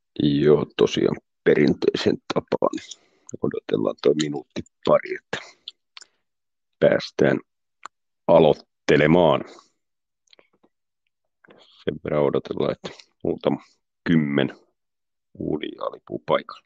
Joo, tosiaan perinteisen tapaan. Odotellaan tuo minuutti pari, että päästään aloittelemaan. Sen verran odotellaan, että muutama 10 uudijaa lipuu paikalla.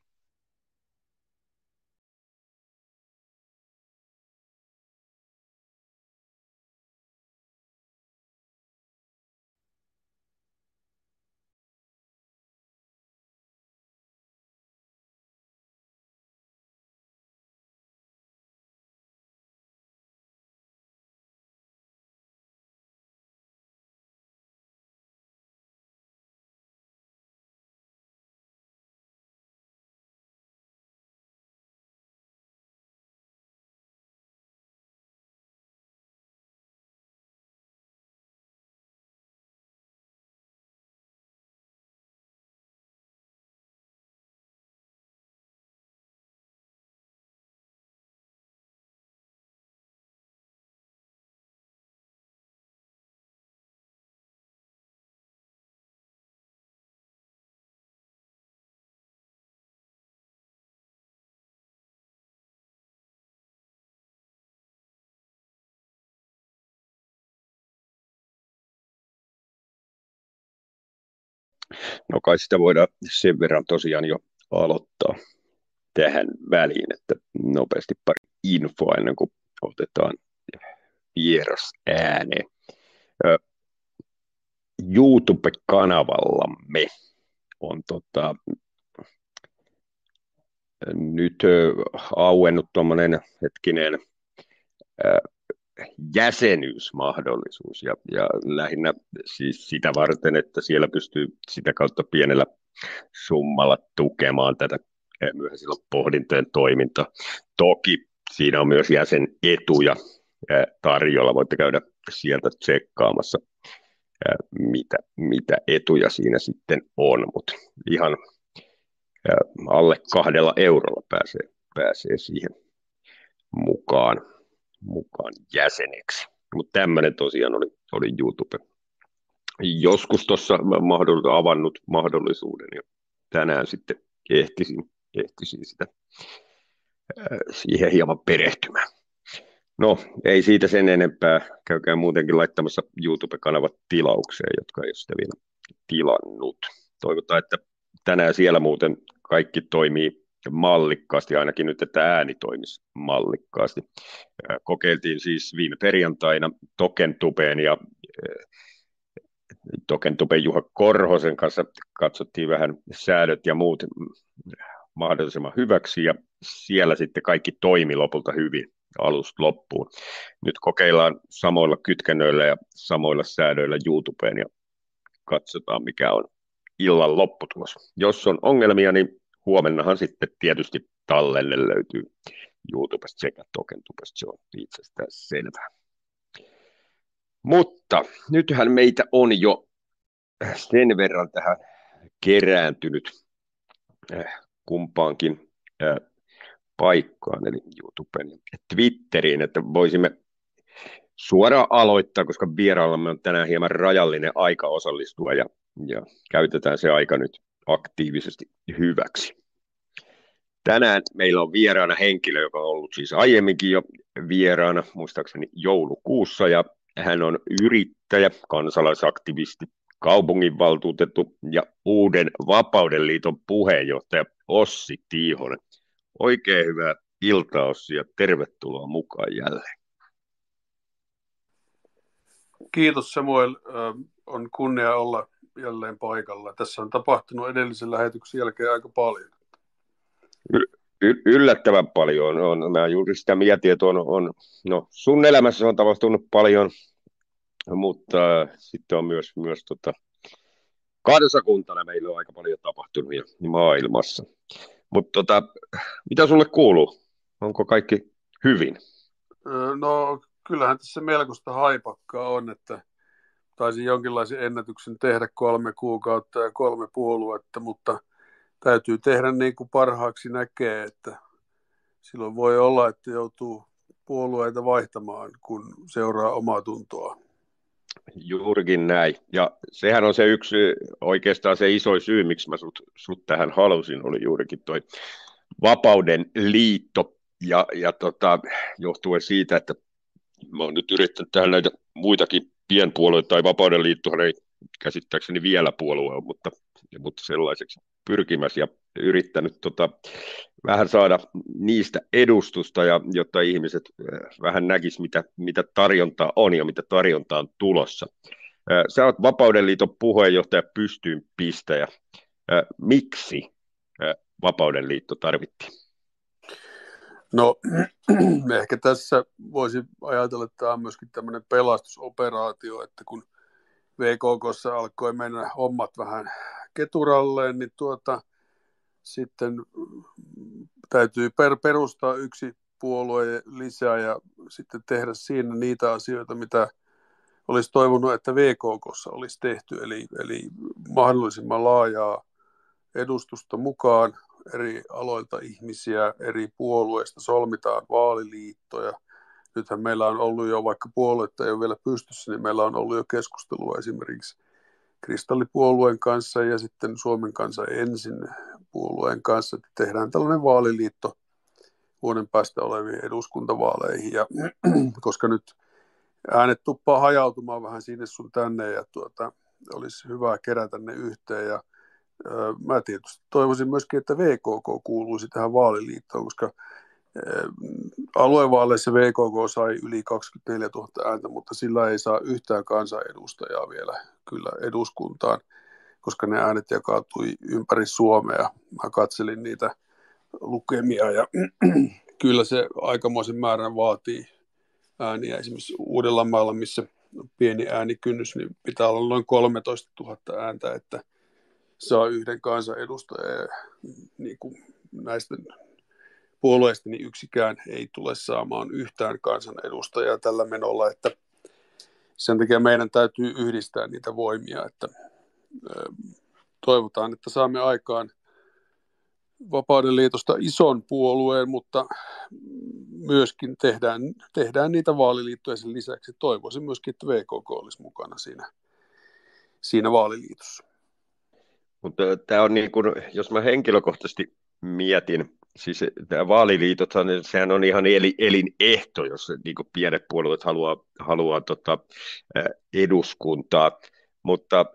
No kai sitä voidaan sen verran tosiaan jo aloittaa tähän väliin, että nopeasti pari infoa ennen kuin otetaan vieras ääneen. YouTube-kanavallamme on nyt auennut tuommoinen hetkinen jäsenyysmahdollisuus ja lähinnä siis sitä varten, että siellä pystyy sitä kautta pienellä summalla tukemaan tätä myöhäisillä pohdintojen toimintaa. Toki siinä on myös jäsenetuja tarjolla, voitte käydä sieltä tsekkaamassa, mitä etuja siinä sitten on, mutta ihan alle 2 eurolla pääsee siihen mukaan jäseneksi. Mutta tämmöinen tosiaan oli YouTube. Joskus tuossa avannut mahdollisuuden ja tänään sitten ehtisin sitä siihen hieman perehtymään. No, ei siitä sen enempää. Käykää muutenkin laittamassa YouTube-kanavat tilaukseen, jotka ei ole sitä vielä tilannut. Toivotaan, että tänään siellä muuten kaikki toimii mallikkaasti, ainakin nyt, että ääni toimisi mallikkaasti. Kokeiltiin siis viime perjantaina Tokentubeen ja Tokentuben Juha Korhosen kanssa katsottiin vähän säädöt ja muut mahdollisimman hyväksi ja siellä sitten kaikki toimi lopulta hyvin alusta loppuun. Nyt kokeillaan samoilla kytkennöillä ja samoilla säädöillä YouTubeen ja katsotaan mikä on illan lopputulos. Jos on ongelmia, niin huomennahan sitten tietysti tallenne löytyy YouTubesta sekä Tokentubesta, se on itsestään selvää. Mutta nythän meitä on jo sen verran tähän kerääntynyt kumpaankin paikkaan, eli YouTubeen ja Twitteriin, että voisimme suoraan aloittaa, koska vieraallamme on tänään hieman rajallinen aika osallistua ja käytetään se aika nyt aktiivisesti hyväksi. Tänään meillä on vieraana henkilö, joka on ollut siis aiemminkin jo vieraana, muistaakseni joulukuussa, ja hän on yrittäjä, kansalaisaktivisti, kaupunginvaltuutettu ja Uuden Vapauden liiton puheenjohtaja Ossi Tiihonen. Oikein hyvää iltaa, Ossi, ja tervetuloa mukaan jälleen. Kiitos Samuel, on kunnia olla jälleen paikalla. Tässä on tapahtunut edellisen lähetyksen jälkeen aika paljon. Yllättävän paljon on. Mä juuri sitä mietin, että no, sun elämässä on tapahtunut paljon, mutta sitten on myös kansakuntana meillä on aika paljon tapahtunut maailmassa. Mutta mitä sulle kuuluu? Onko kaikki hyvin? No kyllähän tässä melkoista haipakkaa on, että taisin jonkinlaisen ennätyksen tehdä 3 kuukautta ja 3 puoluetta, mutta täytyy tehdä niin kuin parhaaksi näkee, että silloin voi olla, että joutuu puolueita vaihtamaan, kun seuraa omaa tuntoa. Juurikin näin. Ja sehän on se yksi oikeastaan se iso syy, miksi mä sut tähän halusin, oli juurikin toi Vapauden liitto. Johtuen siitä, että mä oon nyt yrittänyt tähän näitä muitakin pienpuolueita, tai Vapauden liittohan ei käsittääkseni vielä puolue on, mutta sellaiseksi pyrkimässä ja yrittänyt vähän saada niistä edustusta, ja jotta ihmiset vähän näkis, mitä tarjontaa on ja mitä tarjontaa on tulossa. Sä oot Vapauden liiton puheenjohtaja, pystyyn pistäjä. Miksi Vapauden liitto tarvittiin? No ehkä tässä voisi ajatella, että tämä on myöskin tämmöinen pelastusoperaatio, että kun VKK:ssa alkoi mennä hommat vähän keturalleen, niin sitten täytyy perustaa yksi puolue lisää ja sitten tehdä siinä niitä asioita, mitä olisi toivonut, että VKK:ssa olisi tehty, eli mahdollisimman laajaa edustusta mukaan eri aloilta ihmisiä, eri puolueista, solmitaan vaaliliittoja. Nythän meillä on ollut jo, vaikka puoluetta ei ole vielä pystyssä, niin meillä on ollut jo keskustelua esimerkiksi Kristallipuolueen kanssa ja sitten Suomen kansa ensin puolueen kanssa, että tehdään tällainen vaaliliitto vuoden päästä oleviin eduskuntavaaleihin. Ja koska nyt äänet tuppaa hajautumaan vähän sinne sun tänne ja olisi hyvä kerätä ne yhteen. Ja mä tietysti toivoisin myöskin, että VKK kuuluisi tähän vaaliliittoon, koska aluevaaleissa VKK sai yli 24 000 ääntä, mutta sillä ei saa yhtään kansanedustajaa vielä kyllä eduskuntaan, koska ne äänet jakautui ympäri Suomea. Mä katselin niitä lukemia ja kyllä se aikamoisen määrän vaatii ääniä. Esimerkiksi Uudellamaalla, missä on pieni äänikynnys, niin pitää olla noin 13 000 ääntä, että saa yhden kansanedustajan. Niin kuin näistä puolueista niin yksikään ei tule saamaan yhtään kansanedustajaa tällä menolla, että sen takia meidän täytyy yhdistää niitä voimia, että toivotaan, että saamme aikaan Vapauden liitosta ison puolueen, mutta myöskin tehdään niitä vaaliliittoja sen lisäksi. Toivoisin myöskin, että VKK olisi mukana siinä vaaliliitossa. Mutta tämä on niin kuin, jos mä henkilökohtaisesti mietin, siis tämä vaaliliitothan, sehän on ihan elinehto, jos niin kuin pienet puolueet haluaa eduskuntaa, mutta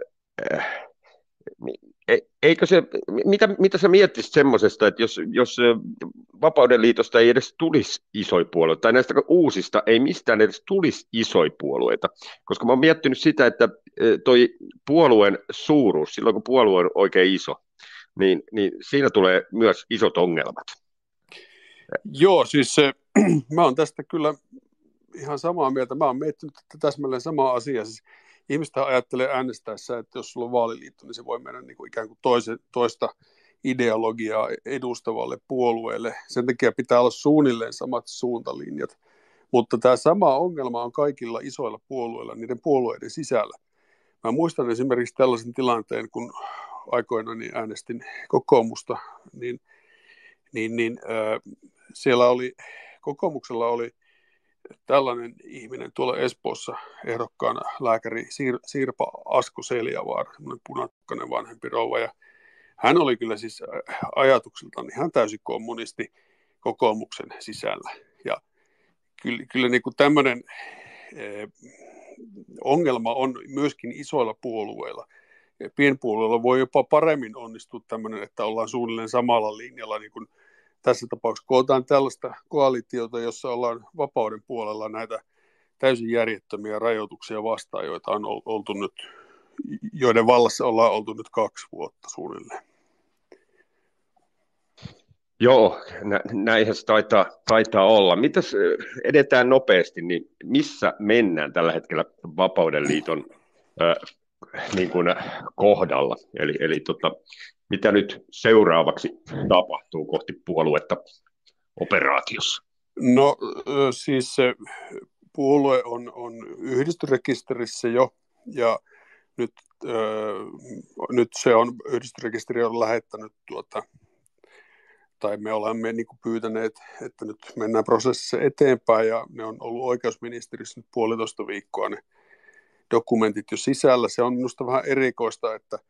eikö se, mitä sä miettisit semmoisesta, että jos Vapauden liitosta ei edes tulisi isoja puolueita, tai näistä uusista ei mistään edes tulisi isoja puolueita, koska mä oon miettinyt sitä, että toi puolueen suuruus, silloin kun puolue on oikein iso, niin siinä tulee myös isot ongelmat. Joo, siis mä oon tästä kyllä ihan samaa mieltä. Mä oon miettinyt, että täsmälleen sama asia. Siis ihmiset ajattelee äänestäessä, että jos sulla on vaaliliitto, niin se voi mennä niin kuin ikään kuin toista ideologiaa edustavalle puolueelle. Sen takia pitää olla suunnilleen samat suuntalinjat. Mutta tämä sama ongelma on kaikilla isoilla puolueilla, niiden puolueiden sisällä. Mä muistan esimerkiksi tällaisen tilanteen, kun aikoinaan niin äänestin kokoomusta, niin siellä kokoomuksella oli tällainen ihminen tuolla Espoossa ehdokkaana, lääkäri Sirpa Asko-Seljavaara, semmoinen punakkainen vanhempi rouva, ja hän oli kyllä siis ajatuksiltaan ihan täysin kommunisti kokoomuksen sisällä. Ja kyllä niin kuin tämmöinen ongelma on myöskin isoilla puolueilla. Pienpuolueilla voi jopa paremmin onnistua tämmöinen, että ollaan suunnilleen samalla linjalla, niin kuin tässä tapauksessa kootaan tällaista koalitiota, jossa ollaan vapauden puolella näitä täysin järjettömiä rajoituksia vastaan, joita on oltu nyt, joiden vallassa ollaan oltu nyt 2 vuotta suunnilleen. Joo, näinhän se taitaa olla. Mitäs edetään nopeasti, niin missä mennään tällä hetkellä Vapauden liiton niin kuin kohdalla? Eli mitä nyt seuraavaksi tapahtuu kohti puoluetta operaatiossa? No siis se puolue on yhdistysrekisterissä jo, ja nyt se on, yhdistysrekisteri on lähettänyt tai me olemme niin kuin pyytäneet, että nyt mennään prosessissa eteenpäin, ja ne on ollut oikeusministeriössä nyt 1,5 viikkoa ne dokumentit jo sisällä. Se on minusta vähän erikoista, että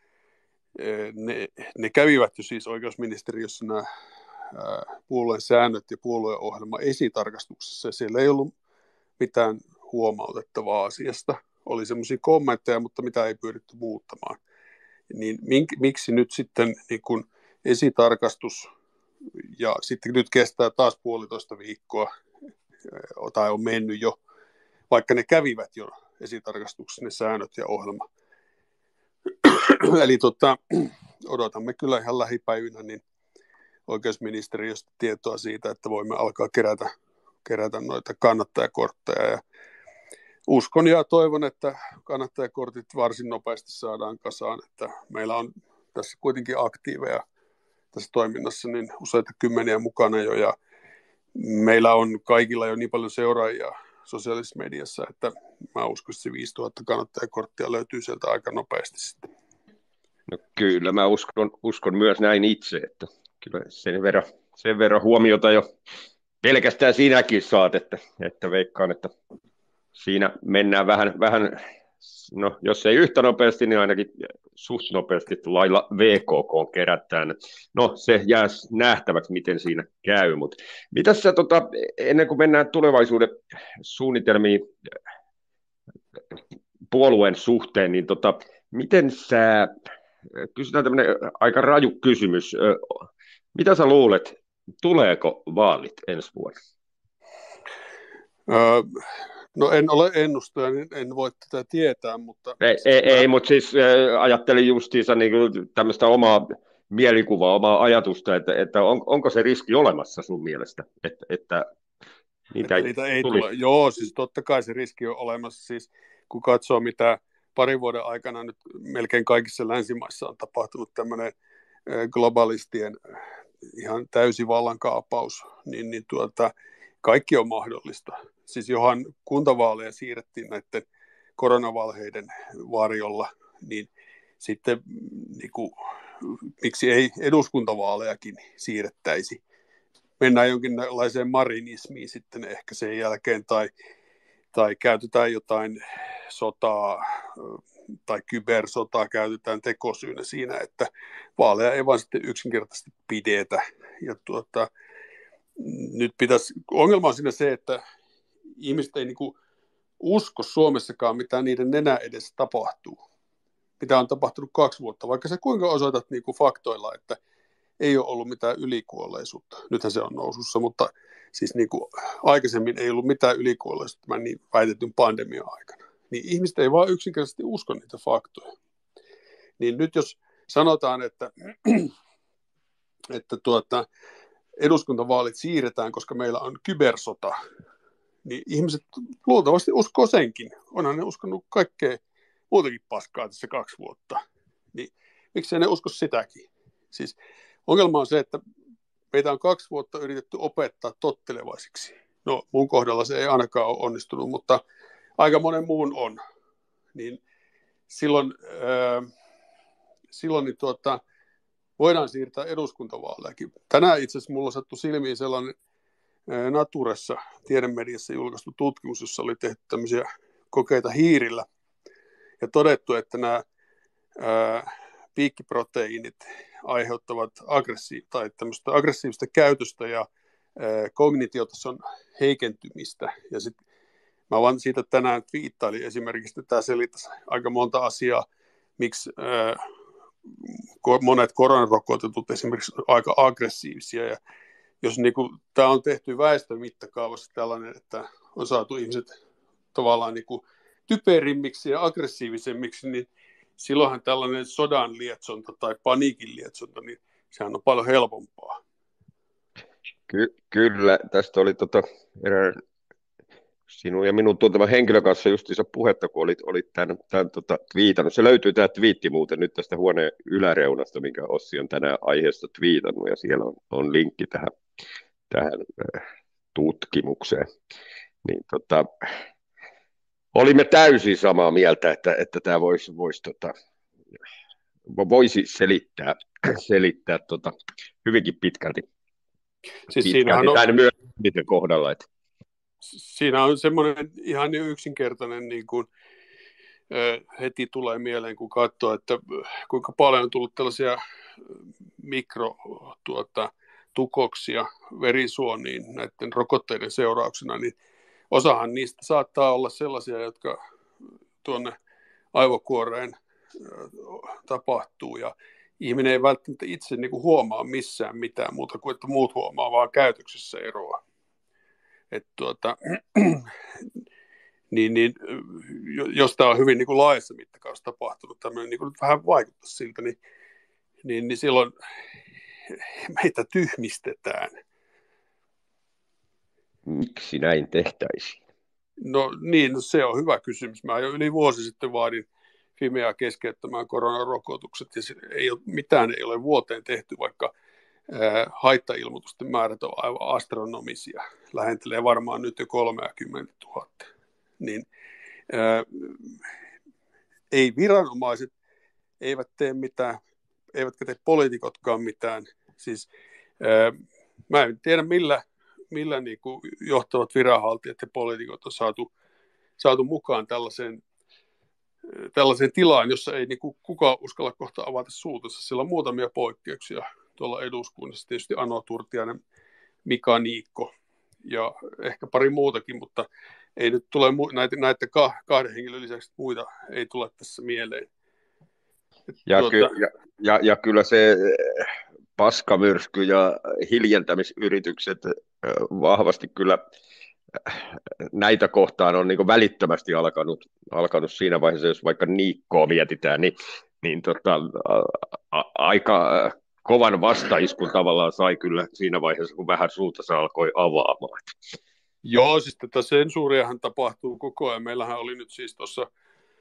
ne kävivät jo siis oikeusministeriössä nämä puolueen säännöt ja puolueohjelma esitarkastuksessa. Siellä ei ollut mitään huomautettavaa asiasta. Oli semmoisia kommentteja, mutta mitä ei pyritty muuttamaan. Niin miksi nyt sitten niin kun esitarkastus ja sitten nyt kestää taas 1,5 viikkoa tai on mennyt jo, vaikka ne kävivät jo esitarkastuksessa ne säännöt ja ohjelma. Eli odotamme kyllä ihan lähipäivinä niin oikeusministeriöstä tietoa siitä, että voimme alkaa kerätä noita kannattajakortteja. Ja uskon ja toivon, että kannattajakortit varsin nopeasti saadaan kasaan, että meillä on tässä kuitenkin aktiiveja tässä toiminnassa niin useita kymmeniä mukana jo, ja meillä on kaikilla jo niin paljon seuraajia sosiaalisessa mediassa, että mä uskon, että se 5 000 kannattajakorttia löytyy sieltä aika nopeasti sitten. No kyllä, mä uskon myös näin itse, että kyllä sen verran huomiota jo pelkästään sinäkin saat, että veikkaan, että siinä mennään vähän, no jos ei yhtä nopeasti, niin ainakin suht nopeasti lailla VKK kerätään. No se jää nähtäväksi, miten siinä käy, mutta mitäs sä ennen kuin mennään tulevaisuuden suunnitelmiin puolueen suhteen, niin miten sä, kysytään tämmöinen aika raju kysymys, mitä sä luulet, tuleeko vaalit ensi vuonna? No en ole ennustaja, niin en voi tätä tietää, mutta... Ei, mutta siis ajattelin justiinsa niin tämmöistä omaa mielikuvaa, omaa ajatusta, että onko se riski olemassa sun mielestä, että niitä ei tule. Joo, siis totta kai se riski on olemassa, siis kun katsoo mitä parin vuoden aikana nyt melkein kaikissa länsimaissa on tapahtunut tämmöinen globalistien ihan täysi vallankaapaus, niin kaikki on mahdollista. Siis johan kuntavaaleja siirrettiin näiden koronavalheiden varjolla, niin sitten niin kuin, miksi ei eduskuntavaalejakin siirrettäisi. Mennään jonkinlaiseen marinismiin sitten ehkä sen jälkeen, tai käytetään jotain sotaa tai kybersotaa käytetään tekosyynä siinä, että vaaleja ei vaan sitten yksinkertaisesti pidetä. Ja nyt ongelma on siinä se, että ihmiset ei niinku usko Suomessakaan, mitä niiden nenä edessä tapahtuu. Mitä on tapahtunut 2 vuotta, vaikka sä kuinka osoitat niinku faktoilla, että ei ole ollut mitään ylikuolleisuutta. Nythän se on nousussa, mutta siis niinku aikaisemmin ei ollut mitään ylikuolleisuutta tämän niin väitetyn pandemian aikana. Niin ihmiset ei vaan yksinkertaisesti usko niitä faktoja. Niin nyt jos sanotaan, että eduskuntavaalit siirretään, koska meillä on kybersota, niin ihmiset luultavasti uskoo senkin. Onhan ne uskonut kaikkea muutakin paskaa tässä 2 vuotta. Niin miksei ne usko sitäkin? Siis ongelma on se, että meitä on 2 vuotta yritetty opettaa tottelevaisiksi. No mun kohdalla se ei ainakaan ole onnistunut, mutta aika monen muun on. Niin silloin niin voidaan siirtää eduskuntavaalejakin. Tänään itse asiassa mulla sattui silmiin sellainen Naturessa tiedemediassa julkaistu tutkimus, jossa oli tehty tämmöisiä kokeita hiirillä ja todettu, että nämä piikkiproteiinit aiheuttavat tämmöistä aggressiivista käytöstä ja kognitiotason heikentymistä. Ja sitten mä vaan siitä tänään twiittailin esimerkiksi, että tämä selittäisi aika monta asiaa, miksi monet koronarokotetut esimerkiksi aika aggressiivisia. Ja jos niinku, tämä on tehty väestön mittakaavassa tällainen, että on saatu ihmiset tavallaan niinku typerimmiksi ja aggressiivisemmiksi, niin silloinhan tällainen sodan lietsonta tai paniikin lietsonta, niin sehän on paljon helpompaa. Kyllä, tästä oli erään sinun ja minun tunteman henkilön kanssa justiinsa puhetta, kun olit tämän twiitannut. Se löytyy tämä twiitti muuten nyt tästä huoneen yläreunasta, minkä Ossi on tänään aiheesta twiitannut, ja siellä on linkki tähän tutkimukseen. Niin olimme täysin samaa mieltä, että tämä voisi selittää hyvinkin pitkälti. Siis siinähän on myös niiden kohdalla. Siinä on semmoinen ihan yksinkertainen niin kuin heti tulee mieleen, kun katsoo, että kuinka paljon on tullut tällaisia tukoksia verisuoniin näiden rokotteiden seurauksena, niin osahan niistä saattaa olla sellaisia, jotka tuonne aivokuoreen tapahtuu, ja ihminen ei välttämättä itse niin kuin huomaa missään mitään muuta kuin, että muut huomaa vaan käytöksessä eroa. Jos tämä on hyvin niin kuin laajassa mittakaavassa tapahtunut, tämmöinen niin kuin nyt vähän vaikuttaa siltä, niin silloin meitä tyhmistetään. Miksi näin tehtäisiin? No niin, se on hyvä kysymys. Mä jo yli vuosi sitten vaadin Fimeaa keskeyttämään koronarokotukset, ja mitään ei ole vuoteen tehty, vaikka haittailmoitusten määrät on aivan astronomisia. Lähentelee varmaan nyt jo 30 000. Niin, ei viranomaiset eivät tee mitään, eivätkä tee poliitikotkaan mitään. Siis, mä en tiedä, millä niin kuin johtavat viranhaltijat ja poliitikot on saatu mukaan tällaiseen tilaan, jossa ei niin kuin kukaan uskalla kohta avata suutansa. Sillä on muutamia poikkeuksia tuolla eduskunnassa. Tietysti Ano Turtiainen, Mika Niikko ja ehkä pari muutakin, mutta ei nyt tule näiden kahden henkilön lisäksi muita ei tule tässä mieleen. Ja kyllä se paskamyrsky ja hiljentämisyritykset vahvasti kyllä näitä kohtaan on niin välittömästi alkanut siinä vaiheessa, jos vaikka Niikkoa mietitään, niin aika kovan vastaiskun tavallaan sai kyllä siinä vaiheessa, kun vähän suutansa alkoi avaamaan. Joo, siis tätä sensuuriahan tapahtuu koko ajan. Meillähän oli nyt siis tuossa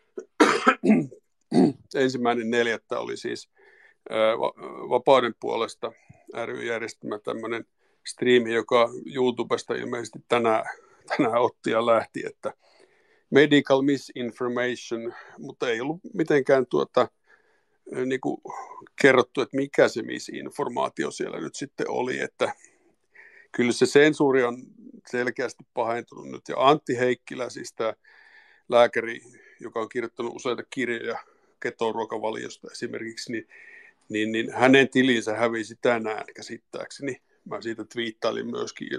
1.4. oli siis Vapauden puolesta ry järjestämä tämmöinen striimi, joka YouTubesta ilmeisesti tänään otti ja lähti, että medical misinformation, mutta ei ollut mitenkään niin kuin kerrottu, että mikä se misinformaatio siellä nyt sitten oli, että kyllä se sensuuri on selkeästi pahentunut nyt, ja Antti Heikkilä, siis tämä lääkäri, joka on kirjoittanut useita kirjoja ketoruokavaliosta esimerkiksi, niin hänen tilinsä hävisi tänään käsittääkseni. Mä siitä twiittailin myöskin.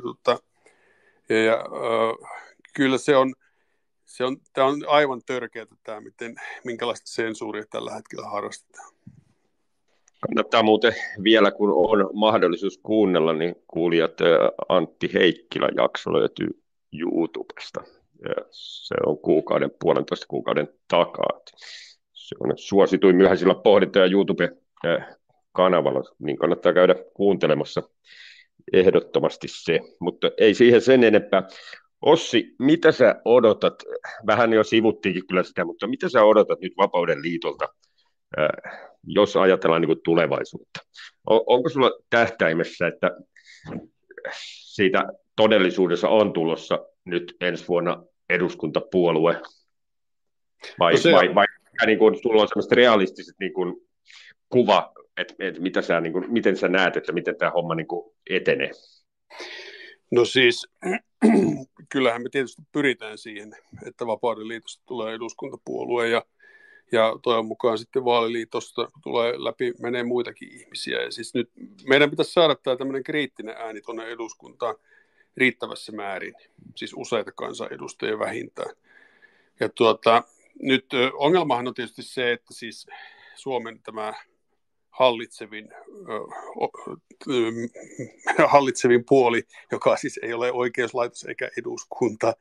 Kyllä tämä on aivan törkeätä tämä, minkälaista sensuuria tällä hetkellä harrastetaan. Kannattaa muuten vielä, kun on mahdollisuus kuunnella, niin kuulijat Antti Heikkilän jakso löytyy YouTubesta. Ja se on puolentoista kuukauden takaa. Se on suosituin myöhäisillä pohdinta ja YouTube-kanavalla, niin kannattaa käydä kuuntelemassa ehdottomasti se. Mutta ei siihen sen enempää. Ossi, mitä sä odotat, vähän jo sivuttiinkin kyllä sitä, mutta mitä sä odotat nyt Vapauden liitolta, jos ajatellaan niin kuin tulevaisuutta? Onko sulla tähtäimessä, että siitä todellisuudessa on tulossa nyt ensi vuonna eduskuntapuolue? Vai niin kuin, sulla on sellaiset realistiset niin kuin, kuva, että niin kuin, miten sä näet, että miten tämä homma niin kuin, etenee? No siis, kyllähän me tietysti pyritään siihen, että Vapauden liitosta tulee eduskuntapuolue, ja toivon mukaan sitten vaaliliitosta tulee läpi, menee muitakin ihmisiä. Ja siis nyt meidän pitäisi saada tämä tämmöinen kriittinen ääni tuonne eduskuntaan riittävässä määrin, siis useita kansanedustajia vähintään. Ja nyt ongelmahan on tietysti se, että siis Suomen tämä hallitsevin puoli, joka siis ei ole oikeuslaitos eikä eduskunta,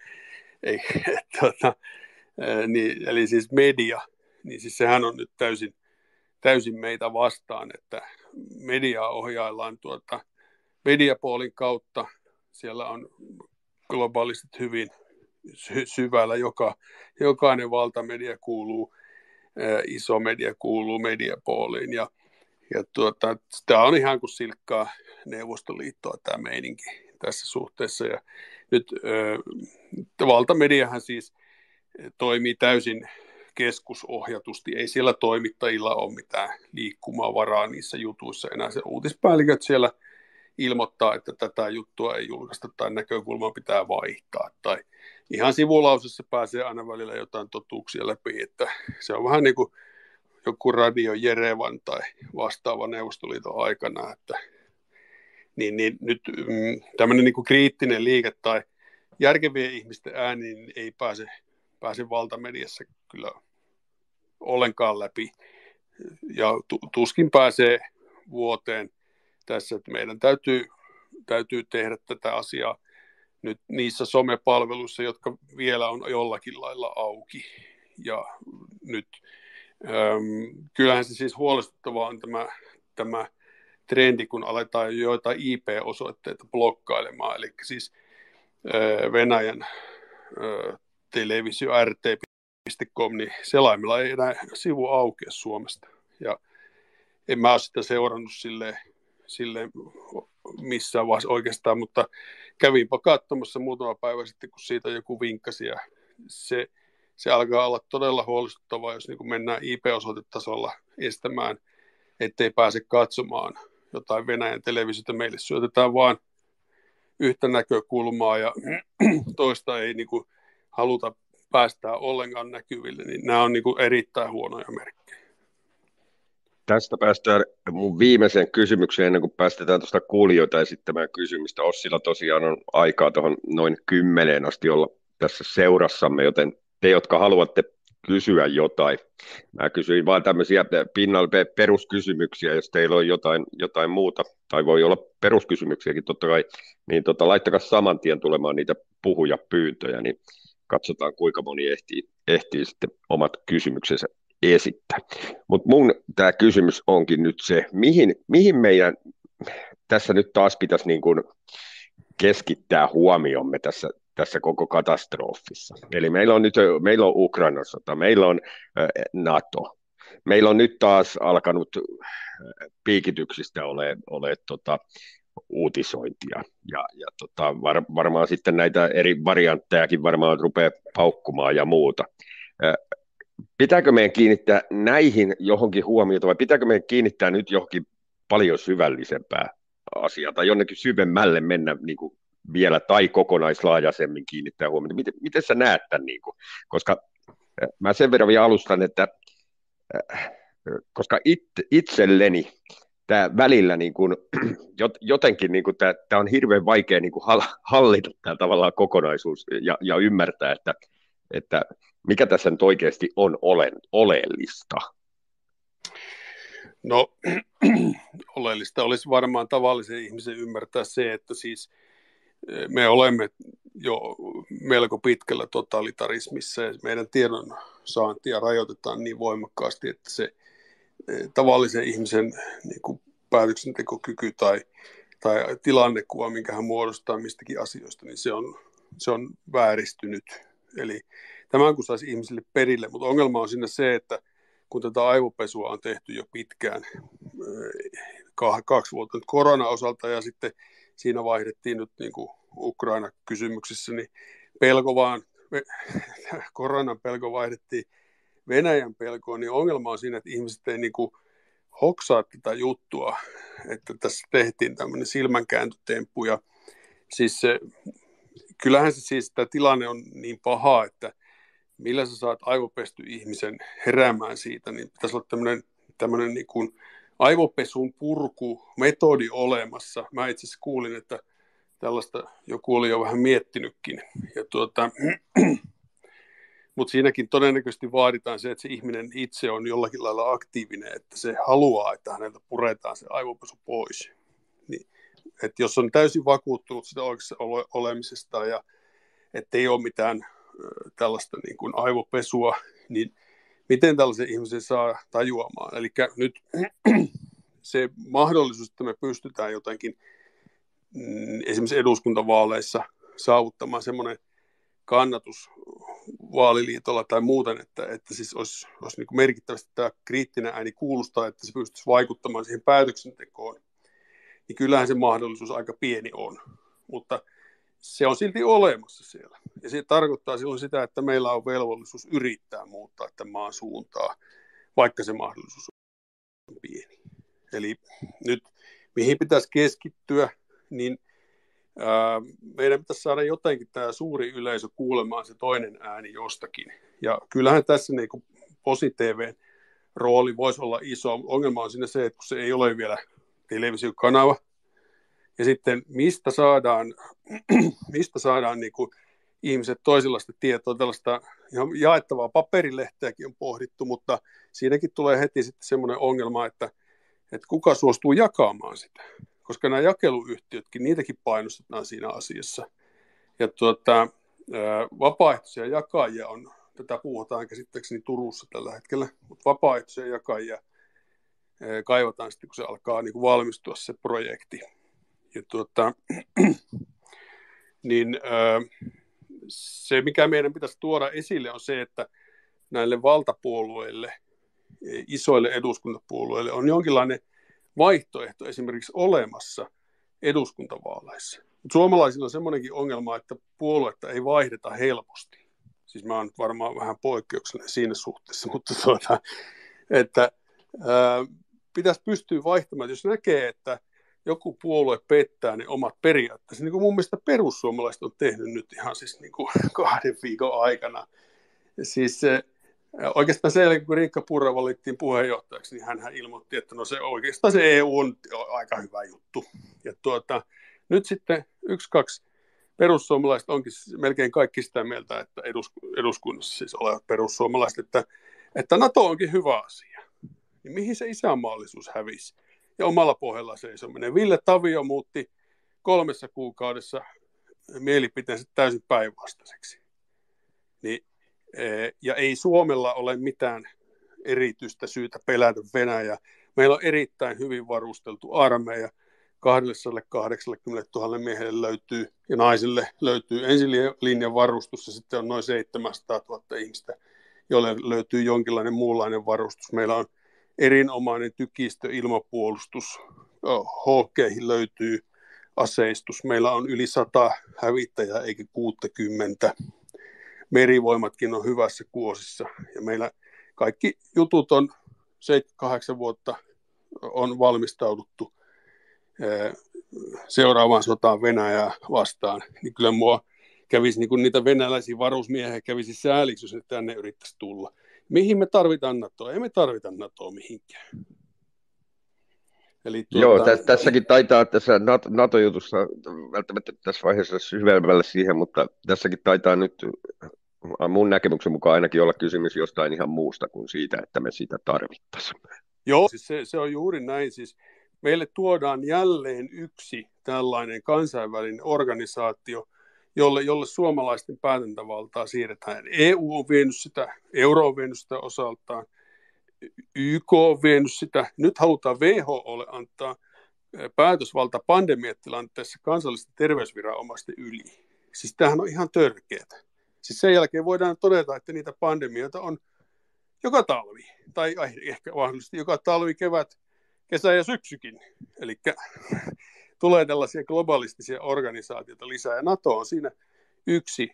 eli siis media, niin siis sehän on nyt täysin meitä vastaan, että mediaa ohjaillaan mediapoolin kautta. Siellä on globalistit hyvin syvällä, jokainen valtamedia kuuluu, iso media kuuluu mediapooliin, ja tämä on ihan kuin silkkaa Neuvostoliittoa tämä meininki tässä suhteessa. Ja nyt valtamediahan siis toimii täysin keskusohjatusti. Ei siellä toimittajilla ole mitään liikkumavaraa niissä jutuissa enää. Se uutispäälliköt siellä ilmoittaa, että tätä juttua ei julkaista tai näkökulmaa pitää vaihtaa. Tai ihan sivulausessa pääsee aina välillä jotain totuuksia läpi, että se on vähän niin kuin joku Radio Jerevan tai vastaava Neuvostoliiton aikana, että niin nyt tämmöinen niin kuin kriittinen liike tai järkevien ihmisten ääni niin ei pääse valtamediassa kyllä ollenkaan läpi. Ja tuskin pääsee vuoteen tässä, että meidän täytyy tehdä tätä asiaa nyt niissä somepalveluissa, jotka vielä on jollakin lailla auki. Ja nyt kyllähän se siis huolestuttavaa on tämä trendi, kun aletaan joitain IP-osoitteita blokkailemaan, eli siis Venäjän televisio rt.com, niin selaimella ei enää sivu aukea Suomesta. Ja en mä ole sitä seurannut silleen missään vaiheessa oikeastaan, mutta kävinpä katsomassa muutama päivä sitten, kun siitä joku vinkkasi, ja se alkaa olla todella huolestuttavaa, jos niin kuin mennään IP-osoitetasolla estämään, ettei pääse katsomaan jotain Venäjän televisiota. Meille syötetään vaan yhtä näkökulmaa ja toista ei niin kuin haluta päästää ollenkaan näkyville, niin nämä on niin kuin erittäin huonoja merkkejä. Tästä päästään mun viimeiseen kysymykseen ennen kuin päästetään tuosta kuulijoita esittämään kysymystä. Ossilla tosiaan on aikaa tuohon noin 10 asti olla tässä seurassamme, joten te, jotka haluatte kysyä jotain, mä kysyin vain tämmöisiä pinnalle peruskysymyksiä, jos teillä on jotain muuta, tai voi olla peruskysymyksiäkin totta kai, niin laittakaa saman tien tulemaan niitä puhujapyyntöjä, niin katsotaan kuinka moni ehtii sitten omat kysymyksensä esittää. Mutta mun tämä kysymys onkin nyt se, mihin meidän tässä nyt taas pitäisi niin kuin keskittää huomiomme tässä koko katastrofissa. Eli meillä on Ukrainan sota, meillä on NATO, meillä on nyt taas alkanut piikityksistä ole uutisointia, ja varmaan sitten näitä eri varianttejakin varmaan rupeaa paukkumaan ja muuta. Pitääkö meidän kiinnittää näihin johonkin huomiota, vai pitääkö meidän kiinnittää nyt johonkin paljon syvällisempää asiaa, tai jonnekin syvemmälle mennä niin kuin vielä, tai kokonaislaajaisemmin kiinnittää huomiota? Miten sä näet tämän? Niin kuin? Koska mä sen verran vielä alustan, että koska itselleni tämä välillä niin kuin, jotenkin niin kuin tämä on hirveän vaikea niin kuin hallita tämä tavallaan kokonaisuus ja ymmärtää, että mikä tässä nyt oikeasti on oleellista. No, oleellista olisi varmaan tavallisen ihmisen ymmärtää se, että siis me olemme jo melko pitkällä totalitarismissa ja meidän tiedon saantia rajoitetaan niin voimakkaasti, että se tavallisen ihmisen niin kuin päätöksentekokyky tai tilannekuva, minkä hän muodostaa mistäkin asioista, niin se on vääristynyt. Eli tämän kun saisi ihmisille perille, mutta ongelma on siinä se, että kun tätä aivopesua on tehty jo pitkään, 2 vuotta nyt korona-osalta ja sitten siinä vaihdettiin nyt niin kuin Ukraina-kysymyksissä, niin koronan pelko vaihdettiin Venäjän pelkoon, niin ongelma on siinä, että ihmiset ei niin kuin hoksaa tätä juttua, että tässä tehtiin tämmöinen silmänkääntötemppu ja siis kyllähän se siis tämä tilanne on niin paha, että millä sä saat aivopesty ihmisen heräämään siitä, niin pitäisi olla tämmöinen niin kuin aivopesun purkumetodi olemassa. Mä itse asiassa kuulin, että tällaista joku oli jo vähän miettinytkin. Mutta siinäkin todennäköisesti vaaditaan se, että se ihminen itse on jollakin lailla aktiivinen, että se haluaa, että häneltä puretaan se aivopesu pois. Niin, että jos on täysin vakuuttunut sitä oikeassa olemisesta ja ettei ole mitään tällaista niin kuin aivopesua, niin miten tällaisen ihmisen saa tajuamaan? Eli nyt se mahdollisuus, että me pystytään jotenkin esimerkiksi eduskuntavaaleissa saavuttamaan semmoinen kannatus vaaliliitolla tai muuten, että siis olisi niin kuin merkittävästi tämä kriittinen ääni kuulostaa, että se pystyisi vaikuttamaan siihen päätöksentekoon, niin kyllähän se mahdollisuus aika pieni on, mutta se on silti olemassa siellä. Ja se tarkoittaa silloin sitä, että meillä on velvollisuus yrittää muuttaa tämän maan suuntaa, vaikka se mahdollisuus on pieni. Eli nyt mihin pitäisi keskittyä, niin meidän pitäisi saada jotenkin tämä suuri yleisö kuulemaan se toinen ääni jostakin. Ja kyllähän tässä niin kuin PosiTV:n rooli voisi olla iso. Ongelma on siinä se, että kun se ei ole vielä televisiokanava, ja sitten mistä saadaan niin kuin ihmiset toisenlaista tietoa, tällaista ihan jaettavaa paperilehteäkin on pohdittu, mutta siinäkin tulee heti sitten semmoinen ongelma, että kuka suostuu jakamaan sitä, koska nämä jakeluyhtiötkin, niitäkin painostetaan siinä asiassa. Ja vapaaehtoisia jakajia on, tätä puhutaan käsittääkseni Turussa tällä hetkellä, mutta vapaaehtoisia jakajia kaivataan sitten, kun se alkaa niin kuin valmistua se projekti. Ja se, mikä meidän pitäisi tuoda esille, on se, että näille valtapuolueille, isoille eduskuntapuolueille on jonkinlainen vaihtoehto esimerkiksi olemassa eduskuntavaaleissa. Suomalaisilla on semmoinenkin ongelma, että puoluetta ei vaihdeta helposti. Siis mä oon nyt varmaan vähän poikkeuksellinen siinä suhteessa, mutta pitäisi pystyä vaihtamaan. Jos näkee, että joku puolue pettää ne omat periaatteessa, niin kuin mun mielestä perussuomalaiset on tehnyt nyt ihan siis niin kuin 2 viikon aikana. Siis oikeastaan sen jälkeen, kun Riikka Purra valittiin puheenjohtajaksi, niin hän ilmoitti, että no se oikeastaan se EU on aika hyvä juttu. Ja nyt sitten 1-2 perussuomalaiset onkin melkein kaikki sitä mieltä, että eduskunnassa siis olevat perussuomalaiset, että NATO onkin hyvä asia. Niin mihin se isänmaallisuus hävisi? Ja omalla pohjalla seisominen. Ville Tavio muutti 3 kuukaudessa mielipiteensä täysin päinvastaiseksi. Ja ei Suomella ole mitään erityistä syytä pelätä Venäjää. Meillä on erittäin hyvin varusteltu armeija. 280 000 miehelle löytyy ja naisille löytyy ensilinjan varustus ja sitten on noin 700 000 ihmistä, joille löytyy jonkinlainen muunlainen varustus. Meillä on erinomainen tykistö, ilmapuolustus, Hawkeihin löytyy aseistus. Meillä on yli 100 hävittäjää eikä 60. Merivoimatkin on hyvässä kuosissa. Ja meillä kaikki jutut on 7-8 vuotta on valmistauduttu seuraavaan sotaan Venäjää vastaan. Niin kyllä mua kävisi niin kuin niitä venäläisiä varusmiehiä kävisi sääliksi, jos ne tänne yrittäisi tulla. Mihin me tarvitaan NATOa? Ei me tarvita NATOa mihinkään. Eli Joo, tässäkin taitaa tässä NATO-jutussa, välttämättä tässä vaiheessa syvemmälle siihen, mutta tässäkin taitaa nyt mun näkemyksen mukaan ainakin olla kysymys jostain ihan muusta kuin siitä, että me sitä tarvittaisiin. Joo, siis se on juuri näin. Siis meille tuodaan jälleen yksi tällainen kansainvälinen organisaatio, jolle suomalaisten päätäntävaltaa siirretään. EU on vienyt sitä, euro on vienyt sitä osaltaan, YK on vienyt sitä. Nyt halutaan WHOlle antaa päätösvalta pandemiatilanteessa kansallisten terveysviranomaisten yli. Siis tämähän on ihan törkeätä. Siis sen jälkeen voidaan todeta, että niitä pandemioita on joka talvi, tai ehkä mahdollisesti joka talvi, kevät, kesä ja syksykin. Eli tulee tällaisia globalistisia organisaatioita lisää, ja NATO on siinä yksi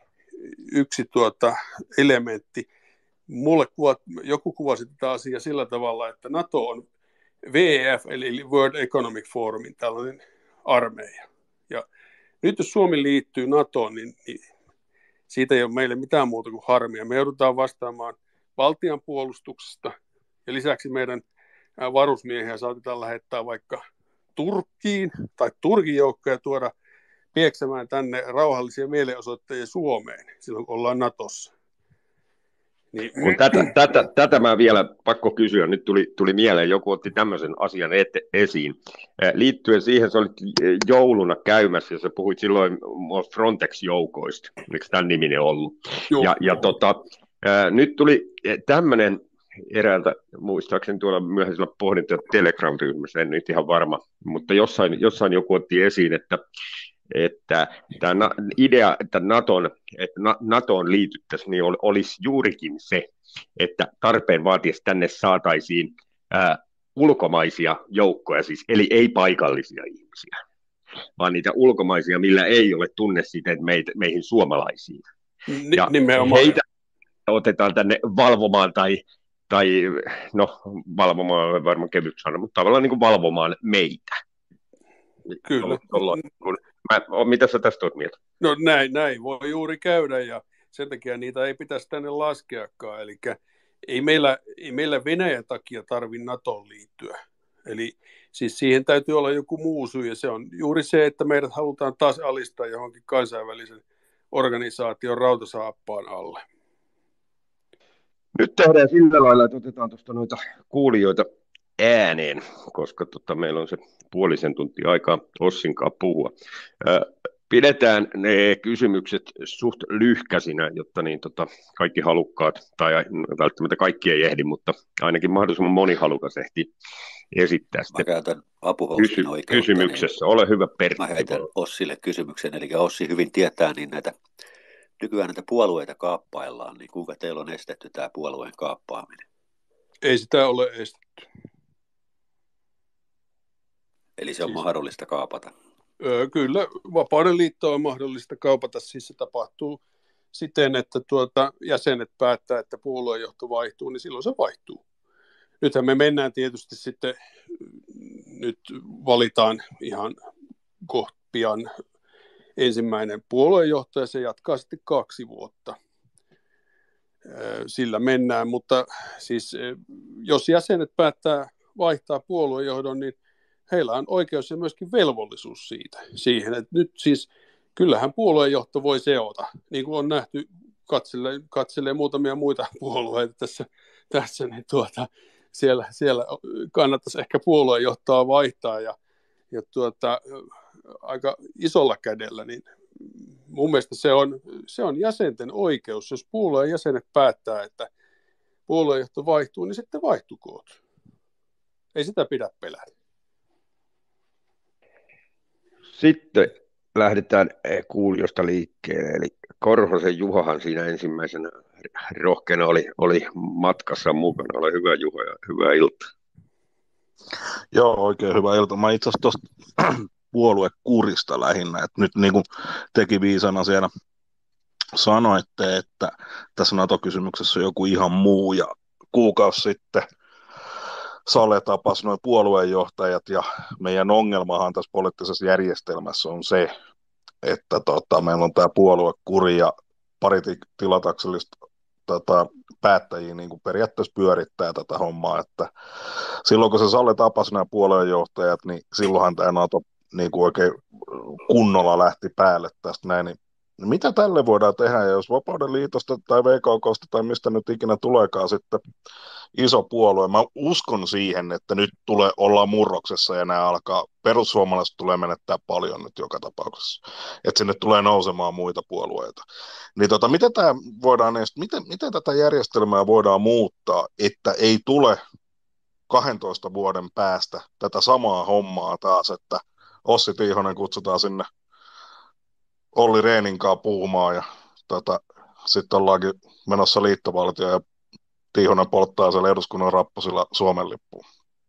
elementti. Mulle joku kuvasi tätä asiaa sillä tavalla, että NATO on WEF, eli World Economic Forumin tällainen armeija. Ja nyt jos Suomi liittyy NATOon, niin siitä ei ole meille mitään muuta kuin harmia. Me joudutaan vastaamaan valtion puolustuksesta, ja lisäksi meidän varusmiehiä saatetaan lähettää vaikka Turkkiin tai Turkin joukkoja tuoda pieksämään tänne rauhallisia mielenosoittajia Suomeen, silloin kun ollaan NATOssa. Niin. Kun tätä mä vielä pakko kysyä, nyt tuli mieleen, joku otti tämmöisen asian esiin. Liittyen siihen, sä olit jouluna käymässä ja sä puhuit silloin Frontex-joukoista, miksi tämän niminen ollut. Nyt tuli tämmöinen eräältä, muistaakseni tuolla myöhäisellä pohdinta Telegram-ryhmässä, en nyt ihan varma, mutta jossain joku otti esiin, että tämä idea, että NATOon liityttäisiin, niin olisi juurikin se, että tarpeen vaatiessa tänne saataisiin ulkomaisia joukkoja, siis, eli ei paikallisia ihmisiä, vaan niitä ulkomaisia, millä ei ole tunnesiteet meihin suomalaisiin. Ja heitä otetaan tänne valvomaan valvomaan on varmaan kevyt sana, mutta tavallaan niin kuin valvomaan meitä. Kyllä. Mitä sä tästä olet mieltä? No näin voi juuri käydä ja sen takia niitä ei pitäisi tänne laskeakaan. Eli ei meillä Venäjän takia tarvitse NATOon liittyä. Eli siis siihen täytyy olla joku muu syy ja se on juuri se, että meidät halutaan taas alistaa johonkin kansainvälisen organisaation rautasaappaan alle. Nyt tehdään sillä lailla, että otetaan tuosta noita kuulijoita ääneen, koska meillä on se puolisen tuntia aikaa Ossinkaan puhua. Pidetään ne kysymykset suht lyhkäisinä, jotta kaikki halukkaat, tai välttämättä kaikki ei ehdi, mutta ainakin mahdollisimman moni halukas ehti esittää Mä käytän apuhostin oikeutta. Kysymyksessä. Ole hyvä, Pertti. Mä heitän Ossille kysymyksen, eli Ossi hyvin tietää, niin nykyään näitä puolueita kaappaillaan, niin kuinka teillä on estetty tämä puolueen kaappaaminen? Ei sitä ole estetty. Eli se on mahdollista kaapata? Kyllä, Vapauden liitto on mahdollista kaupata, siis se tapahtuu siten, että jäsenet päättää, että puoluejohto vaihtuu, niin silloin se vaihtuu. Nythän me mennään tietysti sitten, nyt valitaan ihan kohta pian ensimmäinen puoluejohtaja, se jatkaa sitten 2 vuotta. Sillä mennään, mutta siis jos jäsenet päättää vaihtaa puoluejohdon, niin heillä on oikeus ja myöskin velvollisuus siihen, että nyt siis kyllähän puoluejohto voi seota, niin kuin on nähty, katselee muutamia muita puolueita tässä niin siellä kannattaisi ehkä puoluejohtoa vaihtaa ja aika isolla kädellä, niin mun mielestä se on jäsenten oikeus, jos puolueen jäsenet päättää, että puoluejohto vaihtuu, niin sitten vaihtukoot. Ei sitä pidä pelätä. Sitten lähdetään kuulijoista liikkeelle, eli Korhosen Juhahan siinä ensimmäisenä rohkeana oli matkassa mukana. Ole hyvä, Juha, ja hyvää iltaa. Joo, oikein hyvää iltaa. Mä itse asiassa tuosta puoluekurista lähinnä, että nyt niin kuin teki viisana siellä sanoitte, että tässä NATO-kysymyksessä on joku ihan muu, ja kuukausi sitten Sale tapasi nuo puoluejohtajat, ja meidän ongelmahan tässä poliittisessa järjestelmässä on se, että meillä on tämä puoluekuri ja pari tilataksellista päättäjiä niin kuin periaatteessa pyörittää tätä hommaa, että silloin kun se Sale tapasi nämä puoluejohtajat, niin silloinhan tämä NATO niin kuin oikein kunnolla lähti päälle tästä näin, niin mitä tälle voidaan tehdä, jos Vapauden liitosta tai VKKsta tai mistä nyt ikinä tuleekaan sitten iso puolue? Mä uskon siihen, että nyt ollaan murroksessa ja nämä perussuomalaiset tulee menettää paljon nyt joka tapauksessa, että sinne tulee nousemaan muita puolueita. Niin miten tätä järjestelmää voidaan muuttaa, että ei tule 12 vuoden päästä tätä samaa hommaa taas, että Ossi Tiihonen kutsutaan sinne Olli Rehnin kanssa puhumaan ja sitten ollaankin menossa liittovaltioon ja Tiihonen polttaa siellä eduskunnan rappusilla Suomen lippuun.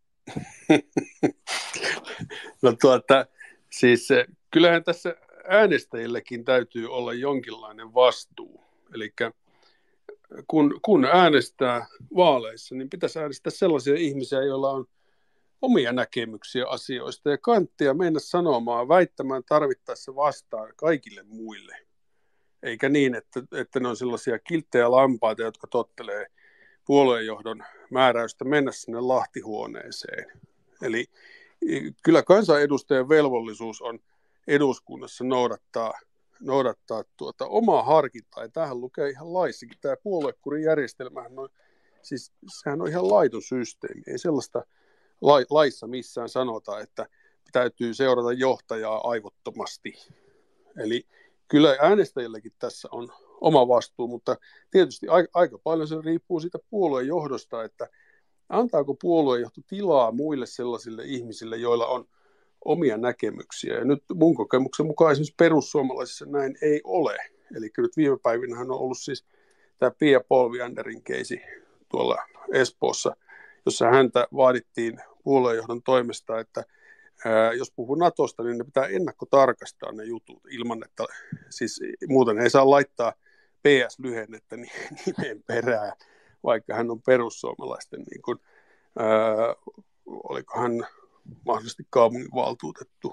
No siis kyllähän tässä äänestäjillekin täytyy olla jonkinlainen vastuu. Eli kun äänestää vaaleissa, niin pitäisi äänestää sellaisia ihmisiä, joilla on omia näkemyksiä asioista ja kanttia mennä sanomaan, väittämään tarvittaessa vastaan kaikille muille. Eikä niin, että ne on sellaisia kilttejä lampaita, jotka tottelee puoluejohdon määräystä mennä sinne lahtihuoneeseen. Eli kyllä kansanedustajan velvollisuus on eduskunnassa noudattaa omaa harkintaa. Ja tämähän lukee ihan laissakin. Tämä puoluekurijärjestelmähän on, siis sehän on ihan laiton systeemi. Ei sellaista laissa missään sanota, että täytyy seurata johtajaa aivottomasti. Eli kyllä äänestäjilläkin tässä on oma vastuu, mutta tietysti aika paljon se riippuu siitä puolueen johdosta, että antaako puoluejohto tilaa muille sellaisille ihmisille, joilla on omia näkemyksiä. Ja nyt mun kokemuksen mukaan esimerkiksi perussuomalaisissa näin ei ole. Eli nyt viime päivinähän on ollut siis tämä Pia Polvianderin keisi tuolla Espoossa, jossa häntä vaadittiin puoluejohdon toimesta, että jos puhuu Natosta, niin ne pitää ennakkotarkastaa ne jutut ilman, että siis muuten ei saa laittaa PS-lyhennettä nimen perään, vaikka hän on perussuomalaisten, niin kuin, oliko hän mahdollisesti kaupunginvaltuutettu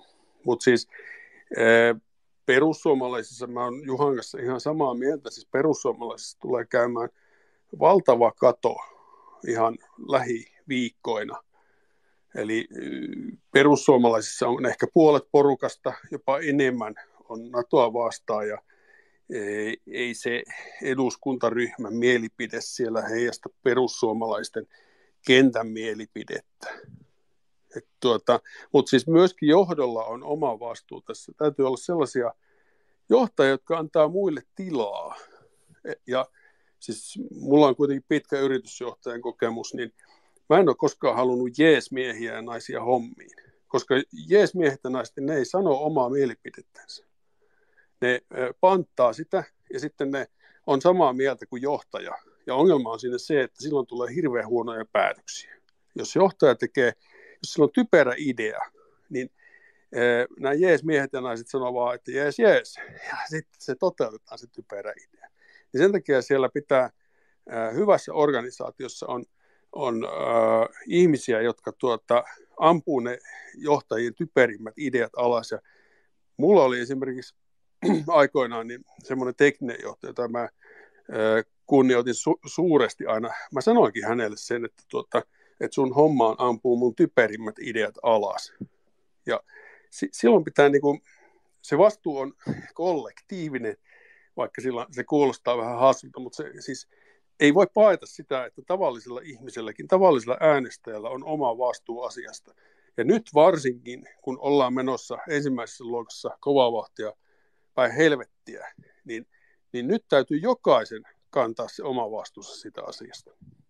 Mutta siis perussuomalaisissa mä oon Juhan kanssa ihan samaa mieltä, siis perussuomalaisissa tulee käymään valtava kato ihan lähiviikkoina. Eli perussuomalaisissa on ehkä puolet porukasta, jopa enemmän on NATOa vastaan ja ei se eduskuntaryhmän mielipide siellä heijasta perussuomalaisten kentän mielipidettä. Mutta siis myöskin johdolla on oma vastuu tässä. Täytyy olla sellaisia johtajia, jotka antaa muille tilaa. Ja siis mulla on kuitenkin pitkä yritysjohtajan kokemus, niin mä en ole koskaan halunnut jeesmiehiä ja naisia hommiin. Koska jeesmiehet ja naiset, ne ei sano omaa mielipidettänsä. Ne panttaa sitä ja sitten ne on samaa mieltä kuin johtaja. Ja ongelma on siinä se, että silloin tulee hirveän huonoja päätöksiä. Jos johtaja jos sillä on typerä idea, niin nämä jees-miehet ja naiset sanoo vaan, että jees. Ja sitten se toteutetaan se typerä idea. Niin sen takia siellä pitää hyvässä organisaatiossa on ihmisiä, jotka ampuu ne johtajien typerimmät ideat alas. Ja mulla oli esimerkiksi aikoinaan niin semmoinen tekninen johtaja, jota mä kunnioitin suuresti aina. Mä sanoinkin hänelle sen, että sun hommaan ampuu mun typerimmät ideat alas. Ja silloin pitää, se vastuu on kollektiivinen, vaikka silloin se kuulostaa vähän hassulta, mutta se siis ei voi paeta sitä, että tavallisella ihmiselläkin, tavallisella äänestäjällä on oma vastuu asiasta. Ja nyt varsinkin, kun ollaan menossa ensimmäisessä luokassa kovaa vahtia päin helvettiä, niin nyt täytyy jokaisen kantaa se oma vastuunsa sitä asiasta.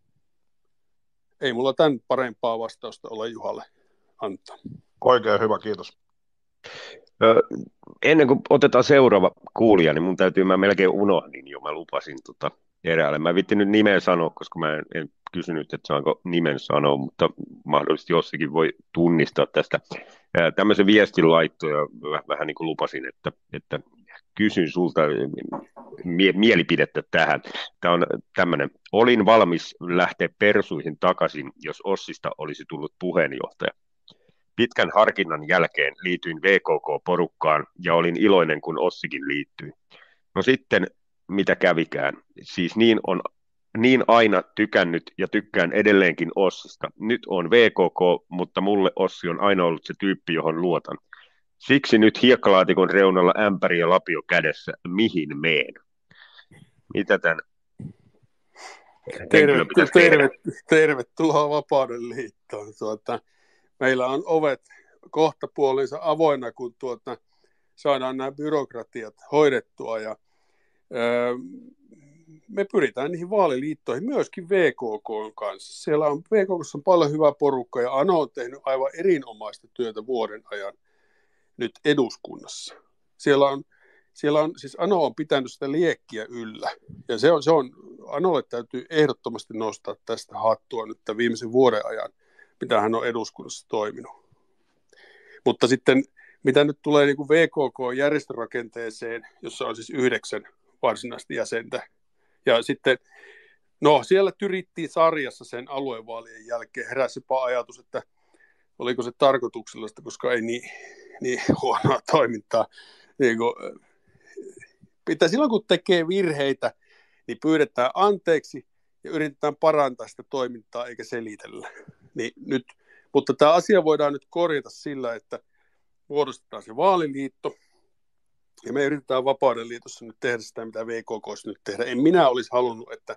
Ei mulla tämän parempaa vastausta ole Juhalle antaa. Oikein hyvä, kiitos. Ennen kuin otetaan seuraava kuulija, niin mä melkein unohdin jo, mä lupasin eräälle. Mä vittin nyt nimen sanoa, koska mä en kysynyt, että saanko nimen sanoa, mutta mahdollisesti jossakin voi tunnistaa tästä. Tämmöisen viestin laitto ja vähän niin kuin lupasin, että kysyn sulta mielipidettä tähän. Tämä on tämmöinen. Olin valmis lähteä persuihin takaisin, jos Ossista olisi tullut puheenjohtaja. Pitkän harkinnan jälkeen liityin VKK-porukkaan ja olin iloinen, kun Ossikin liittyi. No sitten, mitä kävikään. Siis niin aina tykännyt ja tykkään edelleenkin Ossista. Nyt on VKK, mutta mulle Ossi on aina ollut se tyyppi, johon luotan. Siksi nyt hiekkalaatikon reunalla ämpäri ja lapio kädessä. Mihin meen? Mitä tämän henkilön pitäisi tehdä? Tervetuloa Vapauden liittoon. Meillä on ovet kohta puolinsa avoinna, kun saadaan nämä byrokratiat hoidettua. Ja, me pyritään niihin vaaliliittoihin myöskin VKK kanssa. Siellä on VKK:ssa on paljon hyvää porukkaa ja Ano on tehnyt aivan erinomaista työtä vuoden ajan nyt eduskunnassa. Siellä on siis Ano on pitänyt sitä liekkiä yllä. Ja se on Anolle täytyy ehdottomasti nostaa tästä hattua nyt tämän viimeisen vuoden ajan, mitä hän on eduskunnassa toiminut. Mutta sitten, mitä nyt tulee niin kuin VKK-järjestörakenteeseen, jossa on siis 9 varsinaista jäsentä. Ja sitten, siellä tyrittiin sarjassa sen aluevaalien jälkeen. Heräsi jopa ajatus, että oliko se tarkoituksellista, koska ei niin huonoa toimintaa. Silloin kun tekee virheitä, niin pyydetään anteeksi ja yritetään parantaa sitä toimintaa eikä selitellä. Mutta tämä asia voidaan nyt korjata sillä, että muodostetaan se vaaliliitto ja me yritetään Vapauden liitossa nyt tehdä sitä, mitä VKK:ssa nyt tehdä. En minä olisi halunnut, että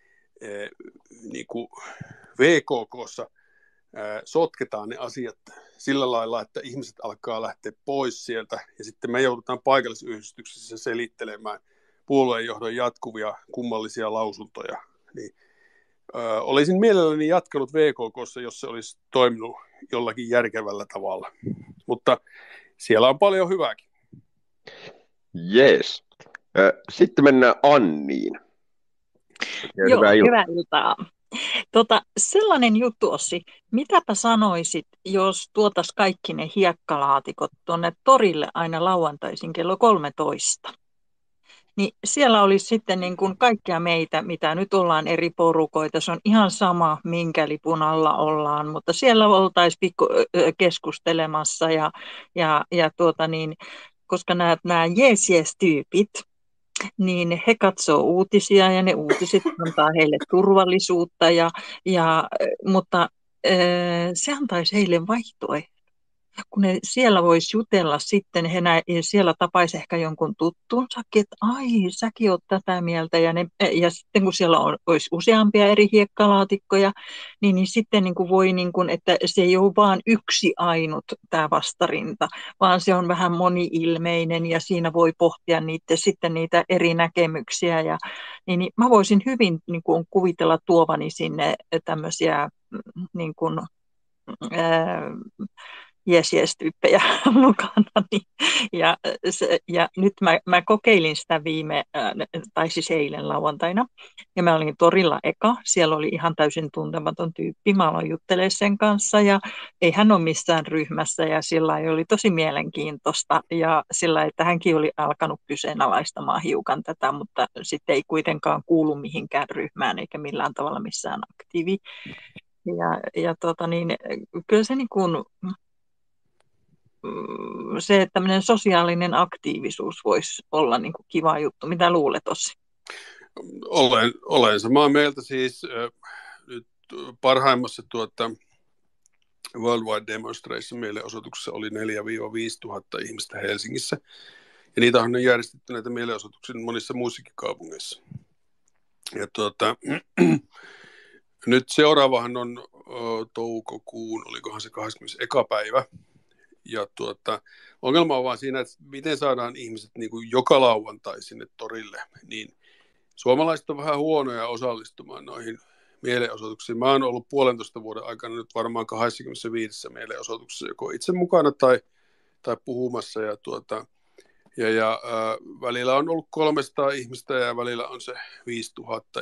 VKK:ssa sotketaan ne asiat sillä lailla, että ihmiset alkaa lähteä pois sieltä ja sitten me joudutaan paikallisyhdistyksessä selittelemään puolueenjohdon jatkuvia kummallisia lausuntoja. Olisin mielelläni jatkanut VKK:ssa, jos se olisi toiminut jollakin järkevällä tavalla, mutta siellä on paljon hyvääkin. Jees. Sitten mennään Anniin. Joo, hyvää iltaa. Sellainen juttu, Ossi, mitäpä sanoisit, jos tuotaisiin kaikki ne hiekkalaatikot tuonne torille aina lauantaisin kello 13? niin siellä olisi sitten niin kuin kaikkia meitä, mitä nyt ollaan eri porukoita. Se on ihan sama, minkä lipun alla ollaan, mutta siellä oltaisiin keskustelemassa koska nämä jees-jees-tyypit, niin he katsoo uutisia ja ne uutiset antaa heille turvallisuutta, mutta se antaisi heille vaihtoehto. Kun ne siellä voisi jutella sitten, siellä tapaisi ehkä jonkun tuttuunsakin, että ai, säkin oot tätä mieltä. Ja sitten kun siellä olisi useampia eri hiekkalaatikkoja, niin sitten niin kuin voi, niin kuin, että se ei ole vain yksi ainut tämä vastarinta, vaan se on vähän moni-ilmeinen ja siinä voi pohtia sitten niitä eri näkemyksiä. Niin mä voisin hyvin niin kuin, kuvitella tuovani sinne tämmöisiä niin kuin, jes-jes-tyyppejä mukana. Ja nyt mä kokeilin sitä siis eilen lauantaina, ja mä olin torilla eka. Siellä oli ihan täysin tuntematon tyyppi. Mä aloin juttelemaan sen kanssa, ja ei hän ole missään ryhmässä, ja sillä oli tosi mielenkiintoista, ja sillä että hänkin oli alkanut kyseenalaistamaan hiukan tätä, mutta sitten ei kuitenkaan kuulu mihinkään ryhmään, eikä millään tavalla missään aktiivi. Kyllä se niin kuin se, että tämmöinen sosiaalinen aktiivisuus voisi olla niin kuin kiva juttu. Mitä luulet, Ossi? Olen samaa mieltä siis nyt parhaimmassa Worldwide Demonstration mielenosoituksessa oli 4-5 tuhatta ihmistä Helsingissä. Ja niitä on järjestetty näitä mielenosoituksia monissa muissakin kaupungeissa. Ja nyt seuraavahan on toukokuun, olikohan se 21. päivä. Ja ongelma on vaan siinä, että miten saadaan ihmiset niin kuin joka lauantai sinne torille, niin suomalaiset on vähän huonoja osallistumaan noihin mielenosoituksiin. Mä oon ollut 1,5 vuoden aikana nyt varmaan 25 mielenosoituksessa joko itse mukana tai puhumassa. Ja välillä on ollut 300 ihmistä ja välillä on se 5000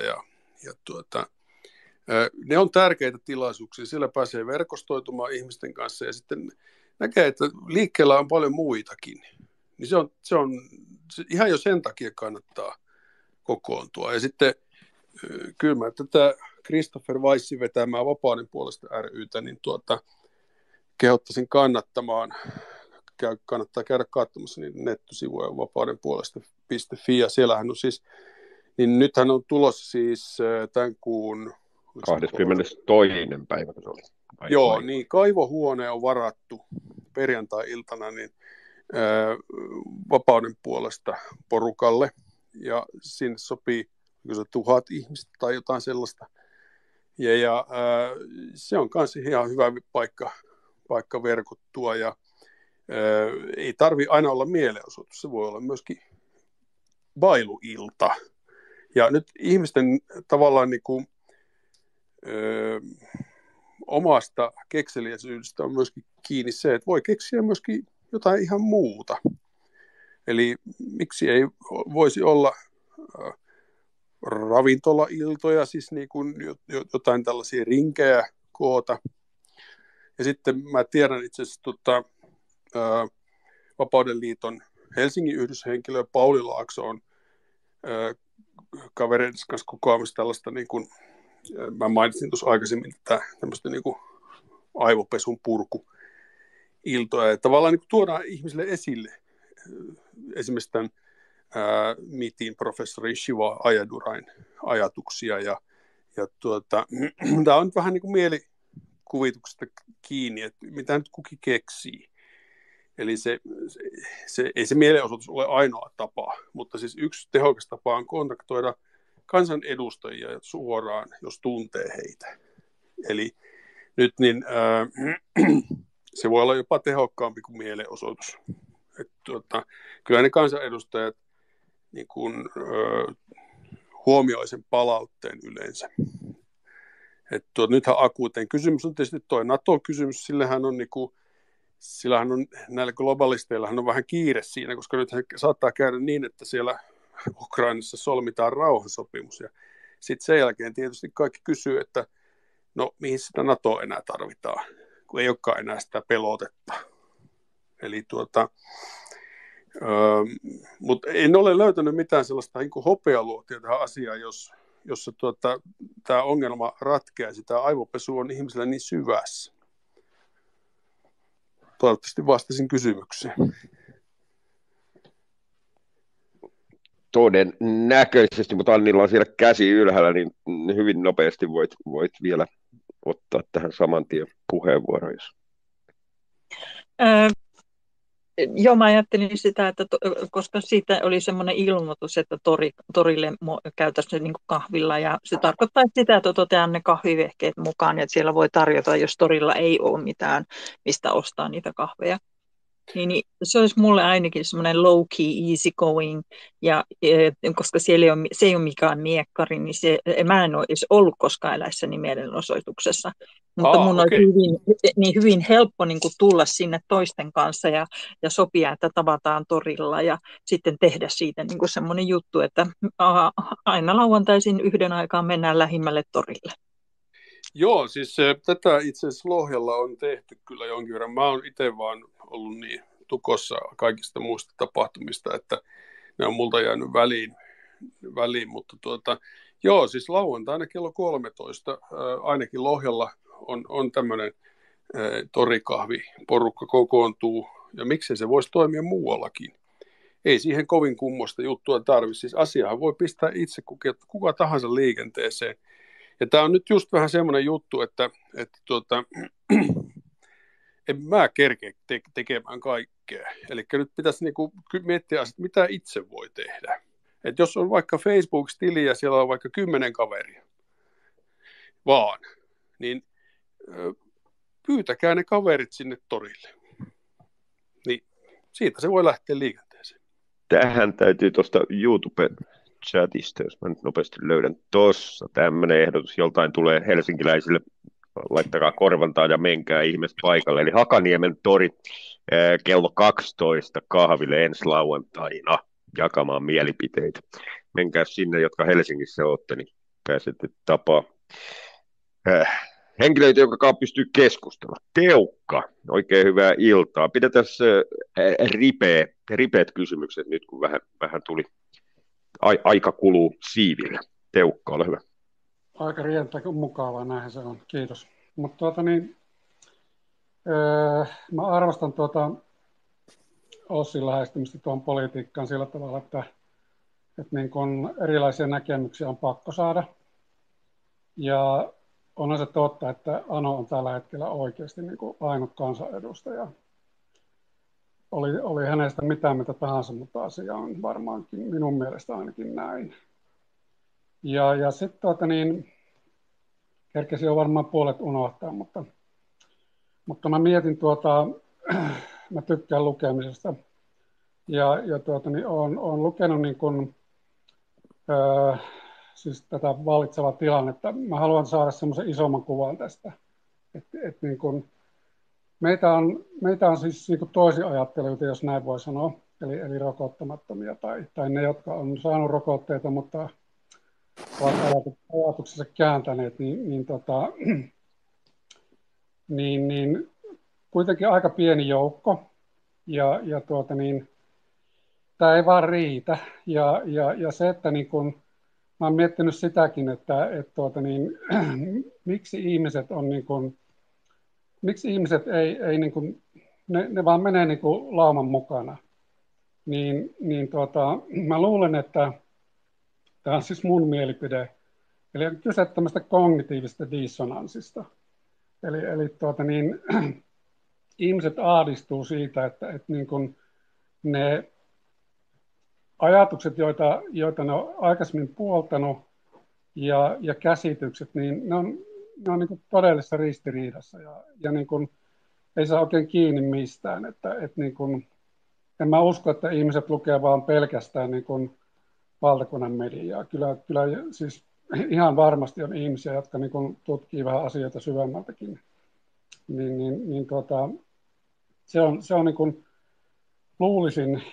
ne on tärkeitä tilaisuuksia. Siellä pääsee verkostoitumaan ihmisten kanssa ja sitten näkee, että liikkeellä on paljon muitakin. Niin se on ihan jo sen takia kannattaa kokoontua. Ja sitten kyllä mä tätä Christopher Weissin vetämää Vapauden puolesta ry:tä, niin kehottaisin kannattamaan. Kannattaa käydä katsomassa niin nettisivuja vapaudenpuolesta.fi ja siellähän on siis, niin nythän on tulossa siis tämän kuun 22. päivä se oli. Joo, niin kaivohuone on varattu perjantai-iltana niin Vapauden puolesta porukalle ja sinne sopii 1000 ihmistä tai jotain sellaista. Ja se on myös ihan hyvä paikka verkottua ja ei tarvitse aina olla mielenosoitus, se voi olla myöskin bailuilta. Ja nyt ihmisten tavallaan niin kuin, omasta kekseliäisyydestä on myöskin kiinni se, että voi keksiä myöskin jotain ihan muuta. Eli miksi ei voisi olla ravintolailtoja, siis niin kuin jotain tällaisia rinkejä koota. Ja sitten mä tiedän itse asiassa Vapauden liiton Helsingin yhdyshenkilö Pauli Laakso on kavereiden kanssa kokoamassa tällaista, niin kuin, mä mainitsin tuossa aikaisemmin, tämmöistä niin kuin aivopesun purkuiltoja. Ja tavallaan niin kuin tuodaan ihmisille esille esimerkiksi tämän MITin professori Shiva Ayadurain ajatuksia. Tämä on nyt vähän niin kuin mielikuvituksesta kiinni, että mitä nyt kukin keksii. Eli ei se mielenosoitus ole ainoa tapa, mutta siis yksi tehokas tapa on kontaktoida kansanedustajia suoraan, jos tuntee heitä. Eli nyt niin, se voi olla jopa tehokkaampi kuin mielenosoitus. Kyllä ne kansanedustajat niin kun, huomioi sen palautteen yleensä. Nythän akuuteen kysymys on tietysti tuo NATO-kysymys, sillähän on näillä globalisteilla on vähän kiire siinä, koska nyt saattaa käydä niin, että siellä Ukrainassa solmitaan rauhansopimus. Ja sitten sen jälkeen tietysti kaikki kysyy, että no mihin sitä NATOa enää tarvitaan, kun ei olekaan enää sitä pelotetta. Eli Mutta en ole löytänyt mitään sellaista niin kuin hopealuotia tähän asiaan, jossa tämä ongelma ratkeaisi. Tämä aivopesu on ihmisellä niin syvässä. Toivottavasti vastasin kysymykseen. Todennäköisesti, mutta Annilla on siellä käsi ylhäällä, niin hyvin nopeasti voit vielä ottaa tähän saman tien puheenvuoron. Joo, mä ajattelin sitä, että koska siitä oli semmoinen ilmoitus, että torille käytäisiin niin kahvilla, ja se tarkoittaa sitä, että otetaan ne kahvivehkeet mukaan, että siellä voi tarjota, jos torilla ei ole mitään, mistä ostaa niitä kahveja. Niin se olisi mulle ainakin semmoinen low key, easy going, ja koska siellä se ei ole mikään miekkari, niin mä en ole edes ollut koskaan eläissäni mielenosoituksessa. Mutta mun okay. on hyvin helppo niin kuin tulla sinne toisten kanssa ja sopia, että tavataan torilla ja sitten tehdä siitä niin kuin semmoinen juttu, että aina lauantaisin yhden aikaan mennään lähimmälle torille. Joo, siis tätä itse asiassa Lohjalla on tehty kyllä jonkin verran. Mä oon itse vaan ollut niin tukossa kaikista muista tapahtumista, että ne on multa jäänyt väliin. Mutta joo, siis lauantaina kello 13 ainakin Lohjalla on tämmöinen torikahviporukka kokoontuu, ja miksei se voisi toimia muuallakin. Ei siihen kovin kummosta juttua tarvitse. Siis asiahan voi pistää itse kuka tahansa liikenteeseen. Ja tämä on nyt just vähän semmoinen juttu, että en mä kerkeä tekemään kaikkea. Eli nyt pitäisi niinku miettiä, mitä itse voi tehdä. Et jos on vaikka Facebook-tili ja siellä on vaikka 10 kaveria vaan, niin pyytäkää ne kaverit sinne torille. Niin siitä se voi lähteä liikenteeseen. Tähän täytyy tuosta YouTube-chatista, jos mä nyt nopeasti löydän tuossa tämmöinen ehdotus, joltain tulee helsinkiläisille, laittakaa korvantaa ja menkää ihmeessä paikalle. Eli Hakaniemen tori kello 12 kahville ensi lauantaina jakamaan mielipiteitä. Menkää sinne, jotka Helsingissä olette, niin pääsette tapaa henkilöitä, jotka pystyy keskustelemaan. Teukka, oikein hyvää iltaa. Pidetään ripeät kysymykset nyt, kun vähän tuli, aika kuluu siivillä. Teukka, ole hyvä. Aika rientä mukavaa, näinhän se on. Kiitos. Mutta mä arvostan Ossin lähestymistä tuohon politiikkaan sillä tavalla, että niin kun erilaisia näkemyksiä on pakko saada. Ja on se totta, että Ano on tällä hetkellä oikeasti niin kuin ainut kansanedustaja. Oli hänestä mitä tahansa, mutta asia on varmaankin minun mielestä ainakin näin. Ja sitten kerkesin jo varmaan puolet unohtaa, mutta mä mietin mä tykkään lukemisesta. Ja olen lukenut niin kuin, siis tätä vallitsevaa tilannetta. Mä haluan saada semmoisen isomman kuvan tästä. Et niin kuin, meitä on siis niin kuin toisinajattelijoita, jos näin voi sanoa, eli rokottamattomia tai ne, jotka on saanut rokotteita, mutta ovat ajatuksensa kääntäneet, niin kuitenkin aika pieni joukko, ja tämä ei vaan riitä, ja se, että niin kun, mä oon miettinyt sitäkin, että miksi ihmiset on niin kun, miksi ihmiset ei niin kun, ne vaan menee niin kun lauman mukana, niin mä luulen, että tämä on siis mun mielipide, eli on kyse tämmöistä kognitiivisesta dissonanssista, eli ihmiset ahdistuu siitä, että niin kun ne ajatukset, joita ne on aikaisemmin puoltanut ja käsitykset, niin ne on niin kuin todellisessa ristiriidassa ja niin kuin ei saa oikein kiinni mistään. Että niin kuin, en mä usko, että ihmiset lukee vaan pelkästään niin kuin valtakunnan mediaa. Kyllä siis ihan varmasti on ihmisiä, jotka niin kuin tutkii vähän asioita syvemmältäkin. Se on niin kuin, luulisin,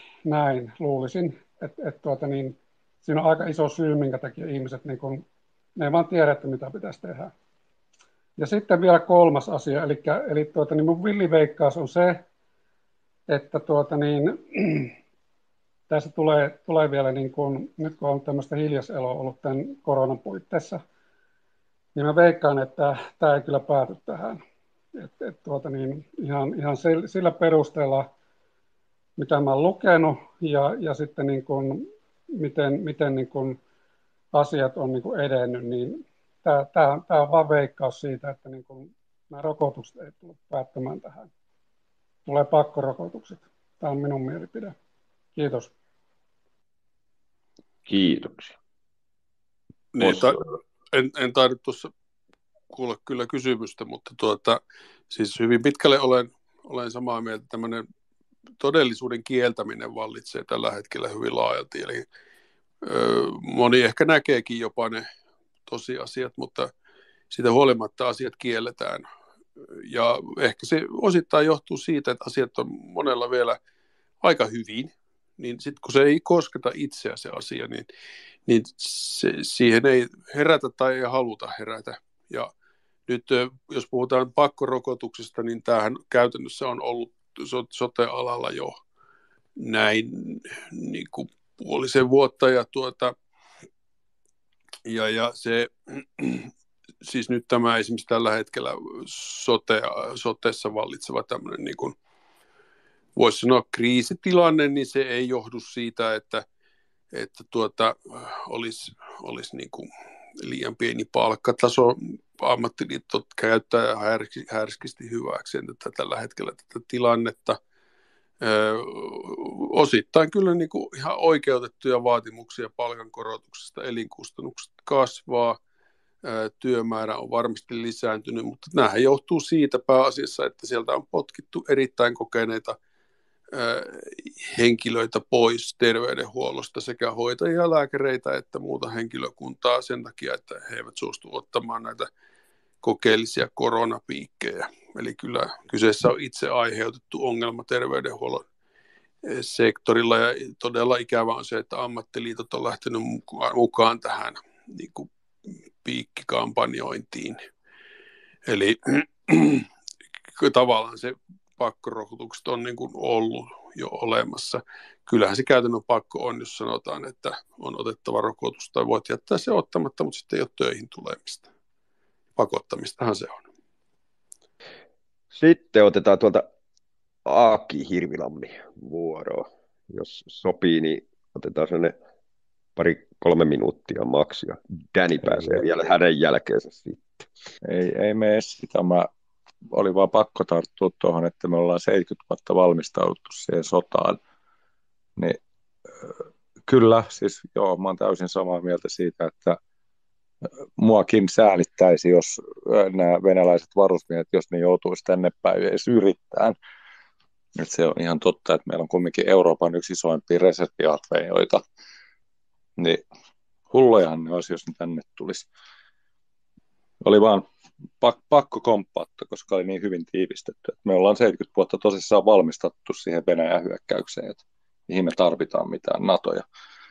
että siinä on aika iso syy, minkä takia ihmiset niin kun, ne ei vaan tiedä, että mitä pitäisi tehdä. Ja sitten vielä kolmas asia, eli mun villiveikkaus on se, että tässä tulee vielä, niin kuin, nyt kun on tämmöistä hiljaseloa ollut tämän koronan puitteissa, niin mä veikkaan, että tämä ei kyllä pääty tähän. Niin ihan sillä perusteella, mitä mä oon lukenut ja sitten niin kuin, miten niin kuin asiat on niin kuin edennyt, niin tämä on vaan veikkaus siitä, että niin kuin nämä rokotukset ei tule päättämään tähän. Tulee pakkorokotukset. Tämä on minun mielipide. Kiitos. Kiitoksia. Niin, en tainnut tuossa kuulla kyllä kysymystä, mutta siis hyvin pitkälle olen samaa mieltä. Tämmöinen todellisuuden kieltäminen vallitsee tällä hetkellä hyvin laajalti. Eli moni ehkä näkeekin jopa ne tosiasiat, mutta siitä huolimatta asiat kielletään. Ja ehkä se osittain johtuu siitä, että asiat on monella vielä aika hyvin, niin sitten kun se ei kosketa itseä se asia, niin siihen ei herätä tai ei haluta herätä. Ja nyt jos puhutaan pakkorokotuksesta, niin tämähän käytännössä on ollut sote-alalla jo näin niin kuin puolisen vuotta. Ja se, siis nyt tämä esimerkiksi tällä hetkellä sotessa vallitseva tämmöinen niin kuin voisi sanoa kriisitilanne, niin se ei johdu siitä, että olisi niin kuin liian pieni palkkataso. Ammattiliitot käyttää härskisti hyväkseen tällä hetkellä tätä tilannetta. Osittain kyllä niin kuin ihan oikeutettuja vaatimuksia palkankorotuksesta, elinkustannukset kasvaa, työmäärä on varmasti lisääntynyt, mutta nämähän johtuu siitä pääasiassa, että sieltä on potkittu erittäin kokeneita henkilöitä pois terveydenhuollosta, sekä hoitajia, lääkäreitä että muuta henkilökuntaa sen takia, että he eivät suostu ottamaan näitä kokeellisia koronapiikkejä. Eli kyllä kyseessä on itse aiheutettu ongelma terveydenhuollon sektorilla, ja todella ikävä on se, että ammattiliitot on lähtenyt mukaan tähän niin kuin piikkikampanjointiin. Eli tavallaan se pakkorokotukset on niin kuin ollut jo olemassa. Kyllähän se käytännön pakko on, jos sanotaan, että on otettava rokotus tai voit jättää se ottamatta, mutta sitten ei ole töihin tulemista. Pakottamistahan se on. Sitten otetaan tuolta Aaki Hirvilammi vuoroa. Jos sopii, niin otetaan sellainen 2-3 minuuttia maks, ja Danny pääsee vielä hänen jälkeensä sitten. Ei mene sitä. Oli vaan pakko tarttua tuohon, että me ollaan 70 vuotta valmistauduttu siihen sotaan. Niin, kyllä, siis joo, mä oon täysin samaa mieltä siitä, että muakin säälittäisi, jos nämä venäläiset varusmiehet, jos ne joutuisi tänne päin edes yrittämään. Että se on ihan totta, että meillä on kumminkin Euroopan yksi isoimpia reserviarmeijoita. Niin hullojahan ne olisi, jos ne tänne tulisi. Oli vaan pakko komppaattaa, koska oli niin hyvin tiivistetty. Me ollaan 70 vuotta tosissaan valmistettu siihen Venäjän hyökkäykseen, että mihin me tarvitaan mitään NATOja.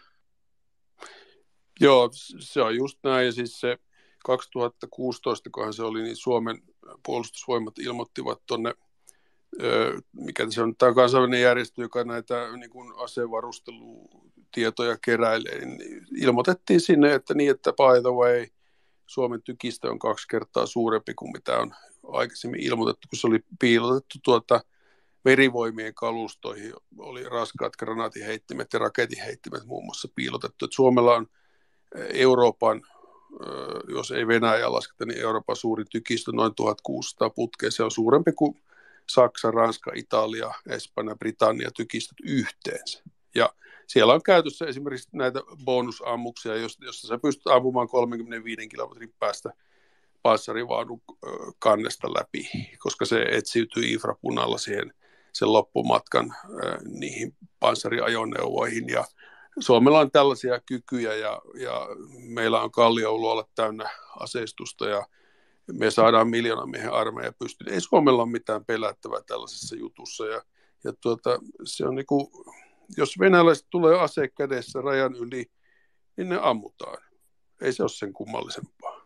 Joo, se on just näin. Ja siis se 2016, kohan se oli, niin Suomen puolustusvoimat ilmoittivat tuonne, mikä se on tämä kansainvälinen järjestö, joka näitä niin kuin asevarustelutietoja keräilee, niin ilmoitettiin sinne, että by the way, Suomen tykistö on 2 kertaa suurempi kuin mitä on aikaisemmin ilmoitettu, kun se oli piilotettu merivoimien kalustoihin, oli raskaat granaatiheittimet ja raketiheittimet muun muassa piilotettu. Että Suomella on Euroopan, jos ei Venäjä lasketa, niin Euroopan suurin tykistö, noin 1600 putkea. Se on suurempi kuin Saksa, Ranska, Italia, Espanja, Britannia tykistöt yhteensä. Ja siellä on käytössä esimerkiksi näitä bonusammuksia, jossa sä pystyt ampumaan 35 kilometrin päästä panssarivaunun kannesta läpi, koska se etsiytyy infrapunalla siihen sen loppumatkan niihin panssariajoneuvoihin. Ja Suomella on tällaisia kykyjä ja meillä on Kallioulualla täynnä aseistusta ja me saadaan 1 000 000 miehen armeija pystyyn. Ei Suomella ole mitään pelättävää tällaisessa jutussa ja se on niinku, jos venäläiset tulee ase kädessä rajan yli, niin ne ammutaan. Ei se ole sen kummallisempaa.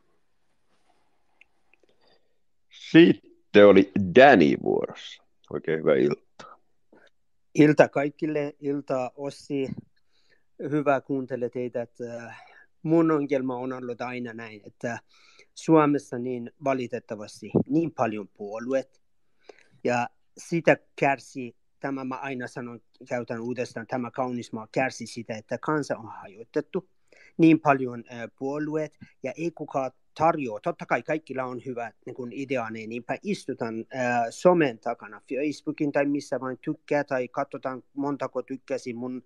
Sitten oli Danny vuorossa. Oikein hyvää iltaa. Ilta kaikille, ilta Ossi, hyvä kuuntele teitä, että mun ongelma on ollut aina näin, että Suomessa niin valitettavasti niin paljon puolueet ja sitä kärsii, tämä mä aina sanon, käytän uudestaan, tämä kaunis maa kärsii sitä, että kansa on hajoitettu, niin paljon puolueet ja ei kukaan tarjoa, totta kai kaikilla on hyvä niin idea, niin niinpä istutaan somen takana, Facebookin tai missä vain tykkää tai katsotaan montako tykkäsi mun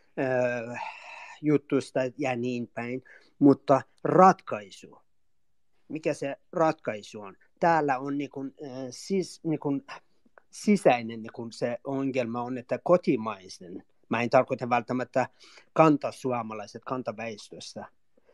jutusta ja niin päin, mutta ratkaisu, mikä se ratkaisu on? Täällä on sisäinen se ongelma on, että kotimaisen, mä en tarkoita välttämättä kantasuomalaiset, kantaväestöstä,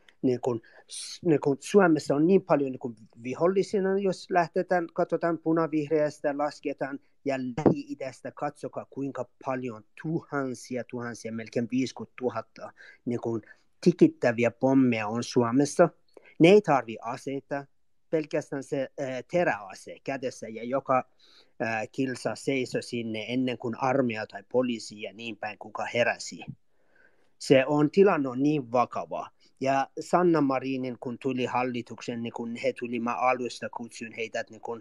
Suomessa on niin paljon vihollisina, jos katsotaan punavihreästä, lasketaan ja Lähi-idästä, katsokaa kuinka paljon tuhansia, melkein 50 000 tikittäviä pommeja on Suomessa. Ne ei tarvitse aseita, pelkästään se teräase kädessä ja joka kilsa seisoi sinne ennen kuin armeija tai poliisi ja niin päin kuka heräsi. Tilanne on niin vakava. Ja Sanna Marinin, kun tuli hallituksen, niin kun he tuli, mä alusta kutsun heitä, niin kun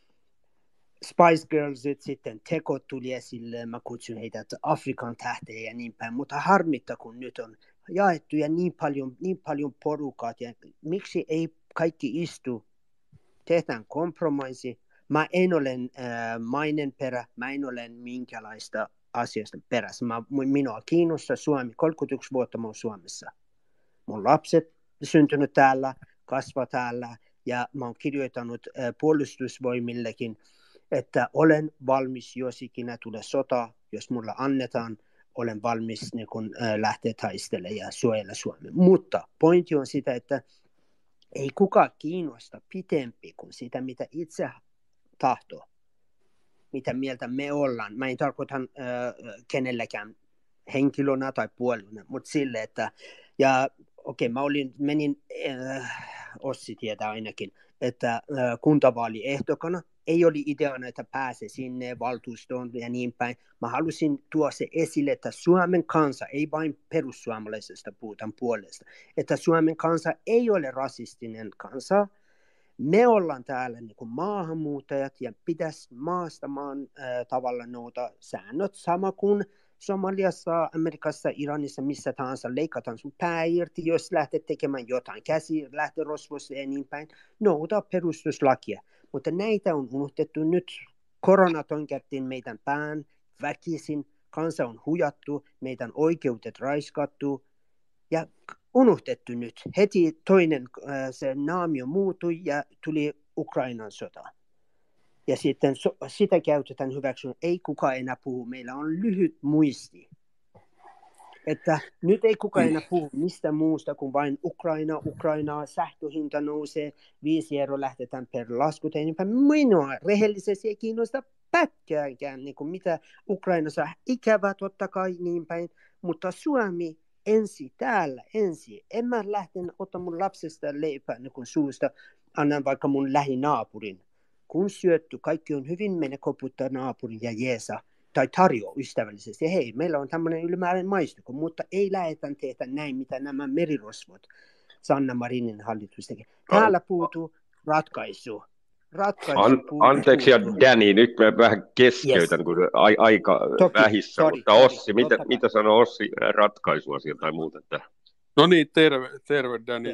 Spice Girlsit, sitten tekot tuli esille, mä kutsun heitä Afrikan tähtejä ja niin päin. Mutta harmitta, kun nyt on jaettu ja niin paljon porukat, ja miksi ei kaikki istu, tehdään kompromissi. Mä en ole mainen perä, mä en ole minkälaista asiasta perässä. Minua kiinnostaa Suomi, 31 vuotta mä oon Suomessa. Mun lapset syntynyt täällä, kasva täällä ja mä oon kirjoittanut puolustusvoimillekin, että olen valmis, jos ikinä tulee sota, jos mulla annetaan, olen valmis niin kun lähteä taistelemaan ja suojella Suomea. Mutta pointti on sitä, että ei kukaan kiinnosta pitempi kuin sitä, mitä itse tahtoo, mitä mieltä me ollaan. Mä en tarkoita kenelläkään henkilönä tai puolueena, mutta sille, että mä menin, Ossi tietää ainakin, että kuntavaaliehdokana ei oli ideana, että pääse sinne valtuustoon ja niin päin. Mä halusin tuoda se esille, että Suomen kansa, ei vain perussuomalaisesta puhutaan puolesta, että Suomen kansa ei ole rasistinen kansa. Me ollaan täällä niin kuin maahanmuuttajat ja pitäisi maasta maan tavalla nouta säännöt sama kuin Somaliassa, Amerikassa, Iranissa, missä tahansa leikataan sun pää irti, jos lähdet tekemään jotain, käsi lähtee rosvossa ja niin päin, nouta perustuslakia. Mutta näitä on unohtettu nyt. Korona tonkertiin meidän pään väkisin, kansa on hujattu, meidän oikeudet raiskattu ja unohtettu nyt. Heti toinen se naamio muuttui ja tuli Ukrainan sota. Ja sitten sitä käytetään hyväksyn. Ei kukaan enää puhu. Meillä on lyhyt muisti. Että nyt ei kukaan enää puhu mistä muusta kuin vain Ukraina, sähköhinta nousee, 5 euroa lähtetään per lasku. Minua rehellisesti ei kiinnosta pätkäänkään, niin kuin mitä Ukrainassa ikävä totta kai niin päin, mutta Suomi ensi. En mä lähten ottaa mun lapsesta leipää niin kuin suusta, annan vaikka mun lähinaapurin. Kun syötty, kaikki on hyvin, mene koputtaa naapurin ja jeesa. Tai tarjoa ystävällisesti. Hei, meillä on tämmöinen ylimääräinen maistuko, mutta ei lähdetään tehdä näin, mitä nämä merirosvot Sanna Marinin hallitus tekee. Täällä puuttuu ratkaisu. Anteeksi ja Danny, nyt mä vähän keskeytän, kun aika vähissä, mutta Ossi, mitä sanoo Ossi ratkaisua sieltä tai muuta? No niin, terve Danny.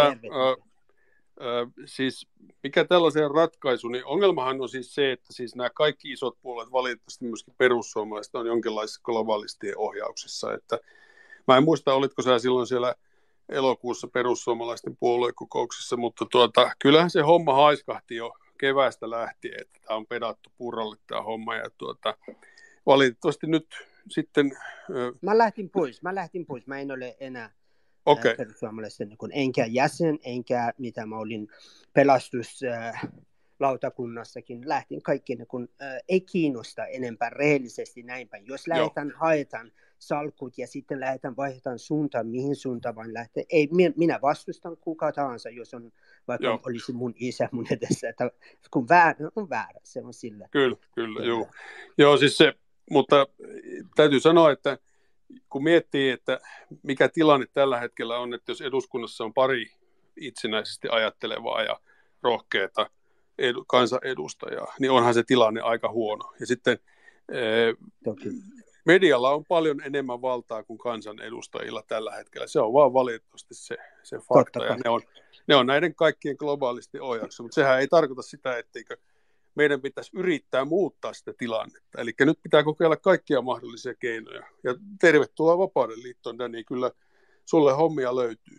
Siis mikä tällaisen ratkaisu, niin ongelmahan on siis se, että siis nämä kaikki isot puolueet, valitettavasti myöskin perussuomalaiset, on jonkinlaisessa globalistien ohjauksessa. Että mä en muista, olitko sä silloin siellä elokuussa perussuomalaisten puoluekokouksessa, mutta kyllähän se homma haiskahti jo keväästä lähtien, että tämä on pedattu purralle tämä homma. Ja valitettavasti nyt sitten... Mä lähtin pois. Mä en ole enää perussuomalaisen enkä jäsen, enkä mitä mä olin pelastuslautakunnassakin. Lähtin kaikki, ei kiinnosta enempää rehellisesti näinpäin. Jos haetaan salkut ja sitten lähdetään vaihdetaan suuntaan, mihin suuntaan vaan lähtee. Ei, minä vastustan kuka tahansa, jos on vaikka olisi mun isä mun edessä, että kun väärä on väärä, se on sillä. Kyllä, joo. Joo, siis se Mutta täytyy sanoa, että kun miettii, että mikä tilanne tällä hetkellä on, että jos eduskunnassa on pari itsenäisesti ajattelevaa ja rohkeata kansanedustajaa, niin onhan se tilanne aika huono. Ja sitten medialla on paljon enemmän valtaa kuin kansanedustajilla tällä hetkellä. Se on vaan valitettavasti se fakta. Ja ne on näiden kaikkien globaalisti ohjauksessa, mutta sehän ei tarkoita sitä, etteikö meidän pitäisi yrittää muuttaa sitä tilannetta. Eli nyt pitää kokeilla kaikkia mahdollisia keinoja. Ja tervetuloa Vapauden liittoon, Dani. Kyllä sulle hommia löytyy.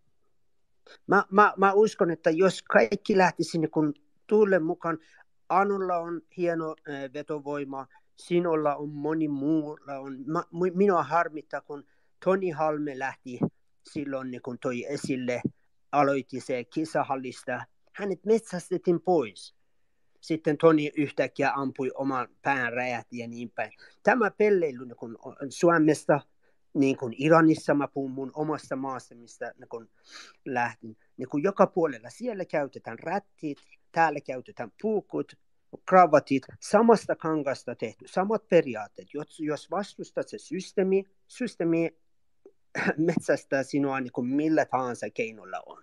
Mä uskon, että jos kaikki lähtisi niin kun tuulen mukaan, Anulla on hieno vetovoima, sinulla on moni muulla on. Minua harmittaa, kun Toni Halme lähti silloin, niin kun toi esille, aloitti se kisahallista. Hänet metsästettiin pois. Sitten Toni yhtäkkiä ampui oman pään räjähti ja niin päin. Tämä pelleily niin kun Suomesta, niin kuin Iranissa, mä puhun mun omassa maassa, mistä niin kun lähtin. Niin kun joka puolella siellä käytetään rättit, täällä käytetään puukut, kravatit, samasta kangasta tehty, samat periaatteet. Jos vastustat se systeemi metsästää sinua niin kuin millä tahansa keinolla on.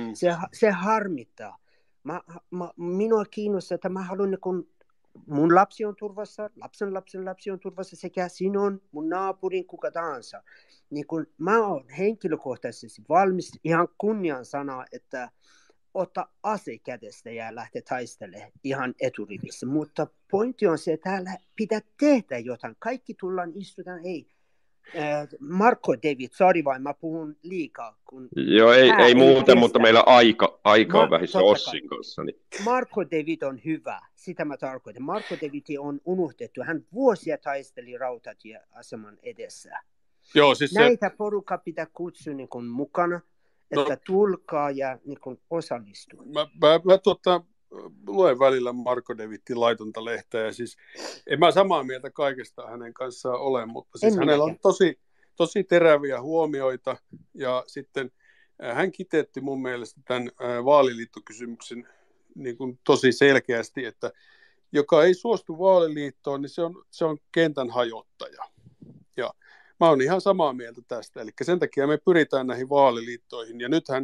Se harmittaa. Minua kiinnostaa, että mä haluan, niin kun mun lapsi on turvassa, lapsen lapsi on turvassa sekä sinun, mun naapurin, kuka tahansa. Niin kun mä oon henkilökohtaisesti valmis ihan kunnian sanaa, että ota ase kädestä ja lähte taistelemaan ihan eturivissä. Mutta pointti on se, että täällä pitää tehdä jotain. Kaikki tullaan istutaan, ei. Marco David, sorry vain, mä puhun liikaa. Joo, ei muuten, mutta meillä aika on vähissä Ossin kanssa. Niin. Marco David on hyvä, sitä mä tarkoitan. Marco David on unohdettu. Hän vuosia taisteli rautatieaseman edessä. Joo, siis näitä porukkaa pitää kutsua niin kuin mukana, että tulkaa ja niin kuin osallistua. Mä luen välillä Marco Davidin laitonta lehteä, ja siis en mä samaa mieltä kaikesta hänen kanssaan ole, mutta siis hänellä on tosi teräviä huomioita, ja sitten hän kiteytti mun mielestä tämän vaaliliittokysymyksen niin kuin tosi selkeästi, että joka ei suostu vaaliliittoon, niin se on kentän hajottaja. Ja mä oon ihan samaa mieltä tästä, eli sen takia me pyritään näihin vaaliliittoihin, ja nythän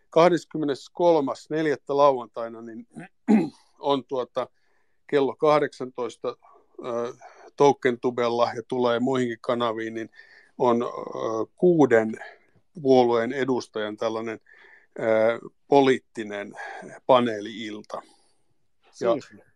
23.4. lauantaina niin on kello 18 TokenTubella ja tulee muihinkin kanaviin, niin on 6 puolueen edustajan tällainen poliittinen paneeli-ilta. Ja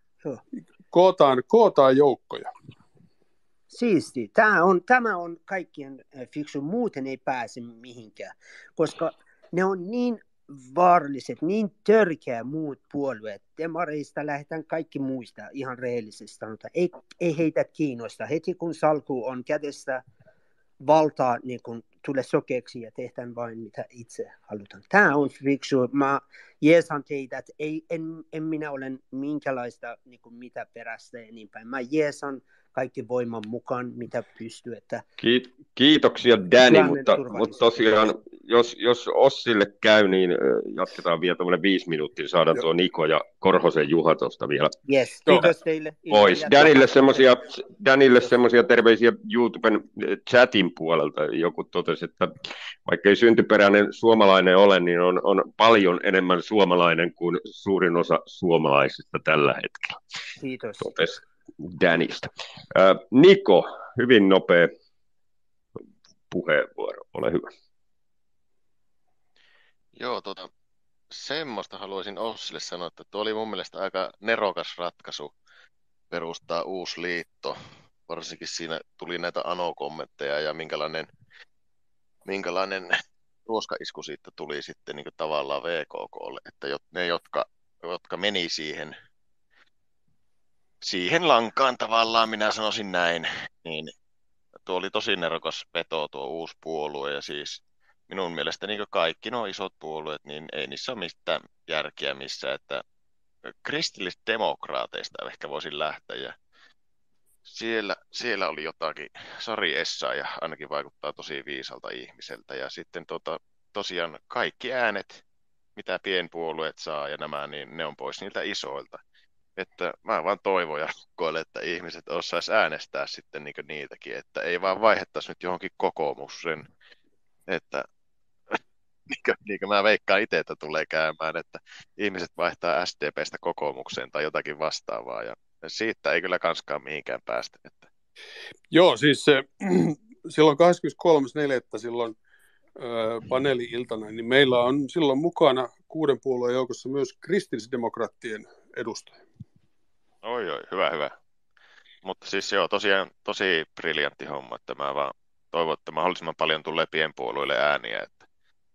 kootaan joukkoja. Siisti. Tämä on kaikkien fiksu, muuten ei pääse mihinkään, koska ne on niin vaaralliset, niin törkeä muut puolueet. Demareista lähdetään kaikki muista ihan rehellisesti sanotaan. Ei heitä kiinnosta. Heti kun salku on kädessä, valtaa niin kun tulee sokeaksi ja tehdään vain mitä itse halutaan. Tämä on fiksu. Mä jeesan teitä, että en minä ole minkälaista niin kuin mitä perästä ja niin päin. Mä jeesan kaikki voiman mukaan, mitä pystyy. Että Kiitoksia Danny, mutta tosiaan, jos Ossille käy, niin jatketaan vielä tuommoinen 5 minuuttia, saadaan tuo Niko ja Korhosen Juha tuosta vielä yes, kiitos teille. Pois. Danille semmoisia terveisiä YouTuben chatin puolelta. Joku totesi, että vaikka ei syntyperäinen suomalainen ole, niin on paljon enemmän suomalainen kuin suurin osa suomalaisista tällä hetkellä. Kiitos. Totesi Danista. Niko, hyvin nopea puheenvuoro, ole hyvä. Joo, semmoista haluaisin Ossille sanoa, että tuo oli mun mielestä aika nerokas ratkaisu perustaa uusi liitto. Varsinkin siinä tuli näitä ANO-kommentteja ja minkälainen ruoskaisku siitä tuli sitten niin kuin tavallaan VKK:lle, että ne, jotka meni siihen lankaan tavallaan, minä sanoisin näin, niin tuo oli tosi nerokas veto tuo uusi puolue, ja siis minun mielestä niin kaikki nuo isot puolueet, niin ei niissä ole mitään järkeä missään, että kristillisdemokraateista ehkä voisin lähteä, ja siellä oli jotakin, Sari Essayah ainakin vaikuttaa tosi viisalta ihmiseltä, ja sitten tosiaan kaikki äänet, mitä pienpuolueet saa ja nämä, niin ne on pois niiltä isoilta. että mä vaan toivon ja rukoilen, että ihmiset osais äänestää sitten niitäkin, että ei vaan vaihettaisi nyt johonkin kokoomukseen, että niin kuin mä veikkaan itse, että tulee käymään, että ihmiset vaihtaa SDPstä kokoomukseen tai jotakin vastaavaa, ja siitä ei kyllä kanskaan mihinkään päästä. Että. Joo, siis silloin 23.4. silloin paneeli-iltana, niin meillä on silloin mukana 6 puolueen joukossa myös kristillisdemokraattien edustaja. Oi, hyvä. Mutta siis joo, tosiaan tosi briljantti homma, että mä vaan toivon, että mahdollisimman paljon tulee pienpuolueille ääniä. Että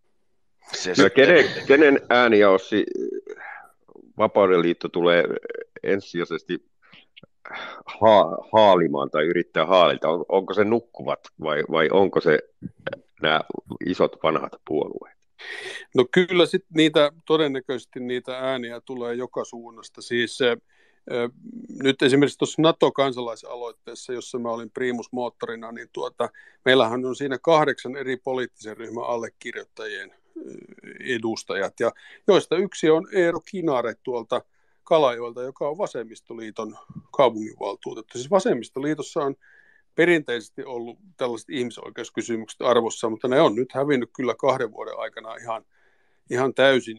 kenen ääni Ossi Vapauden liitto tulee ensisijaisesti haalimaan tai yrittää haalilta? Onko se nukkuvat vai onko se nämä isot vanhat puolueet? No kyllä sitten todennäköisesti niitä ääniä tulee joka suunnasta. Siis nyt esimerkiksi tuossa NATO-kansalaisaloitteessa, jossa mä olin primusmoottorina, niin meillähän on siinä 8 eri poliittisen ryhmän allekirjoittajien edustajat, ja joista yksi on Eero Kinare tuolta Kalajoelta, joka on Vasemmistoliiton kaupunginvaltuutettu. Siis Vasemmistoliitossa on perinteisesti ollut tällaiset ihmisoikeuskysymykset arvossa, mutta ne on nyt hävinnyt kyllä 2 vuoden aikana ihan täysin,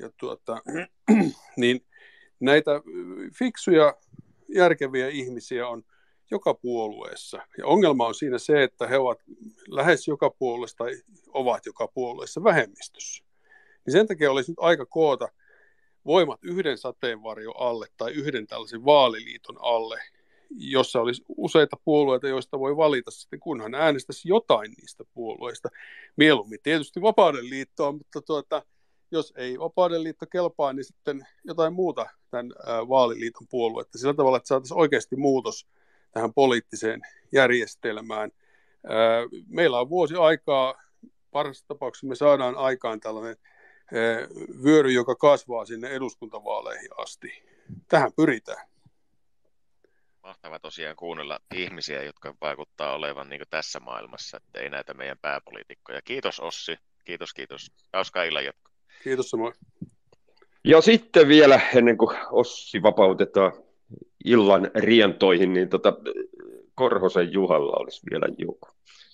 niin näitä fiksuja, järkeviä ihmisiä on joka puolueessa. Ja ongelma on siinä se, että he ovat lähes joka puolueessa tai ovat joka puolueessa vähemmistössä. Niin sen takia olisi nyt aika koota voimat yhden sateenvarjon alle tai yhden tällaisen vaaliliiton alle, jossa olisi useita puolueita, joista voi valita sitten, kunhan äänestäisi jotain niistä puolueista. Mieluummin tietysti Vapauden liittoa, mutta jos ei Vapauden liitto kelpaa, niin sitten jotain muuta tämän vaaliliiton puoluetta. Sillä tavalla, että saataisiin oikeasti muutos tähän poliittiseen järjestelmään. Meillä on vuosi aikaa, parhaassa tapauksessa me saadaan aikaan tällainen vyöry, joka kasvaa sinne eduskuntavaaleihin asti. Tähän pyritään. Mahtavaa tosiaan kuunnella ihmisiä, jotka vaikuttaa olevan niin kuin tässä maailmassa, että ei näitä meidän pääpoliitikkoja. Kiitos Ossi, kiitos. Hauskaa illan jatkoa. Kiitos samoin. Ja sitten vielä ennen kuin Ossi vapautetaan illan rientoihin, niin Korhosen Juhalla olisi vielä joku.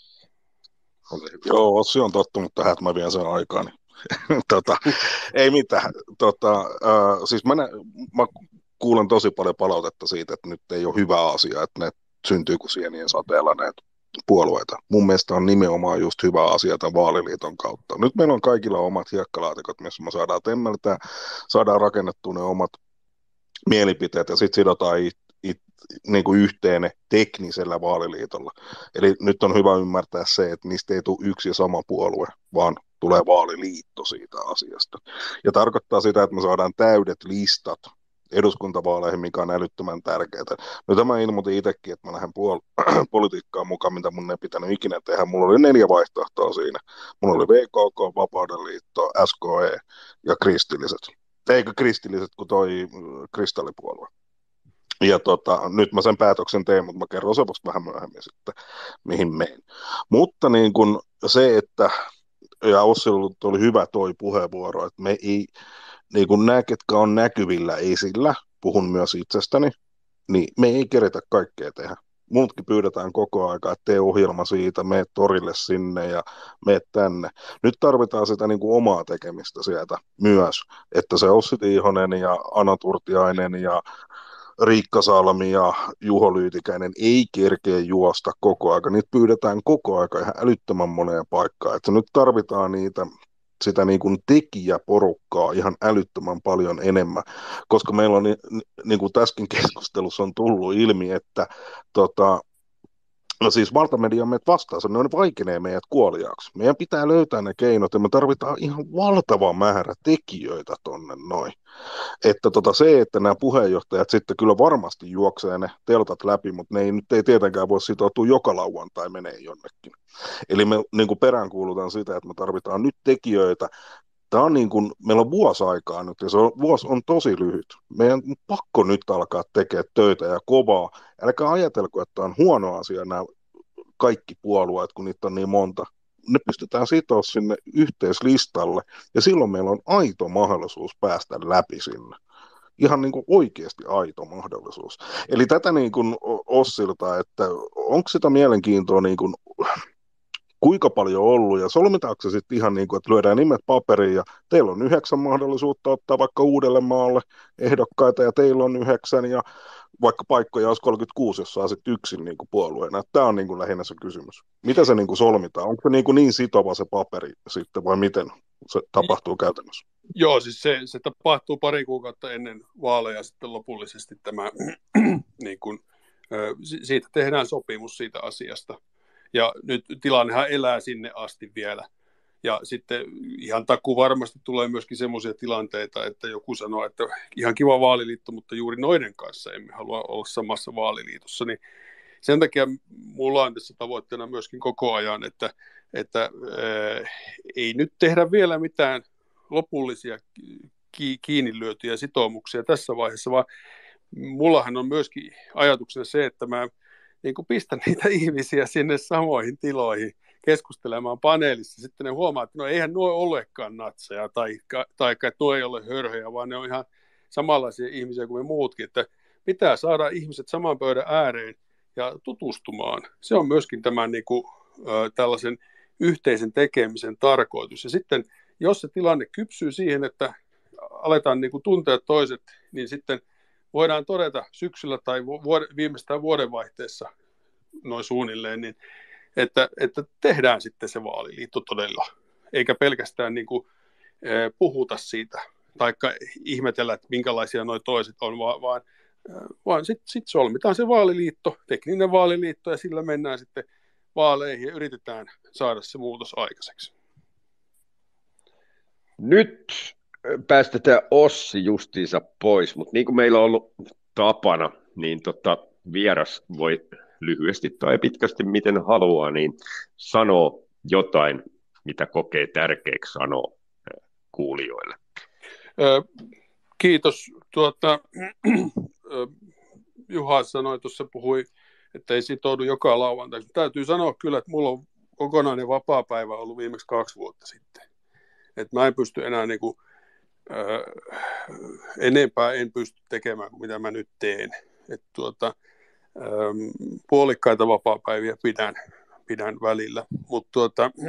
Joo, Ossi on tottunut tähän, että mä vien sen aikaa. Niin. Ei mitään. Siis mä kuulen tosi paljon palautetta siitä, että nyt ei ole hyvä asia, että ne syntyy kuin sienien sateella näitä puolueita. Mun mielestä on nimenomaan just hyvä asia tämän vaaliliiton kautta. Nyt meillä on kaikilla omat hiekkalaatikot, missä me saadaan temmeltää, saadaan rakennettua ne omat mielipiteet ja sitten sidotaan niin kuin yhteen teknisellä vaaliliitolla. Eli nyt on hyvä ymmärtää se, että niistä ei tule yksi ja sama puolue, vaan tulee vaaliliitto siitä asiasta. Ja tarkoittaa sitä, että me saadaan täydet listat eduskuntavaaleihin, mikä on älyttömän tärkeää. Nyt mä ilmoitin itsekin, että mä lähden politiikkaan mukaan, mitä mun ei pitänyt ikinä tehdä. Mulla oli 4 vaihtoehtoa siinä. Mulla oli VKK, Vapauden liitto, SKE ja kristilliset. Eikö kristilliset, kun toi kristallipuolue. Ja nyt mä sen päätöksen teen, mutta mä kerron se vasta vähän myöhemmin sitten, mihin menen. Mutta niin kun se, että, ja Ossilla oli hyvä toi puheenvuoro, että me ei, niin kun nämä, ketkä on näkyvillä esillä, puhun myös itsestäni, niin me ei keretä kaikkea tehdä. Multakin pyydetään koko aika, että tee ohjelma siitä, mene torille sinne ja mene tänne. Nyt tarvitaan sitä niin kuin omaa tekemistä sieltä myös, että se Ossi Tiihonen ja Ana Turtiainen ja Riikka Salmi ja Juho Lyytikäinen ei kerkeä juosta koko aika. Niitä pyydetään koko aika ihan älyttömän moneen paikkaan. Että nyt tarvitaan sitä niin kuin tekijäporukkaa ihan älyttömän paljon enemmän, koska meillä on, niin kuin tässäkin keskustelussa on tullut ilmi, että no siis valtamedia on meidät vastaan, ne vaikenee meidät kuoliaaksi. Meidän pitää löytää ne keinot ja me tarvitaan ihan valtava määrä tekijöitä tonne noin. Että se, että nämä puheenjohtajat sitten kyllä varmasti juoksee ne teltat läpi, mutta ne ei tietenkään voi sitoutua joka lauantai menee jonnekin. Eli me niin kuin peräänkuulutaan sitä, että me tarvitaan nyt tekijöitä. Tämä on niin kuin, meillä on vuosi aikaa nyt ja vuosi on tosi lyhyt. Meidän on pakko nyt alkaa tekemään töitä ja kovaa. Älkää ajatelko, että on huono asia nämä kaikki puolueet, kun niitä on niin monta. Ne pystytään sitoa sinne yhteislistalle ja silloin meillä on aito mahdollisuus päästä läpi sinne. ihan niin kuin oikeasti aito mahdollisuus. Eli tätä niin kuin Ossilta, että onko sitä mielenkiintoa niin kuin, kuinka paljon on ollut, ja solmitaanko se sitten ihan niin kuin, että lyödään nimet paperiin, ja teillä on 9 mahdollisuutta ottaa vaikka Uudellemaalle ehdokkaita, ja teillä on 9, ja vaikka paikkoja olisi 36, jos saa sitten yksin niin kuin puolueena. Tämä on niin kuin lähinnä se kysymys. Mitä se niin kuin solmitaan? Onko se niin sitova se paperi sitten, vai miten se tapahtuu käytännössä? Joo, siis se tapahtuu pari kuukautta ennen vaaleja sitten lopullisesti tämä, niin kuin, siitä tehdään sopimus siitä asiasta. Ja nyt tilannehan elää sinne asti vielä. Ja sitten ihan takuu varmasti tulee myöskin semmoisia tilanteita, että joku sanoo, että ihan kiva vaaliliitto, mutta juuri noiden kanssa emme halua olla samassa vaaliliitossa. Niin sen takia mulla on tässä tavoitteena myöskin koko ajan, että ei nyt tehdä vielä mitään lopullisia kiinni lyötyjä sitoumuksia tässä vaiheessa, vaan mullahan on myöskin ajatuksena se, että mä niin kuin pistän niitä ihmisiä sinne samoihin tiloihin keskustelemaan paneelissa. Sitten ne huomaa, että no eihän nuo olekaan natseja tai että nuo ei ole hörhöjä, vaan ne on ihan samanlaisia ihmisiä kuin me muutkin, että pitää saada ihmiset saman pöydän ääreen ja tutustumaan. Se on myöskin tämän niin kuin, tällaisen yhteisen tekemisen tarkoitus. Ja sitten jos se tilanne kypsyy siihen, että aletaan niin kuin tuntea toiset, niin sitten voidaan todeta syksyllä tai viimeistään vuodenvaihteessa noin suunnilleen, niin että tehdään sitten se vaaliliitto todella, eikä pelkästään niin kuin, puhuta siitä, tai ihmetellä, että minkälaisia nuo toiset on, vaan sitten solmitaan se vaaliliitto, tekninen vaaliliitto, ja sillä mennään sitten vaaleihin ja yritetään saada se muutos aikaiseksi. Nyt päästetään Ossi justiinsa pois, mutta niin kuin meillä on ollut tapana, niin vieras voi lyhyesti tai pitkästi miten haluaa, niin sanoo jotain, mitä kokee tärkeäksi sanoa kuulijoille. Kiitos. Juha sanoi tuossa, puhui, että ei sitoudu joka lauantai. Täytyy sanoa kyllä, että mulla on kokonainen vapaapäivä ollut viimeksi 2 vuotta sitten. Että mä en pysty enää enempää en pysty tekemään kuin mitä mä nyt teen. Puolikkaita vapaapäiviä pidän välillä, mutta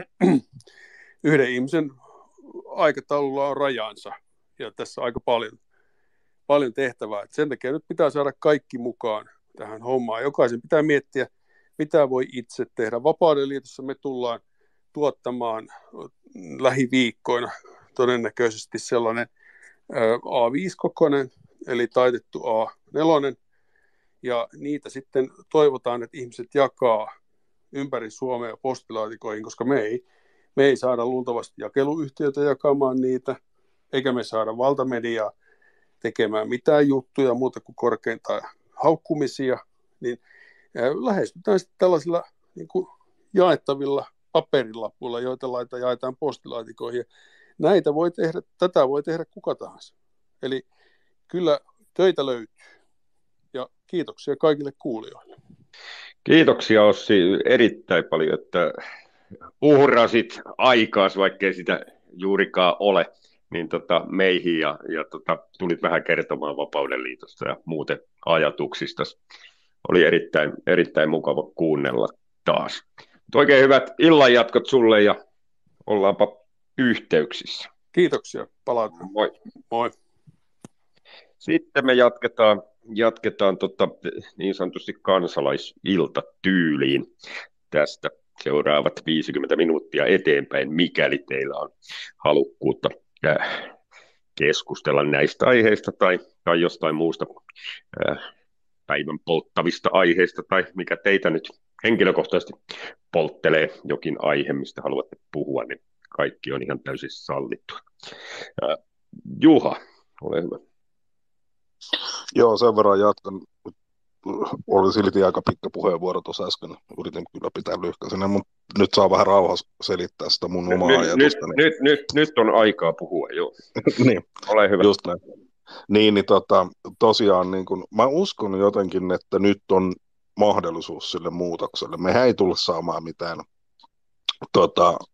yhden ihmisen aikataululla on rajansa ja tässä aika paljon tehtävää. Et sen takia nyt pitää saada kaikki mukaan tähän hommaan. Jokaisen pitää miettiä, mitä voi itse tehdä. Vapauden liitossa me tullaan tuottamaan lähiviikkoina todennäköisesti sellainen A5-kokoinen, eli taitettu A4, ja niitä sitten toivotaan, että ihmiset jakaa ympäri Suomea postilaatikoihin, koska me ei saada luultavasti jakeluyhtiötä jakamaan niitä, eikä me saada valtamediaa tekemään mitään juttuja muuta kuin korkeintaan haukkumisia, niin lähestytään sitten tällaisilla niin kuin jaettavilla paperilapuilla, joita jaetaan postilaatikoihin. Tätä voi tehdä kuka tahansa. Eli kyllä töitä löytyy. Ja kiitoksia kaikille kuulijoille. Kiitoksia Ossi erittäin paljon, että uhrasit aikaas, vaikkei sitä juurikaan ole, niin meihin ja tulit vähän kertomaan Vapauden liitosta ja muuten ajatuksista. Oli erittäin mukava kuunnella taas. Oikein hyvät illanjatkot sulle ja ollaanpa yhteyksissä. Kiitoksia, palataan. Moi. Moi. Sitten me jatketaan niin sanotusti kansalaisiltatyyliin tästä seuraavat 50 minuuttia eteenpäin, mikäli teillä on halukkuutta keskustella näistä aiheista tai jostain muusta päivän polttavista aiheista tai mikä teitä nyt henkilökohtaisesti polttelee, jokin aihe, mistä haluatte puhua, niin kaikki on ihan täysin sallittu. Juha, ole hyvä. Joo, sen verran jatkan. Oli silti aika pitkä puheenvuoro tuossa äsken. Yritin kyllä pitää lyhkäisenä, mutta nyt saa vähän rauhassa selittää sitä mun omaa ajatusta. Nyt on aikaa puhua, joo. Niin, ole hyvä. Just näin. Niin, tosiaan niin kun, mä uskon jotenkin, että nyt on mahdollisuus sille muutokselle. Mehän ei tule saamaan mitään 50%,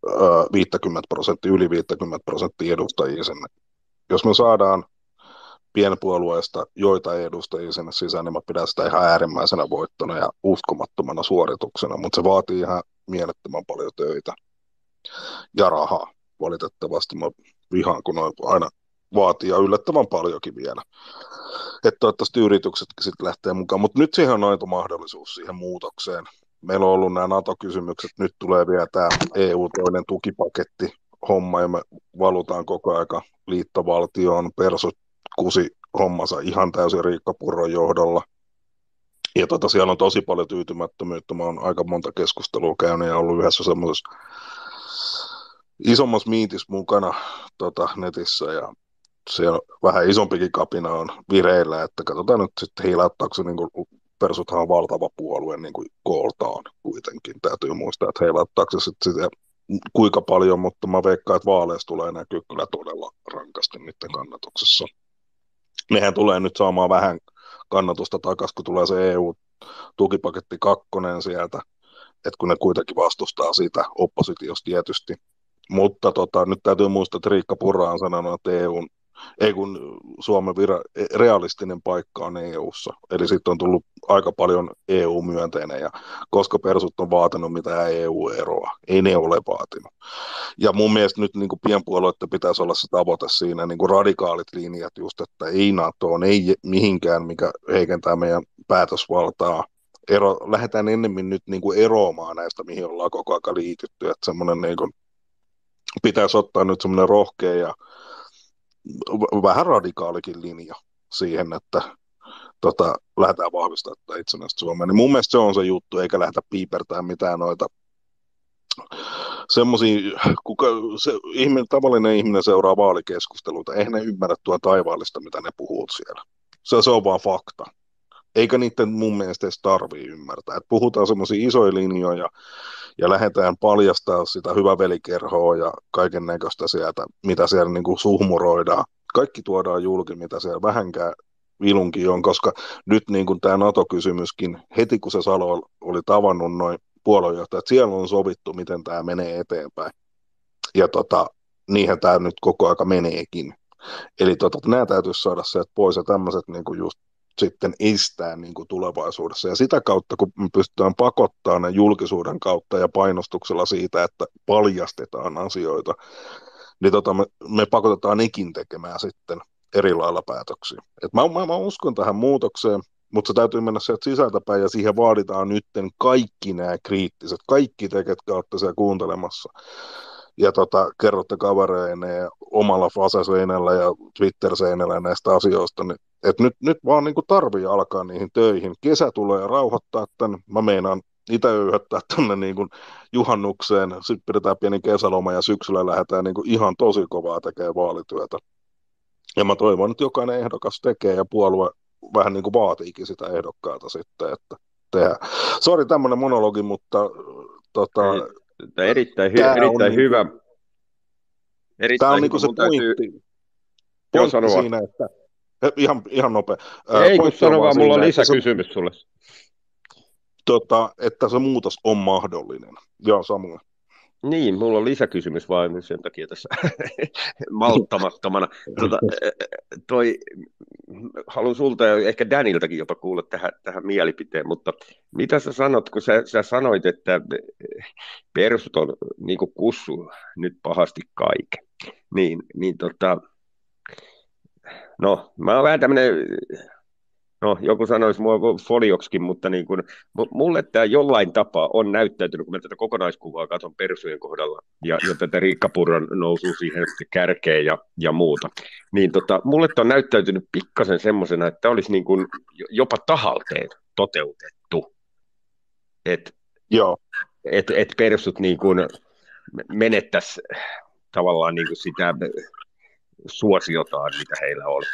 yli 50% edustajia sinne. Jos me saadaan pienpuolueesta joita edustajia sinne sisään, niin mä pidän sitä ihan äärimmäisenä voittona ja uskomattomana suorituksena, mutta se vaatii ihan mielettömän paljon töitä ja rahaa. Valitettavasti mä vihaan, kun noin aina vaatii ja yllättävän paljonkin vielä. Että toivottavasti yrityksetkin sitten lähtee mukaan, mutta nyt siihen on aito mahdollisuus siihen muutokseen. Meillä on ollut nämä NATO-kysymykset, nyt tulee vielä tämä EU-toinen tukipaketti homma ja me valutaan koko aika liittovaltioon, persut kusi hommansa ihan täysin Riikka Purron johdolla. Ja siellä on tosi paljon tyytymättömyyttä. Mä oon aika monta keskustelua käynyt ja ollut yhdessä semmoisessa isommassa miitissä mukana netissä ja siellä vähän isompikin kapina on vireillä, että katsotaan nyt sitten hiilauttaako se niin kuin persuthan on valtava puolue niin kuin kooltaan kuitenkin. Täytyy muistaa, että heilauttaako se sitten sitä kuinka paljon, mutta mä veikkaan, että vaaleissa tulee näkyy kyllä todella rankasti niiden kannatuksessa. Nehän tulee nyt saamaan vähän kannatusta takaisin, kun tulee se EU-tukipaketti 2 sieltä, että kun ne kuitenkin vastustaa sitä oppositiosta tietysti. Mutta nyt täytyy muistaa, että Riikka Purra on sanonut, että kun Suomen realistinen paikka on EU:ssa. Eli sitten on tullut aika paljon EU-myönteinen, ja koska persut on vaatinut mitään EU-eroa, ei ne ole vaatinut. Ja mun mielestä nyt niin kuin pienpuolueiden pitäisi olla se tavoite siinä, niin kuin radikaalit linjat just, että ei NATOon, ei mihinkään, mikä heikentää meidän päätösvaltaa. Lähdetään ennemmin nyt niin kuin eroamaan näistä, mihin ollaan koko ajan liitytty. Että semmoinen niin kuin pitäisi ottaa nyt semmoinen rohkea ja vähän radikaalikin linja siihen, että lähdetään vahvistamaan itsenäistä Suomea. Niin mun mielestä se on se juttu, eikä lähdetä piipertämään mitään noita semmoisia, tavallinen ihminen seuraa vaalikeskusteluita, eihän ne ymmärrä tuon taivaallista, mitä ne puhuu siellä. Se on vaan fakta. Eikä niiden mun mielestä edes tarvitse ymmärtää. Et puhutaan semmoisia isoja linjoja ja lähdetään paljastaa sitä hyvävelikerhoa ja kaiken näköistä sieltä, mitä siellä niin kuin suhmuroidaan. Kaikki tuodaan julki, mitä siellä vähänkään vilunkin on, koska nyt niin kuin tämä NATO-kysymyskin, heti kun se Salo oli tavannut noin puoluejohtajat, siellä on sovittu, miten tämä menee eteenpäin. Ja niinhän tämä nyt koko aika meneekin. Eli nämä täytyisi saada sieltä pois ja tämmöiset niin kuin just sitten estää niin kuin tulevaisuudessa. Ja sitä kautta, kun me pystytään pakottamaan ne julkisuuden kautta ja painostuksella siitä, että paljastetaan asioita, niin me pakotetaan nekin tekemään sitten eri lailla päätöksiä. Et mä uskon tähän muutokseen, mutta se täytyy mennä sieltä sisältäpäin ja siihen vaaditaan nytten kaikki nämä kriittiset, kaikki te, ketkä olette siellä kuuntelemassa. Ja kerrotte kavereille ja omalla Fase-seinällä ja Twitter-seinällä näistä asioista, niin että nyt vaan niin kuin tarvii alkaa niihin töihin. Kesä tulee rauhoittaa tämän. Mä meinaan itse yhdättää tänne niin kuin juhannukseen. Sitten pidetään pieni kesäloma ja syksyllä lähdetään niin kuin ihan tosi kovaa tekemään vaalityötä. Ja mä toivon, että jokainen ehdokas tekee ja puolue vähän niin kuin vaatiikin sitä ehdokkaata sitten, että tehdään. Sori tämmöinen monologi, mutta erittäin hyvä. Tämä on niin kuin se pointti siinä, että Ihan nopea. Ei, kun sano vaan, mulla on lisäkysymys sulle. Että se muutos on mahdollinen. Joo, Samuel. Niin, mulla on lisäkysymys vain sen takia tässä malttamattomana. Haluan sulta ja ehkä Daniltakin jopa kuulla tähän mielipiteen, mutta mitä sä sanot, kun sä sanoit, että persut on niin kuin kussu nyt pahasti kaiken. No, mä oon vähän tämmönen, joku sanoisi mua folioksikin, mutta niin kun, mulle tämä jollain tapaa on näyttäytynyt, kun mä tätä kokonaiskuvaa katson persujen kohdalla ja tätä Riikka Purran nousua siihen kärkeen ja muuta, niin mulle tämä on näyttäytynyt pikkasen semmoisena, että olisi niin kun jopa tahalteen toteutettu, että persut niin kun menettäisi tavallaan niin kun sitä suosiotaan, mitä heillä oli.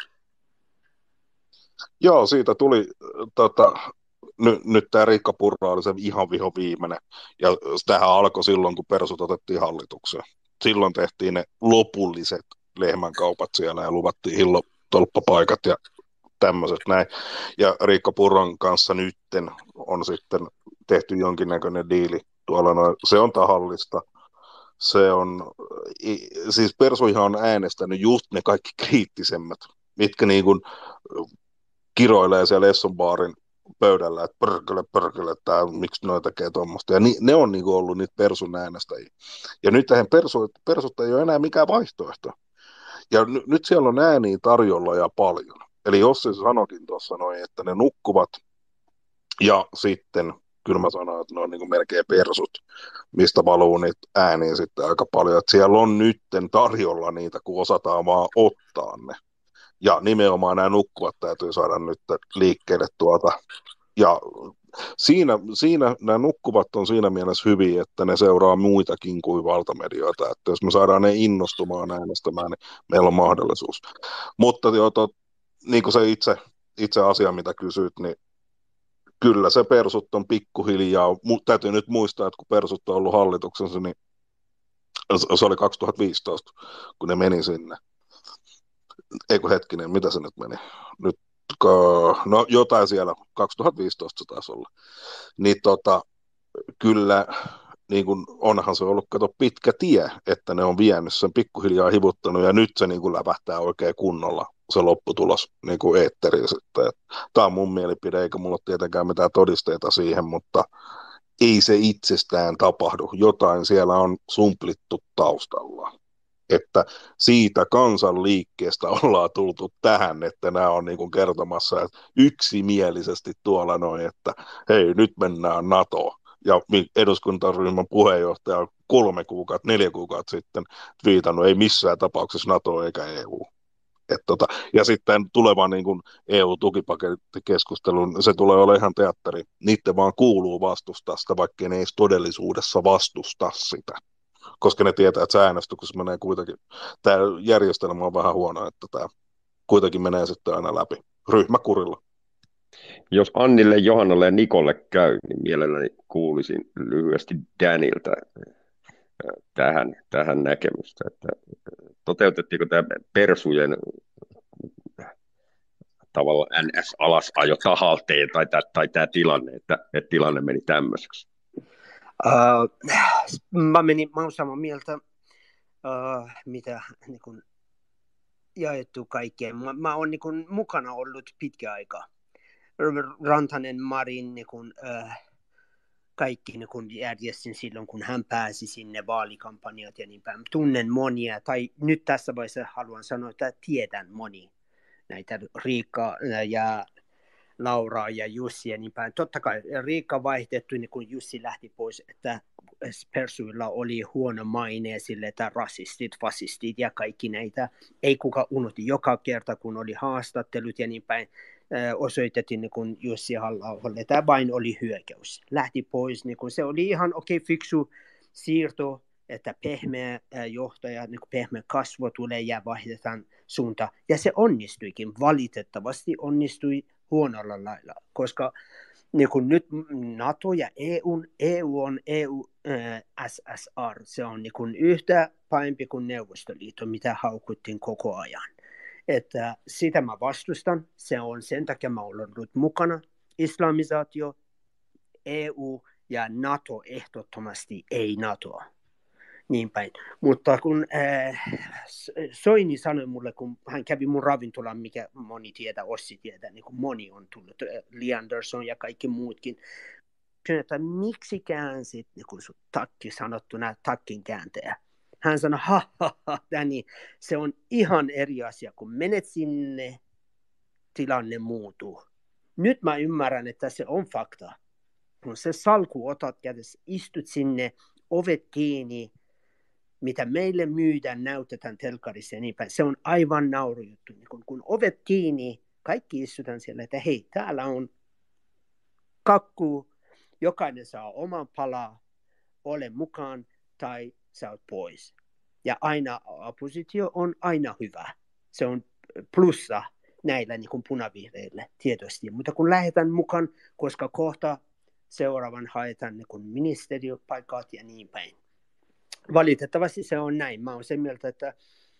Joo, siitä tuli, nyt tämä Riikka Purra oli se ihan viimeinen, ja tämähän alkoi silloin, kun persut otettiin hallitukseen. Silloin tehtiin ne lopulliset lehmänkaupat siellä ja luvattiin hillotolppapaikat ja tämmöiset näin. Ja Riikka Purran kanssa nytten on sitten tehty jonkinnäköinen diili tuolla noin. Se on tahallista. Siis persuihan on äänestänyt just ne kaikki kriittisemmät, mitkä niin kuin kiroilee siellä Esson baarin pöydällä, että pörkele, miksi noi tekee tuommoista. Ja ne on niin kuin ollut niitä persun äänestäjiä. Ja nyt tähän persut ei ole enää mikään vaihtoehto. Ja nyt siellä on ääniä tarjolla ja paljon. Eli jos se sanokin tuossa noin, että ne nukkuvat, ja sitten kyllä mä sanoin, että ne on niin kuin melkein persut, mistä valuu niitä ääniä sitten aika paljon. Että siellä on nytten tarjolla niitä, kun osataan vaan ottaa ne. Ja nimenomaan nämä nukkuvat täytyy saada nyt liikkeelle Ja siinä nämä nukkuvat on siinä mielessä hyviä, että ne seuraa muitakin kuin valtamedioita. Että jos me saadaan ne innostumaan äänestämään, niin meillä on mahdollisuus. Mutta niin kuin se itse asia, mitä kysyt, niin kyllä se persut on pikkuhiljaa. Täytyy nyt muistaa, että kun persut on ollut hallituksensa, niin se oli 2015, kun ne meni sinne. Eikö hetkinen, mitä se nyt meni? Nyt, no jotain siellä, 2015 se taisi olla. Niin kyllä, niin kun onhan se ollut pitkä tie, että ne on vienyt sen pikkuhiljaa hivuttanut, ja nyt se niin kuin läpähtää oikein kunnolla se lopputulos niin kuin eetteriin sitten. Tämä on mun mielipide, eikä mulla ole tietenkään mitään todisteita siihen, mutta ei se itsestään tapahdu. Jotain siellä on sumplittu taustalla. Että siitä kansanliikkeestä ollaan tultu tähän, että nämä on niin kuin kertomassa että yksimielisesti tuolla noin, että hei, nyt mennään NATOon. Ja eduskuntaryhmän puheenjohtaja on 4 kuukautta sitten viitannut, ei missään tapauksessa NATO eikä EU. Ja sitten tuleva niin kuin EU-tukipakettikeskustelun, se tulee olemaan ihan teatteri. Niiden vaan kuuluu vastustaa sitä, vaikka ne ei todellisuudessa vastusta sitä. Koska ne tietää, että se äänestys menee kuitenkin, tämä järjestelmä on vähän huono, että tämä kuitenkin menee sitten aina läpi ryhmäkurilla. Jos Annille, Johannalle ja Nikolle käy, niin mielelläni kuulisin lyhyesti Danilta tähän näkemystä, että toteutettiinko tämä persujen tavallaan NS-alasajo tahalteen tai tämä tilanne, että tilanne meni tämmöiseksi? Mä oon samaa mieltä, mitä niin kun, jaettu kaikkeen. Mä oon niin kun, mukana ollut pitkä aika. Rantanen, Marin, niin kun, kaikki niin kun järjestin silloin, kun hän pääsi sinne vaalikampanjat ja niin päin. Tunnen monia, tai nyt tässä vaiheessa haluan sanoa, että tiedän moni näitä Riikka ja Laura ja Jussi ja niin päin. Totta kai Riikka vaihdettu, niin kun Jussi lähti pois, että persuilla oli huono maine sille, että rasistit, fasistit ja kaikki näitä. Ei kuka unohti joka kerta, kun oli haastattelut ja niin päin. Osoitettiin niin kun Jussi Halla-aholle. Tämä vain oli hyökkäys. Lähti pois. Niin kun se oli ihan fiksu siirto, että pehmeä johtaja, niin pehmeä kasvo tulee ja vaihdetaan suunta. Ja se onnistuikin. Valitettavasti onnistui huonolla lailla, koska niin kun nyt NATO ja EU on SSR. Se on niin kun yhtä pahempi kuin Neuvostoliitto, mitä haukuttiin koko ajan. Että sitä mä vastustan. Se on sen takia mä olen ollut mukana. Islamisaatio, EU ja NATO ehdottomasti ei NATOa. Niin päin. Mutta kun Soini sanoi mulle, kun hän kävi mun ravintolan, mikä moni tietää, Ossi tietää, niin kuin moni on tullut, Li Anderson ja kaikki muutkin. Kysyin, että miksi käänsit, niin kuin sun takki sanottuna, takkin kääntäjä. Hän sanoi, Danny, se on ihan eri asia, kun menet sinne, tilanne muuttuu. Nyt mä ymmärrän, että se on fakta. Kun se salku otat kädessä, istut sinne, ovet kiinni, mitä meille myydään, näytetään telkarissa ja niin päin. Se on aivan naurujuttu. Kun ovet kiinni, kaikki istutaan siellä, että hei, täällä on kakku, jokainen saa oman palaa, ole mukaan tai sä oot pois. Ja aina oppositio on aina hyvä. Se on plussa näillä niin kuin punavihreille tietysti. Mutta kun lähdetään mukaan, koska kohta seuraavan haetaan niin kuin ministeriöpaikat ja niin päin. Valitettavasti se on näin. Mä oon sen mieltä, että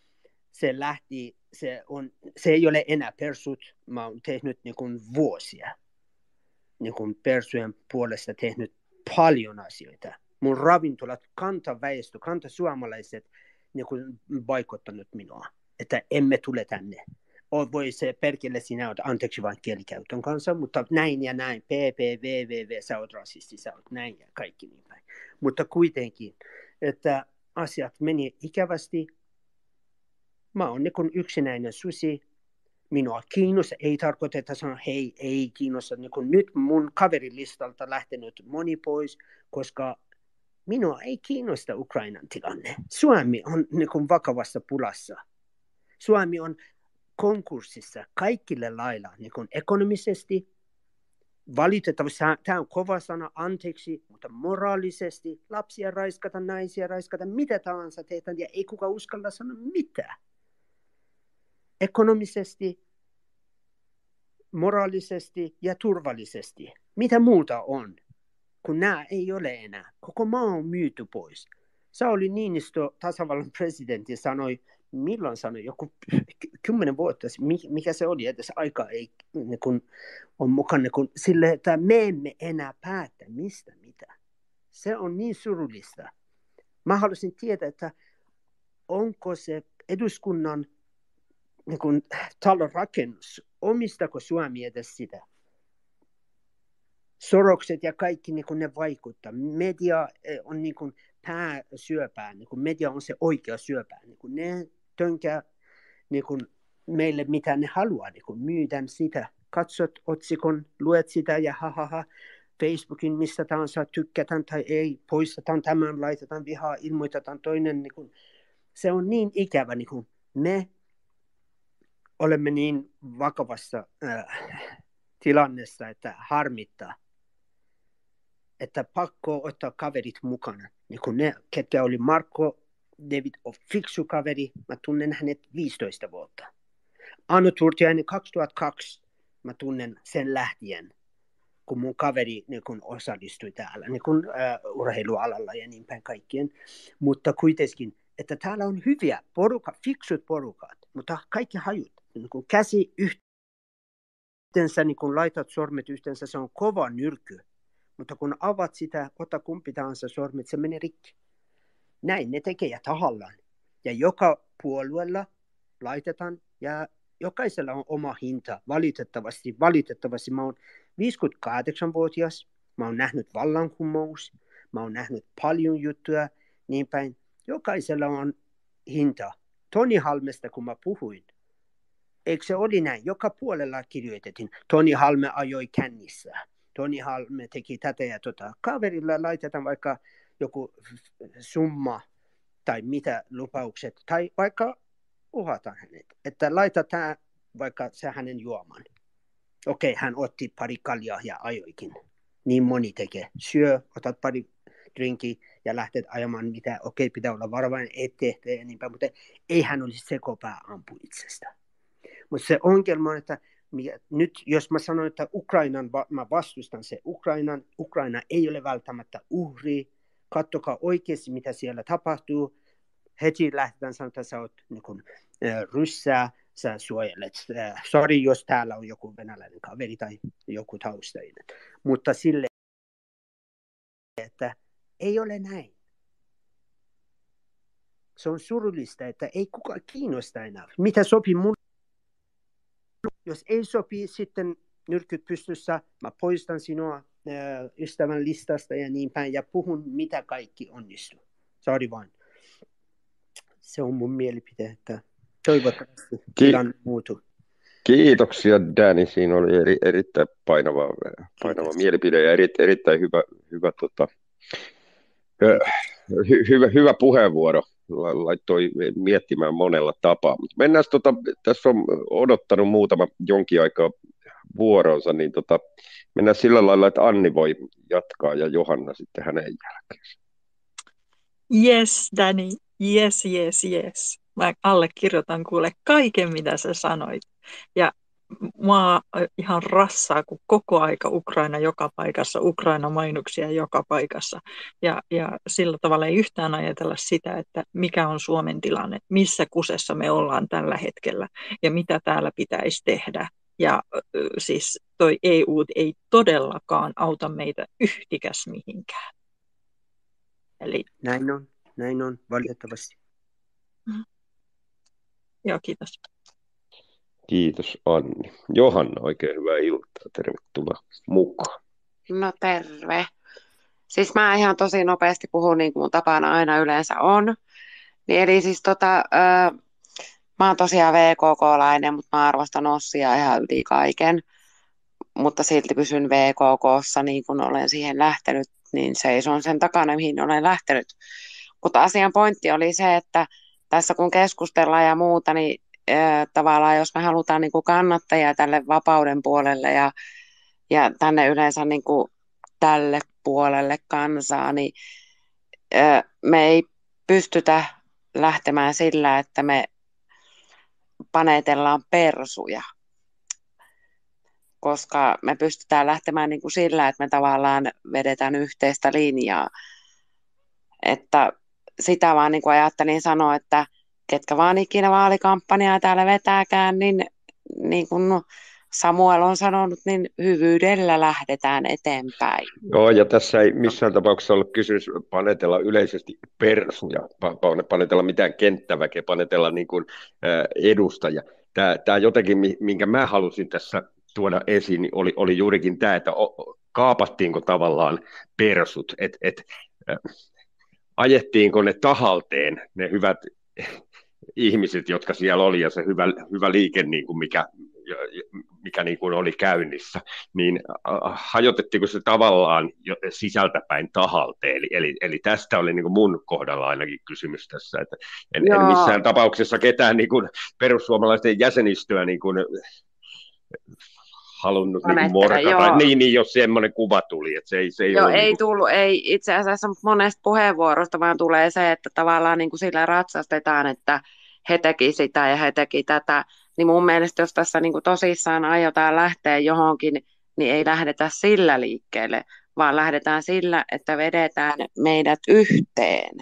se ei ole enää persut. Mä oon tehnyt niin kuin vuosia niin kuin persujen puolesta tehnyt paljon asioita. Mun ravintolat, kantaväestö, kantasuomalaiset niin kuin boikottanut minua, että emme tule tänne. voi se perkele sinä olet anteeksi vain kielikäytön kanssa, mutta näin ja näin, PPVVV, sä oot rasisti, sä oot näin ja kaikki niin päin. Mutta kuitenkin, että asiat meni ikävästi. Mä oon niin kuin yksinäinen susi. Minua kiinnostaa, ei tarkoita, että sanon, hei, ei kiinnosta. Niin kuin nyt mun kaverilistalta lähtenyt moni pois, koska minua ei kiinnosta Ukrainan tilanne. Suomi on niin kuin vakavassa pulassa. Suomi on konkurssissa kaikille lailla, niin kuin ekonomisesti, valitettavasti, tämä on kova sana, anteeksi, mutta moraalisesti, lapsia raiskata, naisia raiskata, mitä tahansa tehdään, ja ei kukaan uskalla sanoa mitään. Ekonomisesti, moraalisesti ja turvallisesti. Mitä muuta on, kun nämä ei ole enää. Koko maa on myyty pois. Sauli Niinistö, tasavallan presidentti, milloin sanoi, joku 10 vuotta, mikä se oli, että se aika ei kun on mukana, kun sille, että me emme enää päätä mistä mitä. Se on niin surullista. Mä haluaisin tietää, että onko se eduskunnan talon rakennus, omistako Suomi edes sitä? Sorokset ja kaikki ne vaikuttaa. Media on pääsyöpää, media on se oikea syöpää. Ne tönkää meille mitä ne haluaa, myydään sitä. Katsot otsikon, luet sitä ja Facebookin missä tahansa tykkätään tai ei, poistetaan tämän, laitetaan vihaa, ilmoitetaan toinen. Se on niin ikävä, me olemme niin vakavassa tilannessa, että harmittaa, että pakko ottaa kaverit mukana. Niin kuin ne, ketkä oli Marko David on fiksu kaveri, mä tunnen hänet 15 vuotta. Anu Turtiainen 2002, mä tunnen sen lähtien, kun mun kaveri niin kun osallistui täällä niin kun, urheilualalla ja niin päin kaikkien. Mutta kuitenkin, että täällä on hyviä fiksut porukat, mutta kaikki hajut. Niin kun käsi yhteensä, niin kun laitat sormet yhteensä, se on kova nyrkky. Mutta kun avaat sitä, ota kumpi tahansa sormet, se menee rikki. Näin ne tekee ja tahallaan. Ja joka puolueella laitetaan ja jokaisella on oma hinta. Valitettavasti mä oon 58-vuotias, mä oon nähnyt vallankumous, mä oon nähnyt paljon juttuja, niin päin. Jokaisella on hinta. Toni Halmesta, kun mä puhuin, eikö se oli näin? Joka puolella kirjoitettiin, Toni Halme ajoi kännissä. Toni Halme teki tätä ja kaverilla laitetaan vaikka joku summa tai mitä lupaukset, tai vaikka uhataan hänet, että laita tämä vaikka se hänen juoman. Okei, hän otti pari kaljaa ja ajoikin. Niin moni tekee. Syö, otat pari drinkiä ja lähtet ajamaan mitä. Okei, pitää olla varovainen, et tehdä ja niin päin, mutta ei hän olisi sekopää ampu itsestä. Mutta se ongelma on, että nyt jos mä sanon, että mä vastustan se Ukraina ei ole välttämättä uhri. Katsokaa oikeasti, mitä siellä tapahtuu. Heti lähdetään sanoa, että sä oot ryssää, sä suojelet. Sori, jos täällä on joku venäläinen kaveri tai joku taustainen. Mutta sille, että ei ole näin. Se on surullista, että ei kukaan kiinnosta enää. Mitä sopii mulle? Jos ei sopii, sitten nyrkyt pystyssä, mä poistan sinua ystävän listasta ja niin päin, ja puhun, mitä kaikki onnistuu. Sori vaan. Se on mun mielipide, että toivottavasti tilanne muuttuu. Kiitoksia, Danny. Siinä oli erittäin painava mielipide ja erittäin hyvä puheenvuoro. Laittoi miettimään monella tapaa. Mennään, tässä on odottanut muutama jonkin aikaa vuoronsa, niin mennään sillä lailla, että Anni voi jatkaa ja Johanna sitten hänen jälkeensä. Yes, Danny. Yes. Mä allekirjoitan kuule kaiken, mitä sä sanoit. Ja mua ihan rassaa, kun koko aika Ukraina joka paikassa, Ukraina-mainoksia joka paikassa. Ja sillä tavalla ei yhtään ajatella sitä, että mikä on Suomen tilanne, missä kusessa me ollaan tällä hetkellä ja mitä täällä pitäisi tehdä. Ja siis toi EU ei todellakaan auta meitä yhtikäs mihinkään. Eli... Näin on, valitettavasti. Joo, kiitos. Kiitos Anni. Johanna, oikein hyvää iltaa. Tervetuloa mukaan. No terve. Siis mä ihan tosi nopeasti puhun niin kuin mun tapana aina yleensä on. Niin eli siis mä oon tosiaan VKK-lainen, mutta mä arvostan Ossia ihan yli kaiken. Mutta silti pysyn VKK:ssa niin kun olen siihen lähtenyt, niin seison sen takana, mihin olen lähtenyt. Mutta asian pointti oli se, että tässä kun keskustellaan ja muuta, niin tavallaan jos me halutaan niin kuin kannattajia tälle vapauden puolelle ja tänne yleensä niin kuin tälle puolelle kansaa, niin me ei pystytä lähtemään sillä, että me panetellaan persuja, koska me pystytään lähtemään niin kuin sillä, että me tavallaan vedetään yhteistä linjaa. Että sitä vaan niin kuin ajattelin sanoa, että ketkä vaan ikinä vaalikampanjaa täällä vetääkään, niin kuin Samuel on sanonut, niin hyvyydellä lähdetään eteenpäin. Joo, ja tässä ei missään tapauksessa ollut kysymys panetella yleisesti persuja, panetella mitään kenttäväkeä, panetella niin kuin edustajia. Tämä jotenkin, minkä mä halusin tässä tuoda esiin, niin oli juurikin tämä, että kaapattiinko tavallaan persut, että ajettiinko ne tahalteen, ne hyvät ihmiset, jotka siellä oli, ja se hyvä liike, niin kuin mikä niin kuin oli käynnissä, niin hajotettiinko se tavallaan sisältäpäin tahalteen. Eli tästä oli niin kuin mun kohdalla ainakin kysymys tässä, että en missään tapauksessa ketään niin kuin perussuomalaisten jäsenistöä niin kuin halunnut niin morkata. Niin, jos semmoinen kuva tuli. Että se ei ei niin tullut, ei itse asiassa monesta puheenvuorosta, vaan tulee se, että tavallaan niin kuin sillä ratsastetaan, että he teki sitä ja he teki tätä. Niin mun mielestä, jos tässä niin kuin tosissaan aiotaan lähteä johonkin, niin ei lähdetä sillä liikkeelle, vaan lähdetään sillä, että vedetään meidät yhteen.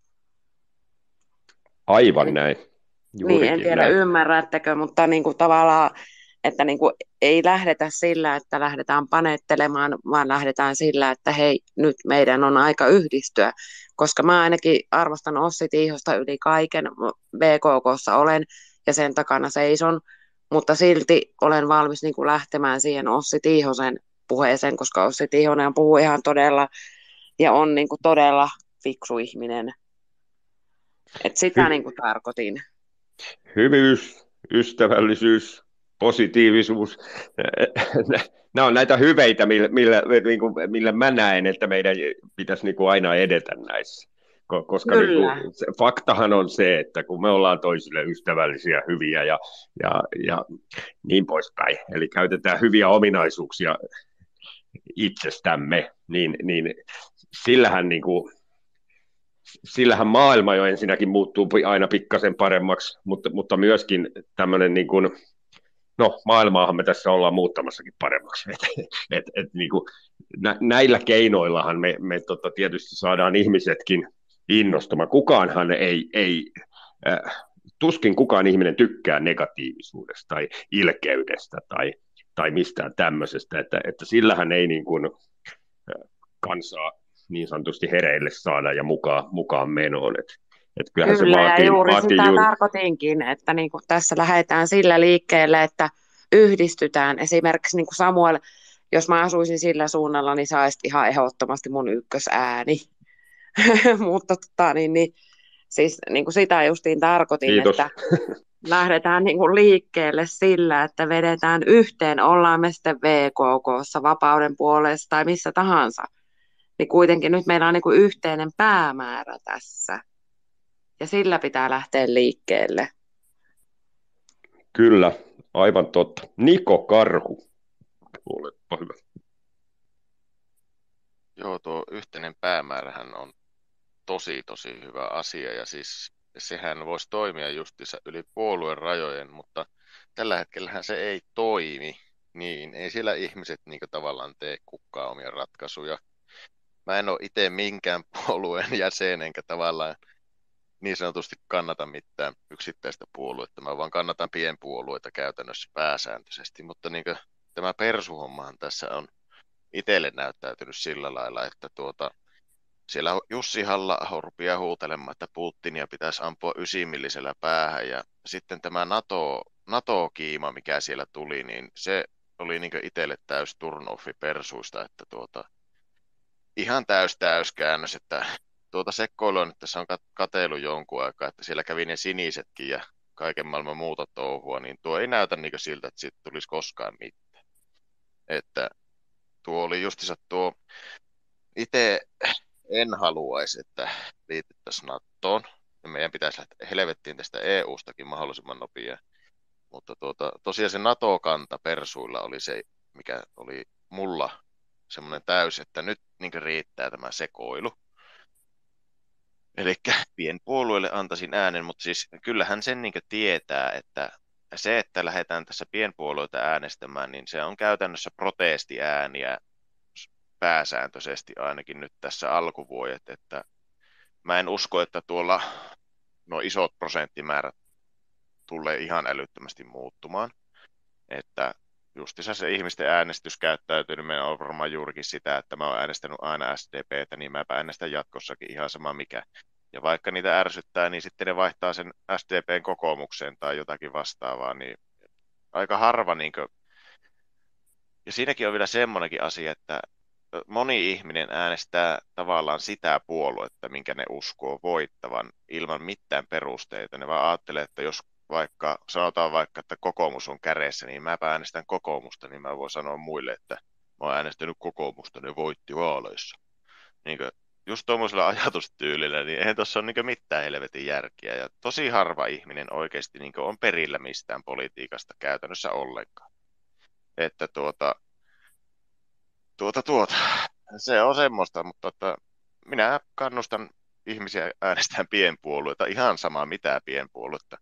Aivan näin. Niin, en tiedä näin. Ymmärrättekö, mutta niin kuin tavallaan, että niin kuin ei lähdetä sillä, että lähdetään panettelemaan, vaan lähdetään sillä, että hei, nyt meidän on aika yhdistyä. Koska mä ainakin arvostan Ossi Tiihosta yli kaiken, VKK:ssa olen ja sen takana seison, mutta silti olen valmis niin kuin lähtemään siihen Ossi Tiihosen puheeseen, koska Ossi Tiihonen puhuu ihan todella ja on niin kuin todella fiksu ihminen. Et sitä niin kuin tarkoitin. Hyvyys, ystävällisyys, positiivisuus, nämä on näitä hyveitä, millä mä näen, että meidän pitäisi niin kuin aina edetä näissä. Koska niin kuin, faktahan on se, että kun me ollaan toisille ystävällisiä, hyviä ja niin poispäin, eli käytetään hyviä ominaisuuksia itsestämme, niin sillähän maailma jo ensinnäkin muuttuu aina pikkasen paremmaksi, mutta myöskin tämmöinen niin kuin, maailmaahan me tässä ollaan muuttamassakin paremmaksi. Niin kuin, näillä keinoillahan me tietysti saadaan ihmisetkin innostumaan. Kukaanhan tuskin kukaan ihminen tykkää negatiivisuudesta tai ilkeydestä tai mistään tämmöisestä, että sillähän ei niin kuin kansaa niin sanotusti hereille saada ja mukaan menoon. Kyllä, se ja juuri sitä tarkoitinkin, että niin kuin tässä lähdetään sillä liikkeelle, että yhdistytään. Esimerkiksi niin kuin Samuel, jos mä asuisin sillä suunnalla, niin saisit ihan ehdottomasti mun ykkösääni. Mutta siis niin kuin sitä justiin tarkoitin, Kiitos. Että lähdetään niin kuin liikkeelle sillä, että vedetään yhteen, ollaan me sitten VKK:ssa, vapauden puolesta tai missä tahansa. Niin kuitenkin nyt meillä on niin kuin yhteinen päämäärä tässä. Ja sillä pitää lähteä liikkeelle. Kyllä, aivan totta. Niko Karhu, olepa hyvä. Joo, tuo yhteinen päämäärähän on tosi hyvä asia ja siis sehän voisi toimia justiinsa yli puolueen rajojen, mutta tällä hetkellähän se ei toimi, niin ei siellä ihmiset niin tavallaan tee kukaan omia ratkaisuja. Mä en ole itse minkään puolueen jäsen, enkä tavallaan niin sanotusti kannata mitään yksittäistä puoluetta. Mä vaan kannatan pienpuolueita käytännössä pääsääntöisesti, mutta niin tämä persuhommahan tässä on itselle näyttäytynyt sillä lailla, että siellä Jussi Halla-aho rupeaa huutelemaan, että Putinia pitäisi ampua 9-millisellä päähän ja sitten tämä NATO NATO-kiima, mikä siellä tuli, niin se oli niin itselle täys turn-offi persuista, että ihan täys käännös, että sekoilu on, että tässä on katsellut jonkun aikaa, että siellä kävi ne sinisetkin ja kaiken maailman muuta touhua, niin tuo ei näytä niin siltä, että siitä tulisi koskaan mitään. Että tuo oli justiinsa itse en haluaisi, että liityttäisiin NATOon, ja meidän pitäisi lähteä helvettiin tästä EUstakin mahdollisimman nopea. Mutta tosiaan se NATO-kanta persuilla oli se, mikä oli mulla semmoinen täys, että nyt niin riittää tämä sekoilu. Eli pienpuolueelle antaisin äänen, mutta siis kyllähän sen niin tietää, että se, että lähdetään tässä pienpuolueita äänestämään, niin se on käytännössä protestiääniä pääsääntöisesti ainakin nyt tässä alkuvuodet, että mä en usko, että tuolla isot prosenttimäärät tulee ihan älyttömästi muuttumaan, että justiinsa se ihmisten äänestyskäyttäytyminen on varmaan juurikin sitä, että mä oon äänestänyt aina SDPtä, niin mäpä äänestän jatkossakin ihan sama mikä. Ja vaikka niitä ärsyttää, niin sitten ne vaihtaa sen SDPn kokoomukseen tai jotakin vastaavaa, niin aika harva niinkö. Ja siinäkin on vielä semmoinenkin asia, että moni ihminen äänestää tavallaan sitä puoluetta, minkä ne uskoo voittavan ilman mitään perusteita. Ne vaan ajattelee, että jos sanotaan vaikka, että kokoomus on kädessä, niin mäpä äänestän kokoomusta, niin mä voin sanoa muille, että mä oon äänestänyt kokoomusta, ne voitti vaaleissa. Niinkö, just tuommoisella ajatustyylillä, niin eihän tuossa ole mitään helvetin järkiä. Ja tosi harva ihminen oikeasti on perillä mistään politiikasta käytännössä ollenkaan. Että se on semmoista, mutta minä kannustan ihmisiä äänestämään pienpuolueita, ihan samaa mitä pienpuoluetta.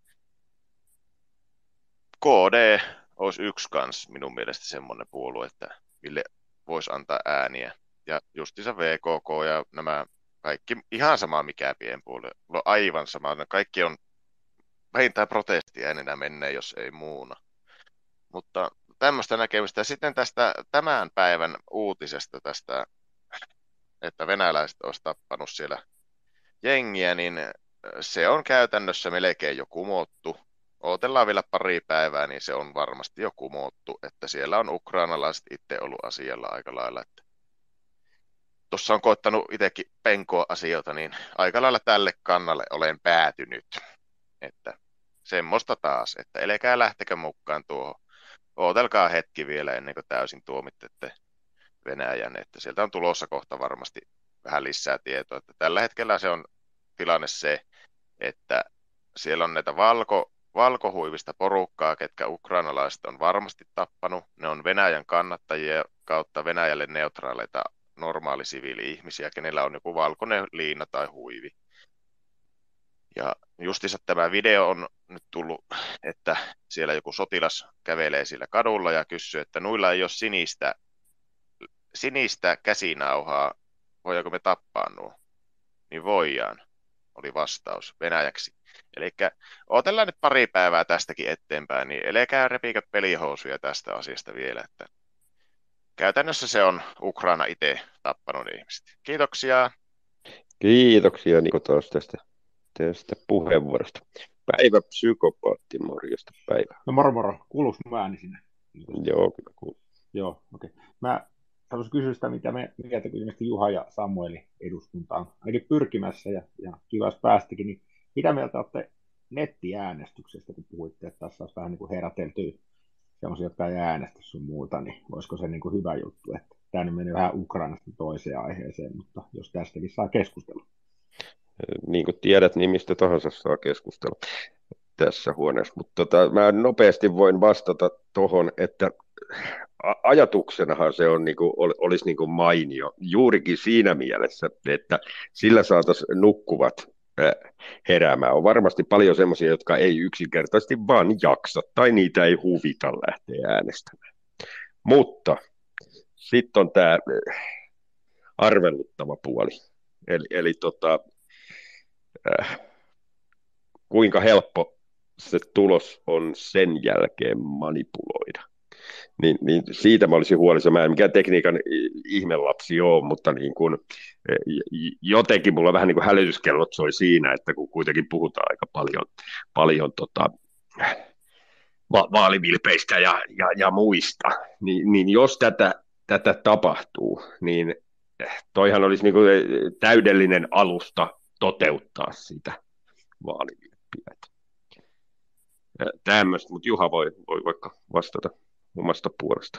KD olisi yksi kans minun mielestä semmoinen puolue, että mille voisi antaa ääniä. Ja justiinsa VKK ja nämä kaikki ihan sama mikä pienpuolue. On aivan sama. Kaikki on vähintään protestiäänenä menee, jos ei muuna. Mutta tämmöistä näkemystä. Ja sitten tästä tämän päivän uutisesta tästä, että venäläiset olisi tappanut siellä jengiä, niin se on käytännössä melkein jo kumottu. Odotellaan vielä pari päivää, niin se on varmasti jo kumottu, että siellä on ukrainalaiset itse ollut asialla aika lailla. Tuossa on koettanut itsekin penkoa asioita, niin aika lailla tälle kannalle olen päätynyt. Että semmoista taas, että älkää lähtekö mukaan tuohon. Ootelkaa hetki vielä ennen kuin täysin tuomittette Venäjän, että sieltä on tulossa kohta varmasti vähän lisää tietoa. Että tällä hetkellä se on tilanne se, että siellä on näitä valkohuivista porukkaa, ketkä ukrainalaiset on varmasti tappanut. Ne on Venäjän kannattajia kautta Venäjälle neutraaleita normaali-siviili-ihmisiä, kenellä on joku valkoinen liina tai huivi. Ja justiinsa tämä video on nyt tullut, että siellä joku sotilas kävelee sillä kadulla ja kysyy, että nuilla ei ole sinistä käsinauhaa, voidaanko me tappaa nuo? Niin voidaan, oli vastaus venäjäksi. Eli odotellaan nyt pari päivää tästäkin eteenpäin, niin älkää repikö pelihousuja tästä asiasta vielä, että käytännössä se on Ukraina itse tappanut ihmiset. Kiitoksia. Kiitoksia Niko taas tästä puheenvuorosta. Päivä psykopaatti, morjesta päivä. No moro. Kuuluuko mun ääni sinne? Joo, kyllä kuuluu. Joo, okei. Mä haluaisin kysyä sitä, mikä ilmeisesti Juha ja Samueli eduskuntaan ainakin pyrkimässä ja kiva, jos päästikin, niin mitä mieltä olette nettiäänestyksestä, kun puhuitte, että tässä olisi vähän niin kuin heräteltyä sellaisia, jotka ei äänestä sun muuta, niin olisiko se niin kuin hyvä juttu, että tämä nyt menee vähän Ukrainasta toiseen aiheeseen, mutta jos tästäkin saa keskustella. Niin kuin tiedät, niin mistä tahansa saa keskustella tässä huoneessa, mutta mä nopeasti voin vastata tuohon, että ajatuksenahan se on, niin kuin, olisi niin kuin mainio, juurikin siinä mielessä, että sillä saataisiin nukkuvat heräämään. On varmasti paljon semmoisia, jotka ei yksinkertaisesti vaan jaksa, tai niitä ei huvita lähteä äänestämään. Mutta sitten on tämä arveluttava puoli, eli kuinka helppo se tulos on sen jälkeen manipuloida. Niin siitä mä olisin huolissani. Mä en mikään tekniikan ihmelapsi ole, mutta niin kun, jotenkin mulla vähän niin kuin hälytyskellot soi siinä, että kun kuitenkin puhutaan aika paljon vaalivilpeistä ja muista, niin jos tätä tapahtuu, niin toihan olisi niin kuin täydellinen alusta toteuttaa sitä vaalivilppiä. Tämmöistä, mutta Juha voi vaikka vastata omasta puolesta.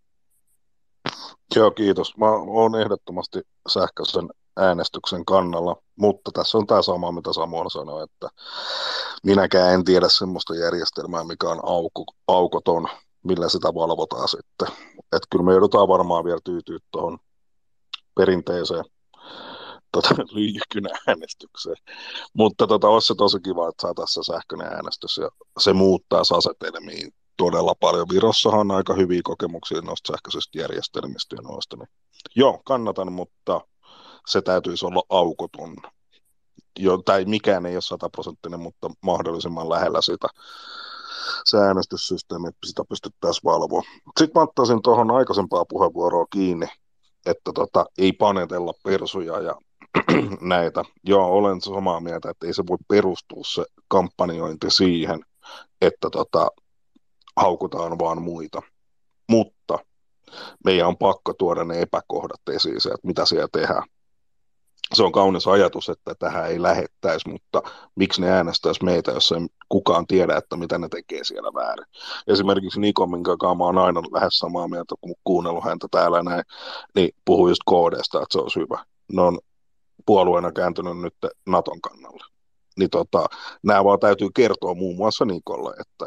Joo, kiitos. Mä oon ehdottomasti sähköisen äänestyksen kannalla, mutta tässä on tämä sama, mitä Samuel sanoi, että minäkään en tiedä semmoista järjestelmää, mikä on aukoton, millä sitä valvotaan sitten. Että kyllä me joudutaan vielä tyytyä tuohon perinteiseen lyijykynä äänestykseen. Mutta olisi se tosi kiva, että saataisiin se sähköinen äänestys ja se muuttaa asetelmiin todella paljon. Virossahan on aika hyviä kokemuksia noista sähköisistä järjestelmistä ja noista. Niin joo, kannatan, mutta se täytyisi olla aukoton. Tai mikään ei ole 100%, mutta mahdollisimman lähellä sitä se äänestyssysteemi, että sitä pystyttäisiin valvoa. Sitten mä ottaisin tuohon aikaisempaa puheenvuoroa kiinni, että ei panetella persuja ja näitä. Joo, olen samaa mieltä, että ei se voi perustua se kampanjointi siihen, että haukutaan vaan muita. Mutta meidän on pakko tuoda ne epäkohdat esiin, että mitä siellä tehdään. Se on kaunis ajatus, että tähän ei lähettäisi, mutta miksi ne äänestäisi meitä, jos ei kukaan tiedä, että mitä ne tekee siellä väärin. Esimerkiksi Niko, minkä kanssa mä oon aina lähes samaa mieltä, kun kuunnellut häntä täällä näin, niin puhuu just KD:sta, että se olisi hyvä. Ne on puolueena kääntynyt nyt Naton kannalle. Niin nämä vaan täytyy kertoa muun muassa Nikolle, että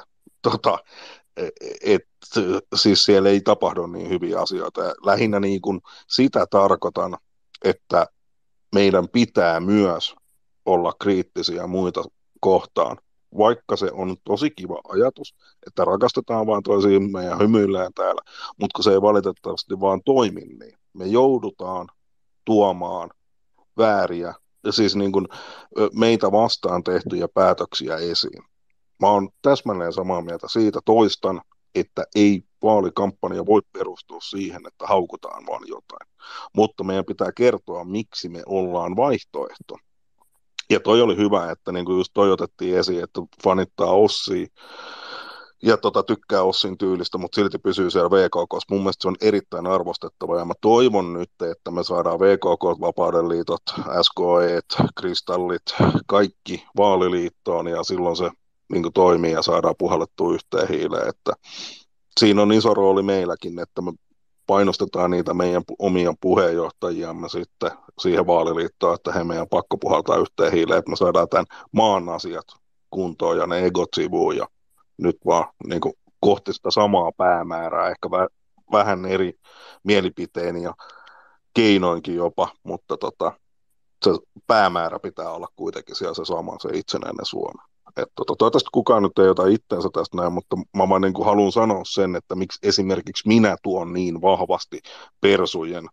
siis siellä ei tapahdu niin hyviä asioita. Ja lähinnä niin kuin sitä tarkoitan, että meidän pitää myös olla kriittisiä muita kohtaan, vaikka se on tosi kiva ajatus, että rakastetaan vaan toisiimme ja hymyillään täällä, mutta kun se ei valitettavasti vaan toimi niin. Me joudutaan tuomaan vääriä, siis niin kuin meitä vastaan tehtyjä päätöksiä esiin. Mä oon täsmälleen samaa mieltä siitä, toistan, että ei vaalikampanja voi perustua siihen, että haukutaan vaan jotain. Mutta meidän pitää kertoa, miksi me ollaan vaihtoehto. Ja toi oli hyvä, että niin kuin just toi otettiin esiin, että fanittaa Ossia ja tykkää Ossin tyylistä, mutta silti pysyy siellä VKK:ssa. Mun mielestä se on erittäin arvostettava ja mä toivon nyt, että me saadaan VKK, Vapaudenliitot, SKE, Kristallit, kaikki vaaliliittoon ja silloin se niin kuin toimii ja saadaan puhallettua yhteen hiileen, että siinä on iso rooli meilläkin, että me painostetaan niitä meidän omia puheenjohtajiamme sitten siihen vaaliliittoon, että he meidän pakko puhaltaa yhteen hiileen, että me saadaan tämän maan asiat kuntoon ja ne egot sivuun ja nyt vaan niin kuin kohti sitä samaa päämäärää, ehkä vähän eri mielipiteen ja keinoinkin jopa, mutta se päämäärä pitää olla kuitenkin siellä se sama, se itsenäinen Suomi. Toivottavasti kukaan nyt ei ota itseänsä tästä näin, mutta mä niin kuin haluan sanoa sen, että miksi esimerkiksi minä tuon niin vahvasti persujen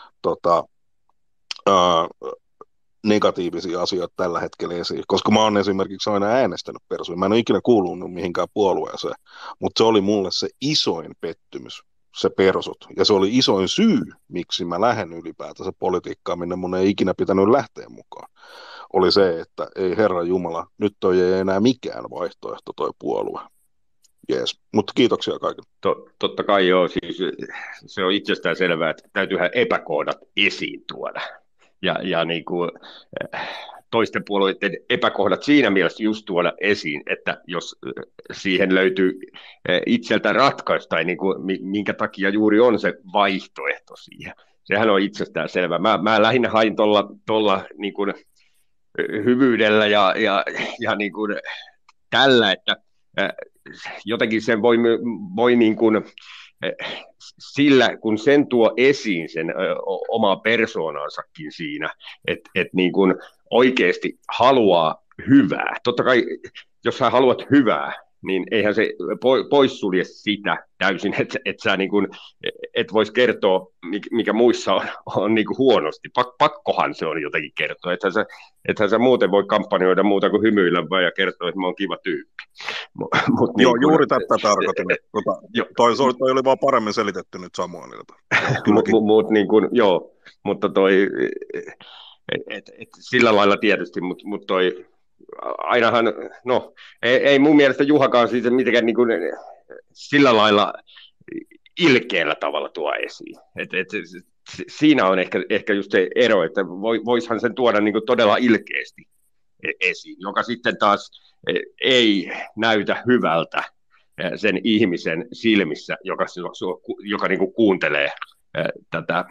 negatiivisia asioita tällä hetkellä esiin, koska mä oon esimerkiksi aina äänestänyt persuja. Mä en ole ikinä kuulunut mihinkään puolueeseen, mutta se oli mulle se isoin pettymys, se persut. Ja se oli isoin syy, miksi mä lähden ylipäätänsä politiikkaan, minne mun ei ikinä pitänyt lähteä mukaan. Oli se, että ei Herra Jumala, nyt toi ei enää mikään vaihtoehto toi puolue. Jees, mutta kiitoksia kaikille. Totta kai joo, siis se on itsestään selvää, että täytyyhän epäkohdat esiin tuoda. Ja niin kuin, toisten puolueiden epäkohdat siinä mielessä just tuoda esiin, että jos siihen löytyy itseltä ratkaisu tai niin kuin, minkä takia juuri on se vaihtoehto siihen. Sehän on itsestään selvää. Mä lähinnä hain tuolla niin kuin hyvyydellä ja niin kuin tällä, että jotenkin sen voi niin kuin, sillä, kun sen tuo esiin sen omaa persoonansakin siinä, että niin kuin oikeasti haluaa hyvää. Totta kai, jos sä haluat hyvää, niin eihän se poissulje sitä täysin, että sä niin kuin, et vois kertoa, mikä muissa on niin kuin huonosti. Pakkohan se on jotenkin kertoa. Ethän sä muuten voi kampanjoida muuta kuin hymyillä vaan ja kertoa, että mä oon kiva tyyppi. Joo, niin juuri tätä tarkoitin. Toi oli vaan paremmin selitetty nyt Samuelilta. Niin kuin, joo, mutta sillä lailla tietysti, mutta toi ainahan, no ei mun mielestä Juhakaan siitä mitenkään niin kuin sillä lailla ilkeällä tavalla tuo esiin. Siinä on ehkä just se ero, että voishan sen tuoda niin kuin todella ilkeästi esiin, joka sitten taas ei näytä hyvältä sen ihmisen silmissä, joka niin kuin kuuntelee tätä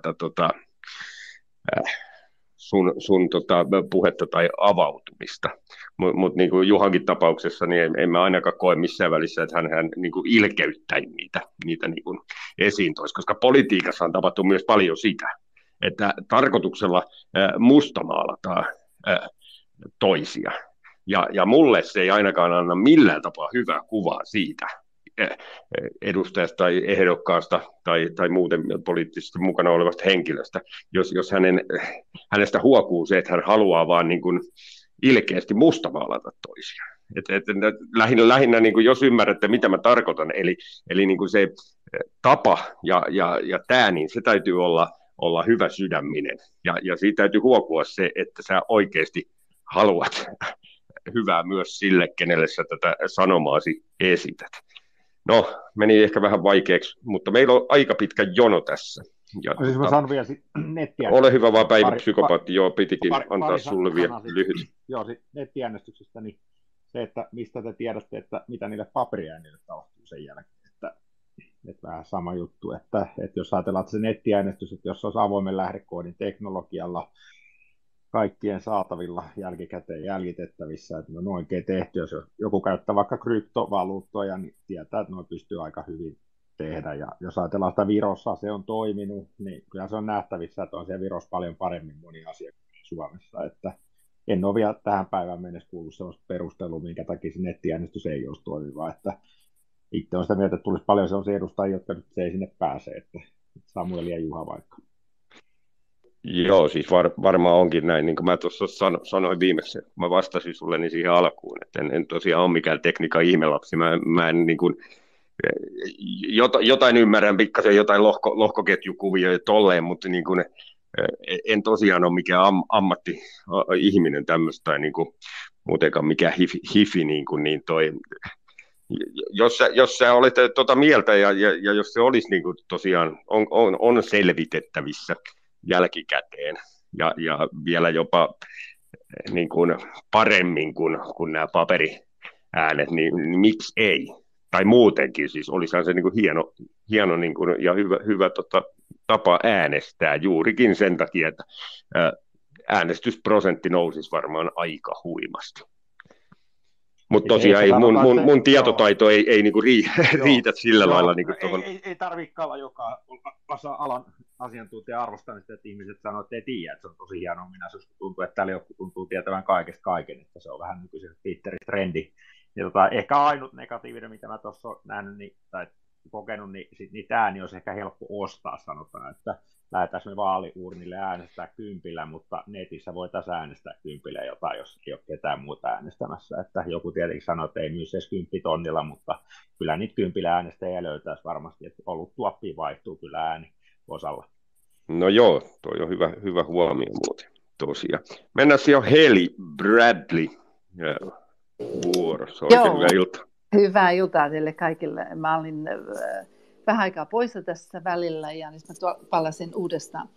sun puhetta tai avautumista. Mutta niin kuin Juhankin tapauksessa, niin en mä ainakaan koe missään välissä, että hän niin kuin ilkeyttäi niitä niin kuin esiin toisi, koska politiikassa on tapahtunut myös paljon sitä, että tarkoituksella mustamaalataan toisia. Ja mulle se ei ainakaan anna millään tapaa hyvää kuvaa siitä edustajasta tai ehdokkaasta tai muuten poliittisesti mukana olevasta henkilöstä, jos hänestä huokuu se, että hän haluaa vaan niin kuin ilkeästi mustamaalata toisia. Lähinnä niin kuin jos ymmärrätte, mitä mä tarkoitan, eli niin kuin se tapa ja tämä, niin se täytyy olla hyvä sydäminen. Ja siitä täytyy huokua se, että sä oikeasti haluat hyvää myös sille, kenelle sä tätä sanomaasi esität. No, meni ehkä vähän vaikeaksi, mutta meillä on aika pitkä jono tässä. Ja siis mä sanon vielä nettiä. Ole hyvä vaan Päivä Psykopaatti, joo, pitikin antaa sulle vielä lyhyt. Joo, nettiäänestyksestä, niin se, että mistä te tiedätte, että mitä niille paperiäänille tapahtuu sen jälkeen. Että vähän sama juttu, että jos ajatellaan, että se nettiäänestys, että jos se olisi avoimen lähdekoodin teknologialla, kaikkien saatavilla jälkikäteen jäljitettävissä, että ne on oikein tehty. Jos joku käyttää vaikka kryptovaluuttoja, niin tietää, että ne pystyy aika hyvin tehdä. Ja jos ajatellaan, että Virossa se on toiminut, niin kyllä se on nähtävissä, että on siellä Virossa paljon paremmin moni asia kuin Suomessa. Että en ole vielä tähän päivään mennessä kuullut sellaista perustelua, minkä takia se nettiäänestys ei olisi toimiva. Että itse olen sitä mieltä, että tulisi paljon sellaisia edustajia, jotka nyt ei sinne pääse, että Samuel ja Juha vaikka. Joo, siis varmaan onkin näin, niin kuin mä tuossa sanoin viimeksi, kun mä vastasin sulle niin siihen alkuun, että en tosiaan ole mikään tekniikan ihmelapsi, mä en niin kuin, jotain ymmärrän pikkasen, jotain lohkoketjukuvia tolleen, mutta niin kuin, en tosiaan ole mikään ammatti-ihminen tämmöistä, tai niin kuin, muutenkaan mikään hifi, niin toi, jos sä olet mieltä, ja jos se olisi niin kuin tosiaan, on selvitettävissä, jälkikäteen ja vielä jopa niin kuin paremmin kuin nämä paperiäänet, niin miksi ei? Tai muutenkin, siis olisihan se niin kuin hieno niin kuin, ja hyvä tapa äänestää juurikin sen takia, että äänestysprosentti nousisi varmaan aika huimasti. Mutta tosiaan mun tietotaito ei niinku riitä sillä lailla. Niinku ei tarvitse olla joka alan asiantuntija arvostamista, että ihmiset sanoo, että ei tiedä, että se on tosi hieno ominaisuus, kun tuntuu, että täällä joku tuntuu tietävän kaikesta kaiken, että se on vähän nykyisen Twitterin trendi. Ja ehkä ainut negatiivinen, mitä mä tuossa olen nähnyt tai kokenut, niin tämä niin olisi ehkä helppo ostaa, sanotaan, että lähdetään me vaaliuurnille äänestää kympillä, mutta netissä voitaisiin äänestää kympillä jotain, jos ei ole ketään muuta äänestämässä. Että joku tietenkin sanoo, että ei myy edes 10 tonnilla, mutta kyllä niitä kympillä äänestäjiä löytäisi varmasti, että ollut tuoppiin vaihtuu kyllä ääni osalla. No joo, toi on hyvä huomio muuten tosiaan. Mennään jo Heli Bradley vuorossa. Oikein hyvää iltaa. Hyvää iltaa teille kaikille. Mä olin vähän aikaa poissa tässä välillä ja nyt mä palasin uudestaan.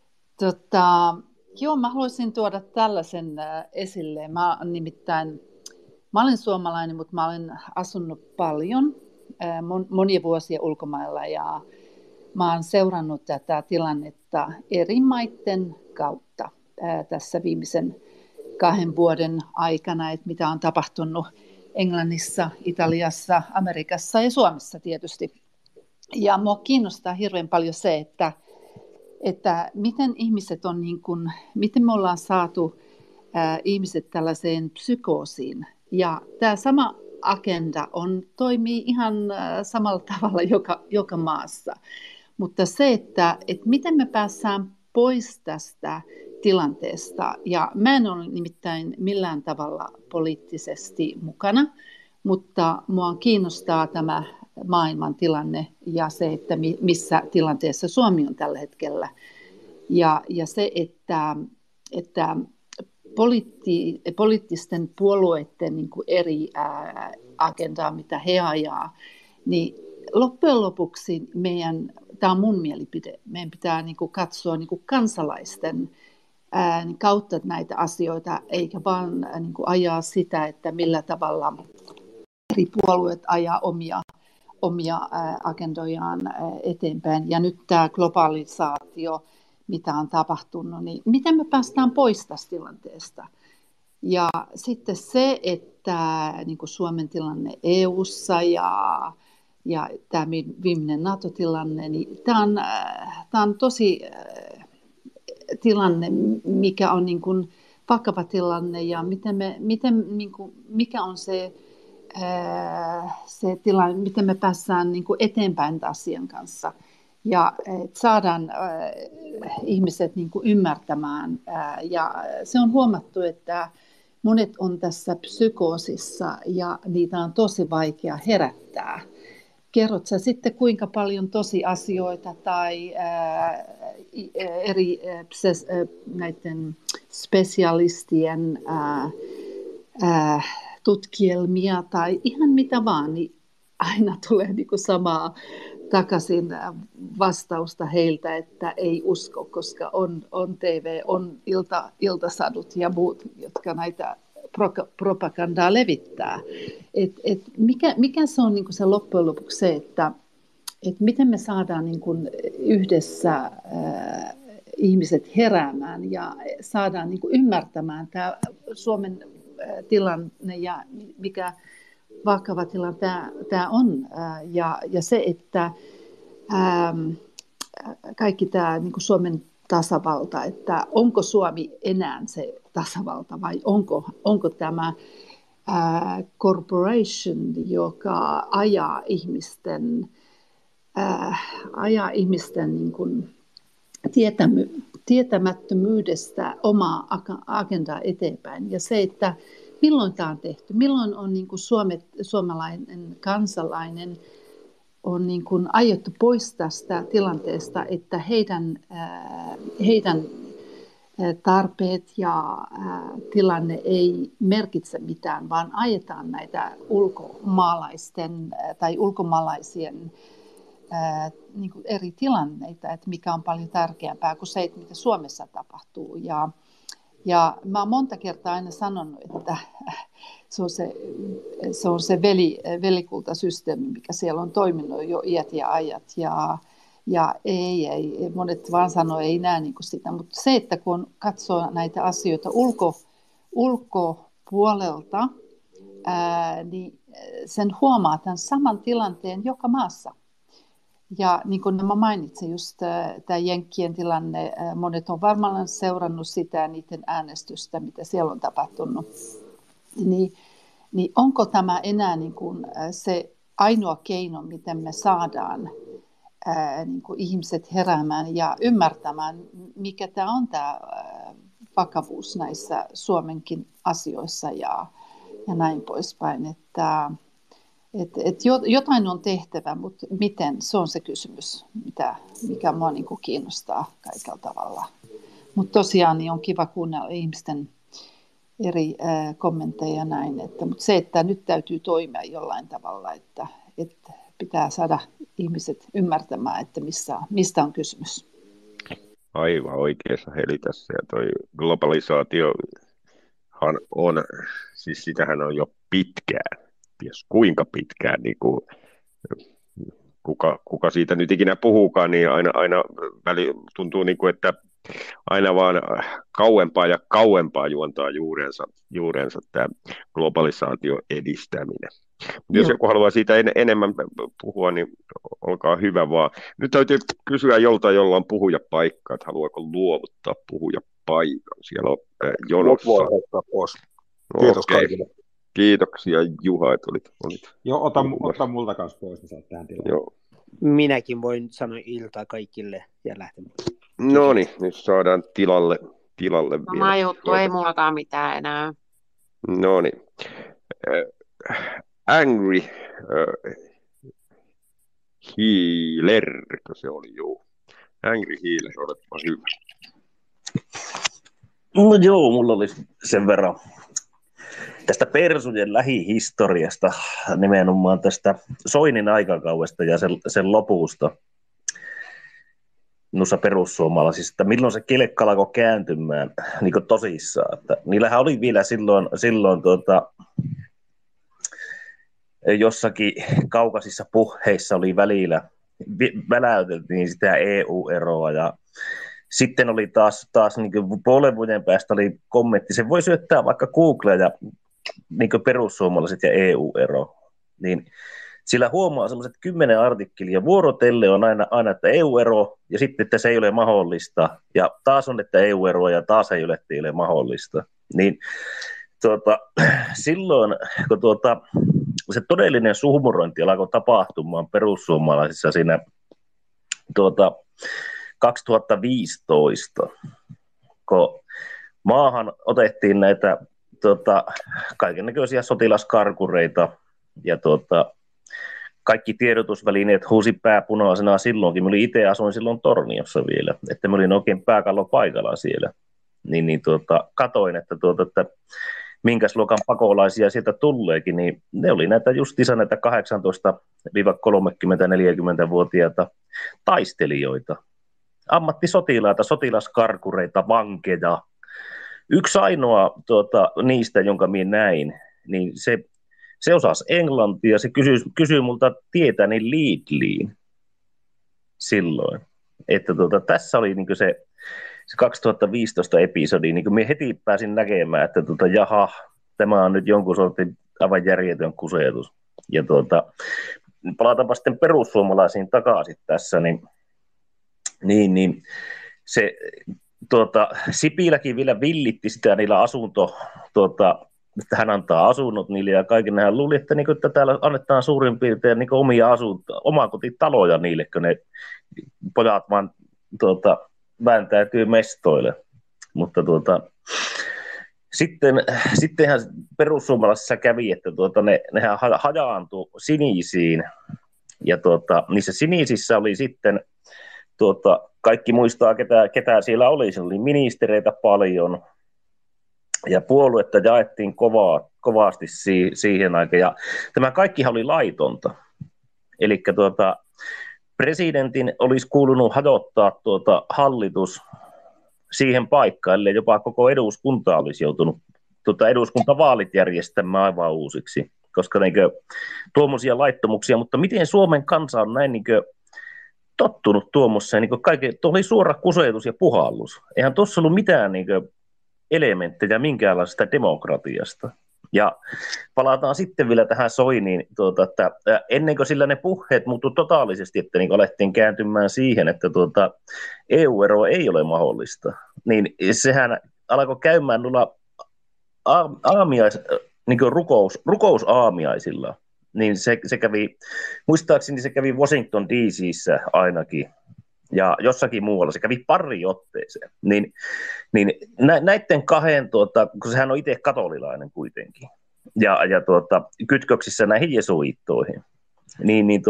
Mä haluaisin tuoda tällaisen esille. Mä olen suomalainen, mutta mä olen asunut paljon, monia vuosia ulkomailla ja mä olen seurannut tätä tilannetta eri maiden kautta tässä viimeisen 2 vuoden aikana, että mitä on tapahtunut Englannissa, Italiassa, Amerikassa ja Suomessa tietysti. Ja mua kiinnostaa hirveän paljon se, että miten ihmiset on miten me ollaan saatu ihmiset tällaiseen psykoosiin. Ja tämä sama agenda toimii ihan samalla tavalla joka maassa. Mutta se, että miten me päästään pois tästä tilanteesta, ja mä en ole nimittäin millään tavalla poliittisesti mukana, mutta mua kiinnostaa tämä maailman tilanne ja se, että missä tilanteessa Suomi on tällä hetkellä. Ja se, että poliittisten puolueiden niin kuin eri agendaa, mitä he ajaa, niin loppujen lopuksi tämä on mun mielipide, meidän pitää niin kuin katsoa niin kuin kansalaisten kautta näitä asioita, eikä vaan niin kuin ajaa sitä, että millä tavalla eri puolueet ajaa omia agendojaan eteenpäin. Ja nyt tämä globalisaatio, mitä on tapahtunut, niin miten me päästään pois tästä tilanteesta? Ja sitten se, että niin kuin Suomen tilanne EU:ssa ja tämä viimeinen NATO-tilanne, niin tämä on tosi tilanne, mikä on niin kuin vakava tilanne ja mikä on se tilanne, miten me päästään niin kuin eteenpäin tämän asian kanssa ja saadaan ihmiset niin kuin ymmärtämään. Ja se on huomattu, että monet on tässä psykoosissa ja niitä on tosi vaikea herättää. Kerrot sä sitten kuinka paljon tosiasioita tai eri näiden spesialistien tutkielmia tai ihan mitä vaan, niin aina tulee niin kuin samaa takaisin vastausta heiltä, että ei usko, koska on TV, on iltasadut ja muut, jotka näitä propagandaa levittää. Mikä se on niin kuin se loppujen lopuksi se, että miten me saadaan niin kuin yhdessä ihmiset heräämään ja saadaan niin kuin ymmärtämään tämä Suomen tilanne ja mikä vakava tilanne tämä on. Ja se, että kaikki tämä niin kuin Suomen tasavalta, että onko Suomi enää se tasavalta vai onko tämä corporation, joka ajaa ihmisten niin kuin tietämättömyydestä omaa agendaa eteenpäin. Ja se, että milloin tämä on tehty, milloin on niin kuin suomalainen kansalainen on niin kuin aiottu pois tästä tilanteesta, että heidän tarpeet ja tilanne ei merkitse mitään, vaan ajetaan näitä ulkomaalaisien niin kuin eri tilanneita, että mikä on paljon tärkeämpää kuin se, että mitä Suomessa tapahtuu. Ja mä oon monta kertaa aina sanonut, että se on se velikultasysteemi, mikä siellä on toiminut jo iät ja ajat. Ja ei, monet vaan sanoo, ei näe niin kuin sitä. Mutta se, että kun katsoo näitä asioita ulkopuolelta, niin sen huomaa tämän saman tilanteen joka maassa. Ja niin kuin mä mainitsin, just tämä Jenkkien tilanne, monet on varmaan seurannut sitä niiden äänestystä, mitä siellä on tapahtunut. Niin onko tämä enää niin kuin se ainoa keino, miten me saadaan niin kuin ihmiset heräämään ja ymmärtämään, mikä tämä on tämä vakavuus näissä Suomenkin asioissa ja näin poispäin, että jotain on tehtävä, mutta miten, se on se kysymys, mikä minua niin kuin kiinnostaa kaikella tavalla. Mutta tosiaan niin on kiva kuunnella ihmisten eri kommentteja näin, mutta se, että nyt täytyy toimia jollain tavalla, että pitää saada ihmiset ymmärtämään, että mistä on kysymys. Aivan oikeassa Heli tässä, ja toi globalisaatiohan on, siis sitähän on jo pitkään, ties kuinka pitkään, niin kuin kuka siitä nyt ikinä puhuukaan, niin aina väli tuntuu, niin kuin, että aina vaan kauempaa ja kauempaa juontaa juurensa tämä globalisaation edistäminen. Jos joku haluaa siitä enemmän puhua, niin olkaa hyvä vaan. Nyt täytyy kysyä joltain, jolla on puhujapaikka, että haluaako luovuttaa puhujapaikan. Siellä on jonossa. Kiitos kaikille. Kiitoksia Juha, että olit. Joo, ota multa kanssa pois, niin saat tähän tilaan. Joo. Minäkin voin sanoa iltaa kaikille ja lähtemään. No niin, nyt saadaan tilalle Sama juttu, ei mullakaan mitään enää. No niin. Angry Healer, se oli juu. Angry Healer, olepa hyvä. No joo, mulla oli sen verran tästä persujen lähihistoriasta, nimenomaan tästä Soinin aikakaudesta ja sen lopusta noissa perussuomalaisista, milloin se kelkka alkoi kääntymään niin kuin tosissaan. Että niillähän oli vielä silloin jossakin kaukaisissa puheissa oli välillä, väläyteltiin sitä EU-eroa ja sitten oli taas niin kuin puolen vuoden päästä oli kommentti, se voi syöttää vaikka Googlea ja niin kuin perussuomalaiset ja EU-ero, niin sillä huomaa sellaiset 10 artikkelia, vuorotelle on aina, että EU-ero ja sitten, että se ei ole mahdollista ja taas on, että EU-ero ja taas ei ole mahdollista, niin silloin, kun se todellinen suhmurointi alkoi tapahtumaan perussuomalaisissa siinä 2015, kun maahan otettiin näitä kaikennäköisiä sotilaskarkureita ja kaikki tiedotusvälineet huusi pääpunaisena silloinkin. Mä itse asuin silloin Torniossa vielä, että mä olin oikein pääkallo paikalla siellä. Katoin, että minkäs luokan pakolaisia sieltä tuleekin, niin ne oli näitä justiinsa näitä 18-30-40-vuotiaita taistelijoita, ammattisotilaita, sotilaskarkureita, vankeja. Yksi ainoa niistä, jonka minä näin, niin se osasi englantia, se kysyi multa tietäni Lidliin silloin. Että tässä oli niinku se 2015 episodi, niin kuin minä heti pääsin näkemään, että jaha, tämä on nyt jonkun sortin aivan järjetön kusetus. Ja palataanpa sitten perussuomalaisiin takaisin tässä, niin se Sipiläkin vielä villitti sitä niillä että hän antaa asunnot niille ja kaiken hän luuli, että täällä annetaan suurin piirtein omia omakotitaloja niille, kun ne pojat vaan vääntäytyy mestoille, mutta sittenhän perussuomalaisissa kävi, että nehän hajaantui sinisiin, ja niissä sinisissä oli sitten, kaikki muistaa ketä siellä oli, siellä oli ministereitä paljon, ja puoluetta jaettiin kovasti siihen aikaan, ja tämä kaikkihan oli laitonta, eli presidentin olisi kuulunut hajottaa hallitus siihen paikkaan, ellei jopa koko eduskunta olisi joutunut eduskuntavaalit järjestämään aivan uusiksi, koska tuommoisia laittomuksia, mutta miten Suomen kansa on näin tottunut tuommoiseen, tuo oli suora kusetus ja puhallus. Eihän tuossa ollut mitään elementtejä minkäänlaisesta demokratiasta. Ja palataan sitten vielä tähän Soiniin, että ennen kuin sillä ne puheet muuttui totaalisesti, että alettiin kääntymään siihen, että EU-ero ei ole mahdollista, niin sehän alkoi käymään noilla rukousaamiaisilla, niin se kävi, muistaakseni se kävi Washington DC:ssä ainakin, ja jossakin muualla, se kävi pari otteeseen, niin näiden kahden, kun sehän on itse katolilainen kuitenkin, ja kytköksissä näihin jesuittoihin, niin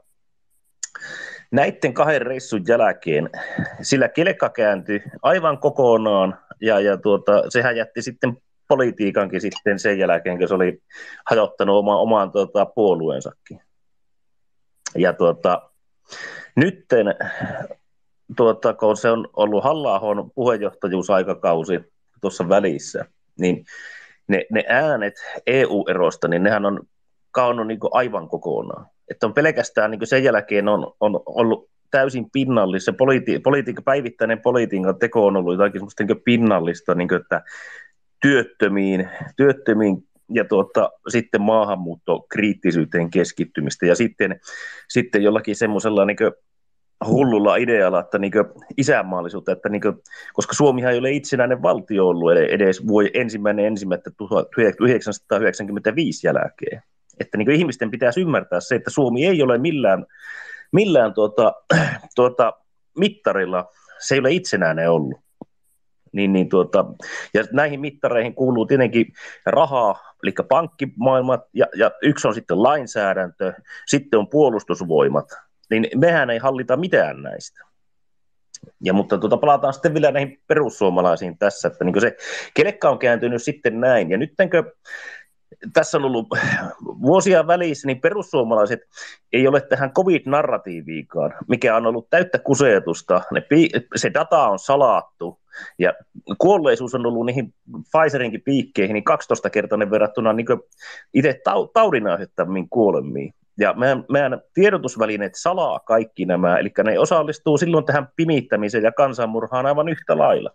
näiden kahden reissun jälkeen sillä kelkka kääntyi aivan kokonaan, ja sehän jätti sitten politiikankin sitten sen jälkeen, kun se oli hajottanut oman puolueensakin. Ja nytten, kun se on ollut Halla-ahon puheenjohtajuusaikakausi tuossa välissä, niin ne äänet EU-erosta, niin nehän on kaonnut aivan kokonaan. Että on pelkästään sen jälkeen on ollut täysin pinnallista, päivittäinen politiikan teko on ollut jotakin semmoista pinnallista, että työttömiin ja sitten maahanmuuttokriittisyyteen keskittymistä ja sitten jollakin semmoisella hullulla idealla, että isänmaallisuutta, että koska Suomihan ei ole itsenäinen valtio ollut edes 1.1.1995 jälkeen. Että ihmisten pitäisi ymmärtää se, että Suomi ei ole millään mittarilla, se ei ole itsenäinen ollut. Ja näihin mittareihin kuuluu tietenkin rahaa, eli pankkimaailmat, ja yksi on sitten lainsäädäntö, sitten on puolustusvoimat, niin mehän ei hallita mitään näistä. Mutta palataan sitten vielä näihin perussuomalaisiin tässä, että niin se kelekka on kääntynyt sitten näin, ja nyttenkö tässä on ollut vuosia välissä, niin perussuomalaiset ei ole tähän covid-narratiiviikaan, mikä on ollut täyttä kusetusta. Se data on salattu ja kuolleisuus on ollut niihin Pfizerinkin piikkeihin niin 12-kertainen verrattuna niin itse taudin aiheuttamiin kuolemiin. Ja meidän tiedotusvälineet salaa kaikki nämä, eli ne osallistuu silloin tähän pimittämiseen ja kansanmurhaan aivan yhtä lailla.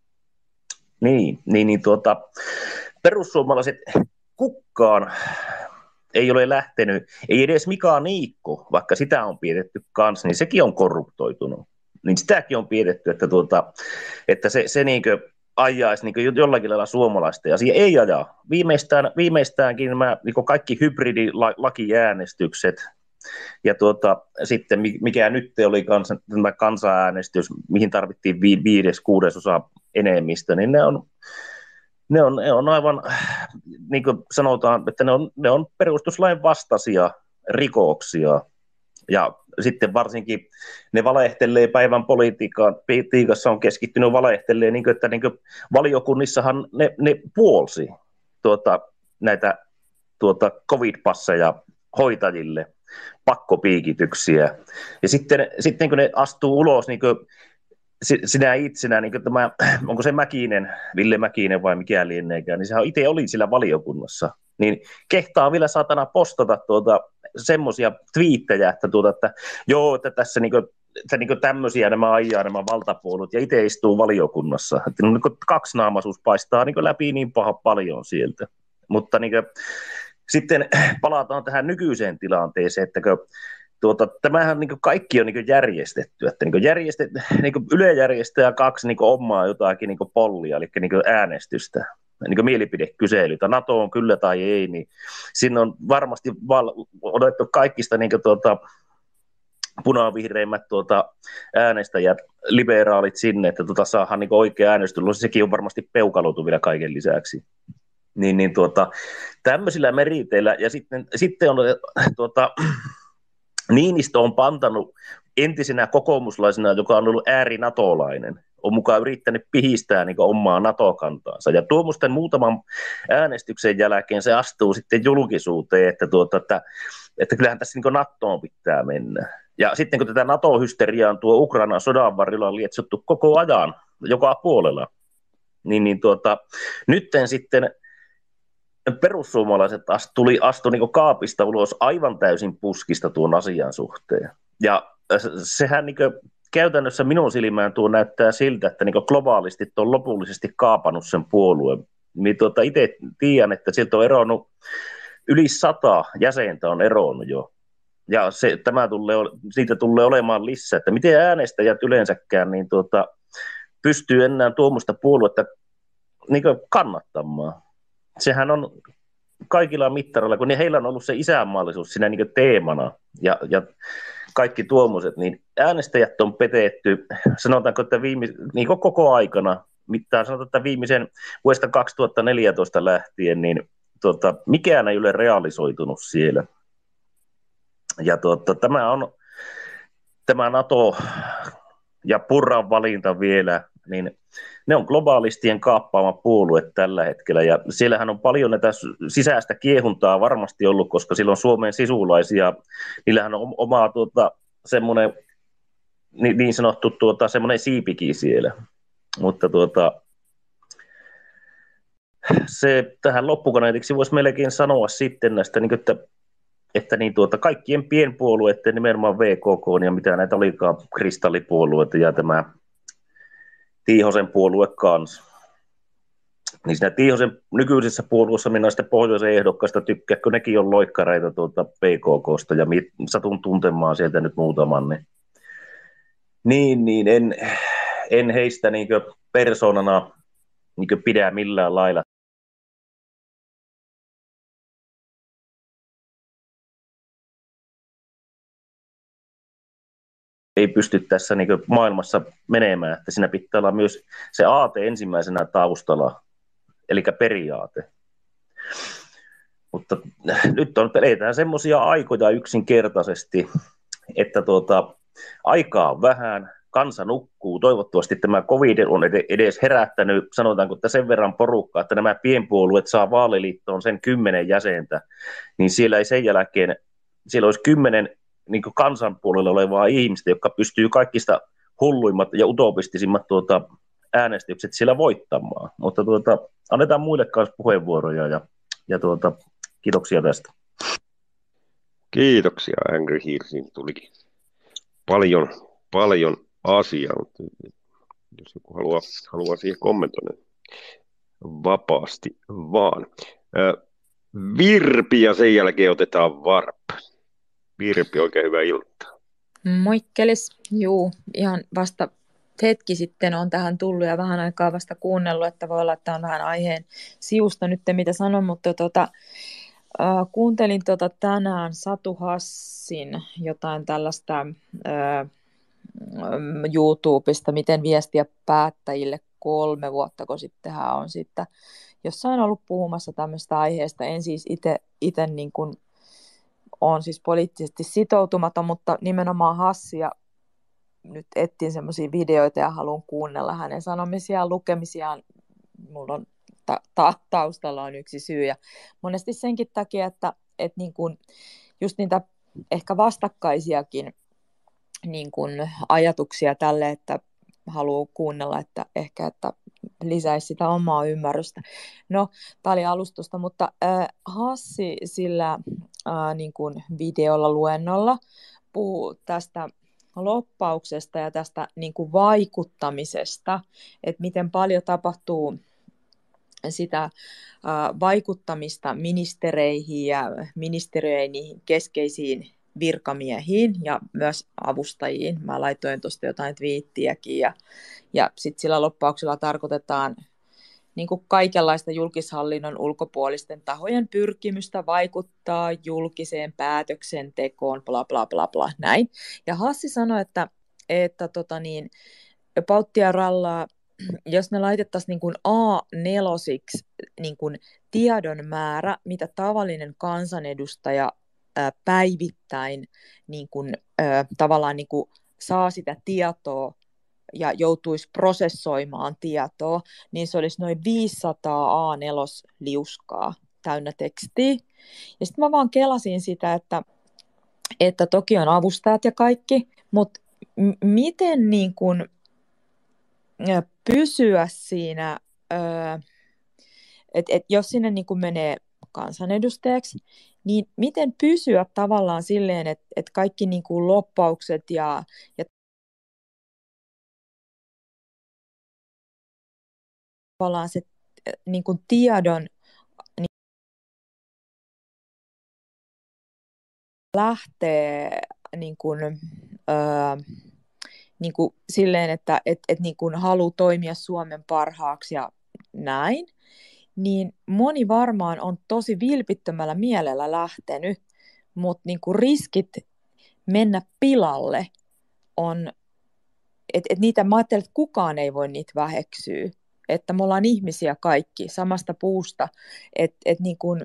Perussuomalaiset kukaan ei ole lähtenyt, ei edes Mika Niikko, vaikka sitä on pidetty kanssa, niin sekin on korruptoitunut. Niin sitäkin on pidetty, että se niinkö ajaisi niinkö jollakin lailla suomalaista, ja siihen ei aja. Viimeistäänkin nämä niinkö kaikki hybridilakiäänestykset, ja sitten mikä nyt oli tämä kansanäänestys, mihin tarvittiin 5/6 enemmistö, niin ne on aivan, niin kuin sanotaan, että ne on perustuslain vastaisia rikoksia. Ja sitten varsinkin ne valehtelee päivän politiikassa on keskittynyt valehtelee, niin kuin, että niin kuin valiokunnissahan ne puolsi näitä covid-passeja hoitajille, pakkopiikityksiä. Ja sitten kun ne astuu ulos, niin kuin sinä itsenä, niin tämä, onko se Mäkinen, Ville Mäkinen vai mikä lieneekään, niin sehän itse oli sillä valiokunnassa, niin kehtaa vielä saatana postata semmoisia twiittejä, että joo, että tässä että tämmöisiä nämä ajaa nämä valtapuolut ja itse istuu valiokunnassa. Että kaksinaamaisuus paistaa läpi niin paljon sieltä. Mutta sitten palataan tähän nykyiseen tilanteeseen, että tämähän kaikki on järjestetty, että Yle järjestää 2 omaa jotakin pollia, eli äänestystä, mielipidekyselytä, NATO on kyllä tai ei, niin siinä on varmasti otettu kaikista punavihreimmät äänestäjät, liberaalit sinne, että saadaan oikea äänestys, sekin on varmasti peukaloitu vielä kaiken lisäksi. Tämmöisillä meriteillä, ja sitten on Niinistö on pantanut entisenä kokoomuslaisena, joka on ollut äärinatolainen, on mukaan yrittänyt pihistää omaa NATO-kantaansa. Ja tuommoisten muutaman äänestyksen jälkeen se astuu sitten julkisuuteen, että kyllähän tässä NATOon pitää mennä. Ja sitten kun tätä NATO-hysteriaa on Ukrainan sodan varrella lietsottu koko ajan, joka puolella, nytten sitten perussuomalaiset astu kaapista ulos aivan täysin puskista tuon asian suhteen. Ja sehän käytännössä minun silmään näyttää siltä, että globaalisti on lopullisesti kaapannut sen puolueen. Itse tiedän, että sieltä on eronnut yli 100 jäsentä on eronnut jo. Ja siitä tulee olemaan lisää, että miten äänestäjät yleensäkään pystyy enää tuommoista puoluetta kannattamaan. Sehän on kaikilla mittareilla, kun heillä on ollut se isänmaallisuus siinä teemana ja kaikki tuommoiset, niin äänestäjät on petetty, sanotaanko, että koko aikana, sanotaan, että viimeisen vuodesta 2014 lähtien, niin mikään ei ole realisoitunut siellä. Ja tämä NATO ja Purran valinta vielä, niin ne on globaalistien kaappaama puolue tällä hetkellä, ja siellähän on paljon näitä sisäistä kiehuntaa varmasti ollut, koska silloin Suomen sisulaisia, niillähän on oma semmoinen niin sanottu semmoinen siipikin siellä, mutta se tähän loppukaneetiksi voisi melkein sanoa sitten näistä, että kaikkien pienpuolueiden, nimenomaan VKK ja mitä näitä olikaan, kristallipuolueita ja tämä Tiihosen puolue kanssa. Niin siinä Tiihosen nykyisessä puolueessa minä sitten pohjoisen ehdokkaista tykkää, kun nekin on loikkareita PKKsta ja satun tuntemaan sieltä nyt muutaman. Niin en heistä persoonana pidä millään lailla. Ei pysty tässä maailmassa menemään, että siinä pitää olla myös se aate ensimmäisenä taustalla, eli periaate. Mutta nyt eletään semmoisia aikoja yksinkertaisesti, että aikaa on vähän, kansa nukkuu. Toivottavasti tämä covid on edes herättänyt, sanotaanko, että sen verran porukkaa, että nämä pienpuolueet saa vaaliliittoon sen 10 jäsentä, niin siellä ei sen jälkeen, siellä olisi 10 niin kuin kansanpuolella olevaa ihmistä, jotka pystyy kaikista hulluimmat ja utopistisimmat äänestykset siellä voittamaan. Mutta annetaan muille kanssa puheenvuoroja ja kiitoksia tästä. Kiitoksia Angry Hearsiin. Tulikin paljon asiaa, mutta jos joku haluaa siihen kommentoida, niin vapaasti vaan. Virpi ja sen jälkeen otetaan Varp. Virpi, oikein hyvää iltaa. Moikkelis. Juu, ihan vasta hetki sitten on tähän tullut ja vähän aikaa vasta kuunnellut, että voi olla, että on vähän aiheen sivusta nyt, mitä sanon, mutta kuuntelin tänään Satu Hassin jotain tällaista YouTubesta, miten viestiä päättäjille 3 vuottako sitten hän on sitten jossain ollut puhumassa tämmöistä aiheesta. En siis itse niin kuin on siis poliittisesti sitoutumaton, mutta nimenomaan Hassia nyt etsin semmoisia videoita ja haluan kuunnella hänen sanomisiaan, lukemisiaan. Mulla on taustalla on yksi syy ja monesti senkin takia, että niin kuin just niitä ehkä vastakkaisia niin kuin ajatuksia tälle, että haluaa kuunnella, että ehkä että lisäisi sitä omaa ymmärrystä. No, tämä oli alustusta, mutta Hassi sillä niin kuin videolla luennolla puhuu tästä lobbauksesta ja tästä niin kuin vaikuttamisesta, että miten paljon tapahtuu sitä vaikuttamista ministereihin ja ministeriöihin keskeisiin virkamiehiin ja myös avustajiin. Mä laitoin tuosta jotain twiittiäkin ja sitten sillä lobbauksella tarkoitetaan niin kuin kaikenlaista julkishallinnon ulkopuolisten tahojen pyrkimystä vaikuttaa julkiseen päätöksentekoon, bla bla bla bla, näin. Ja Hassi sanoi, että pauttia rallaa, jos me laitettaisiin niin kuin A4 niin kuin tiedon määrä, mitä tavallinen kansanedustaja päivittäin niin kuin, tavallaan niin kuin saa sitä tietoa ja joutuisi prosessoimaan tietoa, niin se olisi noin 500 A4-liuskaa täynnä tekstiä. Ja sitten mä vaan kelasin sitä, että toki on avustajat ja kaikki, mutta miten niin kuin pysyä siinä, että jos sinne niin kuin menee kansanedustajaksi, niin miten pysyä tavallaan silleen, että kaikki niin kuin lobbaukset ja tavallaan se niin kuin tiedon niin lähtee niin kuin silleen, että niin kuin haluaa toimia Suomen parhaaksi ja näin, niin moni varmaan on tosi vilpittömällä mielellä lähtenyt, mutta niin kuin riskit mennä pilalle on, että niitä mä ajattelen, että kukaan ei voi niitä väheksyä, että me ollaan ihmisiä kaikki samasta puusta, että niin kuin,